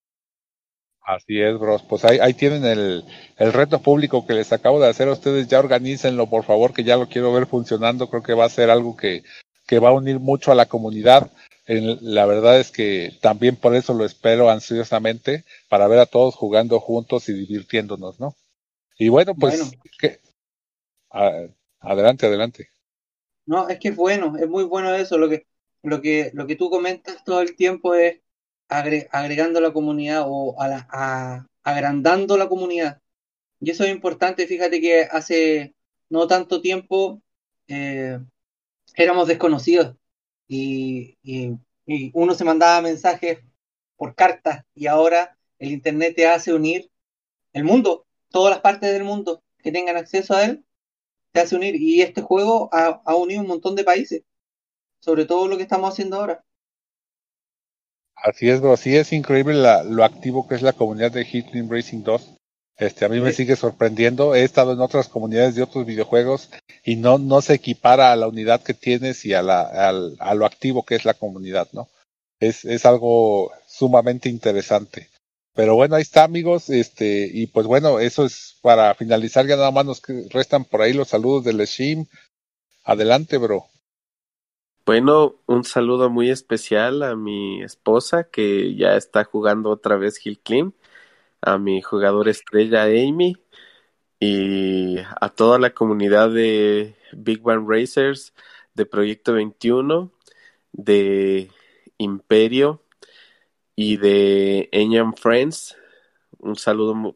Así es, bros. Pues ahí, ahí tienen el, el reto público que les acabo de hacer a ustedes. Ya organícenlo, por favor, que ya lo quiero ver funcionando. Creo que va a ser algo que, que va a unir mucho a la comunidad. En, la verdad es que también por eso lo espero ansiosamente, para ver a todos jugando juntos y divirtiéndonos, ¿no? Y bueno, pues, Bueno. ¿qué? A, adelante, adelante. No, es que es bueno, es muy bueno eso. Lo que, lo que, lo que tú comentas todo el tiempo es agre- agregando la comunidad o a la, a- agrandando la comunidad. Y eso es importante. Fíjate que hace no tanto tiempo eh, éramos desconocidos y, y- y uno se mandaba mensajes por cartas, y ahora el internet te hace unir el mundo, todas las partes del mundo que tengan acceso a él, te hace unir. Y este juego ha, ha unido un montón de países, sobre todo lo que estamos haciendo ahora. Así es, bro. Sí, es increíble la, lo activo que es la comunidad de Hitman Racing dos. Este, a mí me Sí. sigue sorprendiendo. He estado en otras comunidades de otros videojuegos y no, no se equipara a la unidad que tienes y a la, al, a lo activo que es la comunidad, ¿no? Es, es algo sumamente interesante. Pero bueno, ahí está, amigos. Este, y pues bueno, eso es para finalizar. Ya nada más nos restan por ahí los saludos de Leshim. Adelante, bro. Bueno, un saludo muy especial a mi esposa que ya está jugando otra vez Hill Climb, a mi jugador estrella Amy y a toda la comunidad de Big Bang Racers, de Proyecto veintiuno, de Imperio y de Enyam Friends. Un saludo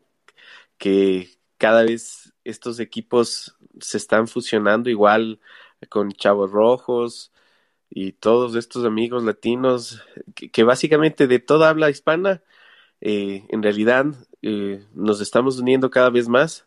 que cada vez estos equipos se están fusionando igual con Chavos Rojos y todos estos amigos latinos que, que básicamente de toda habla hispana eh, en realidad eh, nos estamos uniendo cada vez más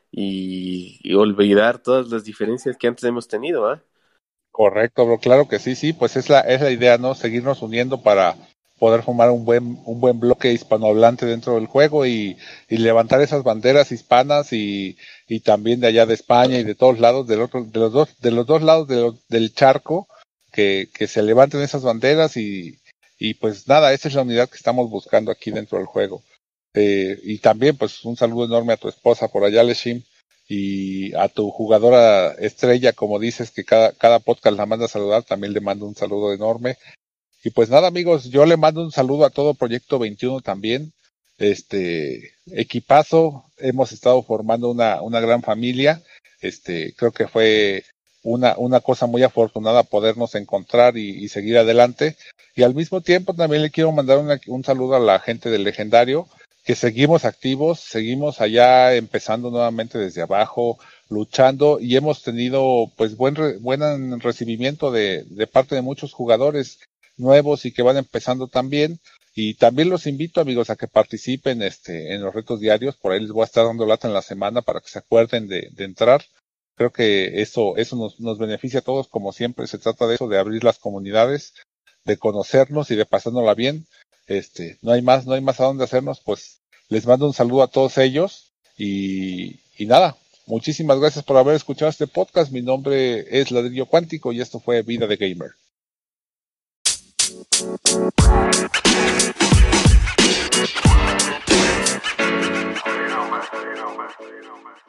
y, y olvidar todas las diferencias que antes hemos tenido, ¿eh? Correcto, bro, claro que sí, sí, pues es la, es la idea, ¿no? Seguirnos uniendo para poder formar un buen, un buen bloque hispanohablante dentro del juego y, y levantar esas banderas hispanas y, y también de allá de España y de todos lados, del otro, de los dos, de los dos lados de lo, del charco, que, que se levanten esas banderas y, y pues nada, esa es la unidad que estamos buscando aquí dentro del juego. Eh, y también pues un saludo enorme a tu esposa por allá, Leshim, y a tu jugadora estrella, como dices, que cada, cada podcast la manda a saludar, también le mando un saludo enorme. Y pues nada, amigos, yo le mando un saludo a todo Proyecto veintiuno también. Este, equipazo, hemos estado formando una, una gran familia. Este, creo que fue una, una cosa muy afortunada podernos encontrar y, y seguir adelante. Y al mismo tiempo también le quiero mandar una, un saludo a la gente del Legendario, que seguimos activos, seguimos allá empezando nuevamente desde abajo, luchando, y hemos tenido pues buen re, buen recibimiento de, de parte de muchos jugadores nuevos y que van empezando también. Y también los invito, amigos, a que participen este en los retos diarios. Por ahí les voy a estar dando lata en la semana para que se acuerden de, de entrar. Creo que eso eso nos, nos beneficia a todos, como siempre se trata de eso, de abrir las comunidades, de conocernos y de pasárnosla bien. Este, no hay más, no hay más a dónde hacernos, pues les mando un saludo a todos ellos y, y nada, muchísimas gracias por haber escuchado este podcast. Mi nombre es Ladrillo Cuántico y esto fue Vida de Gamer. You know, man. You know, man. You know, man.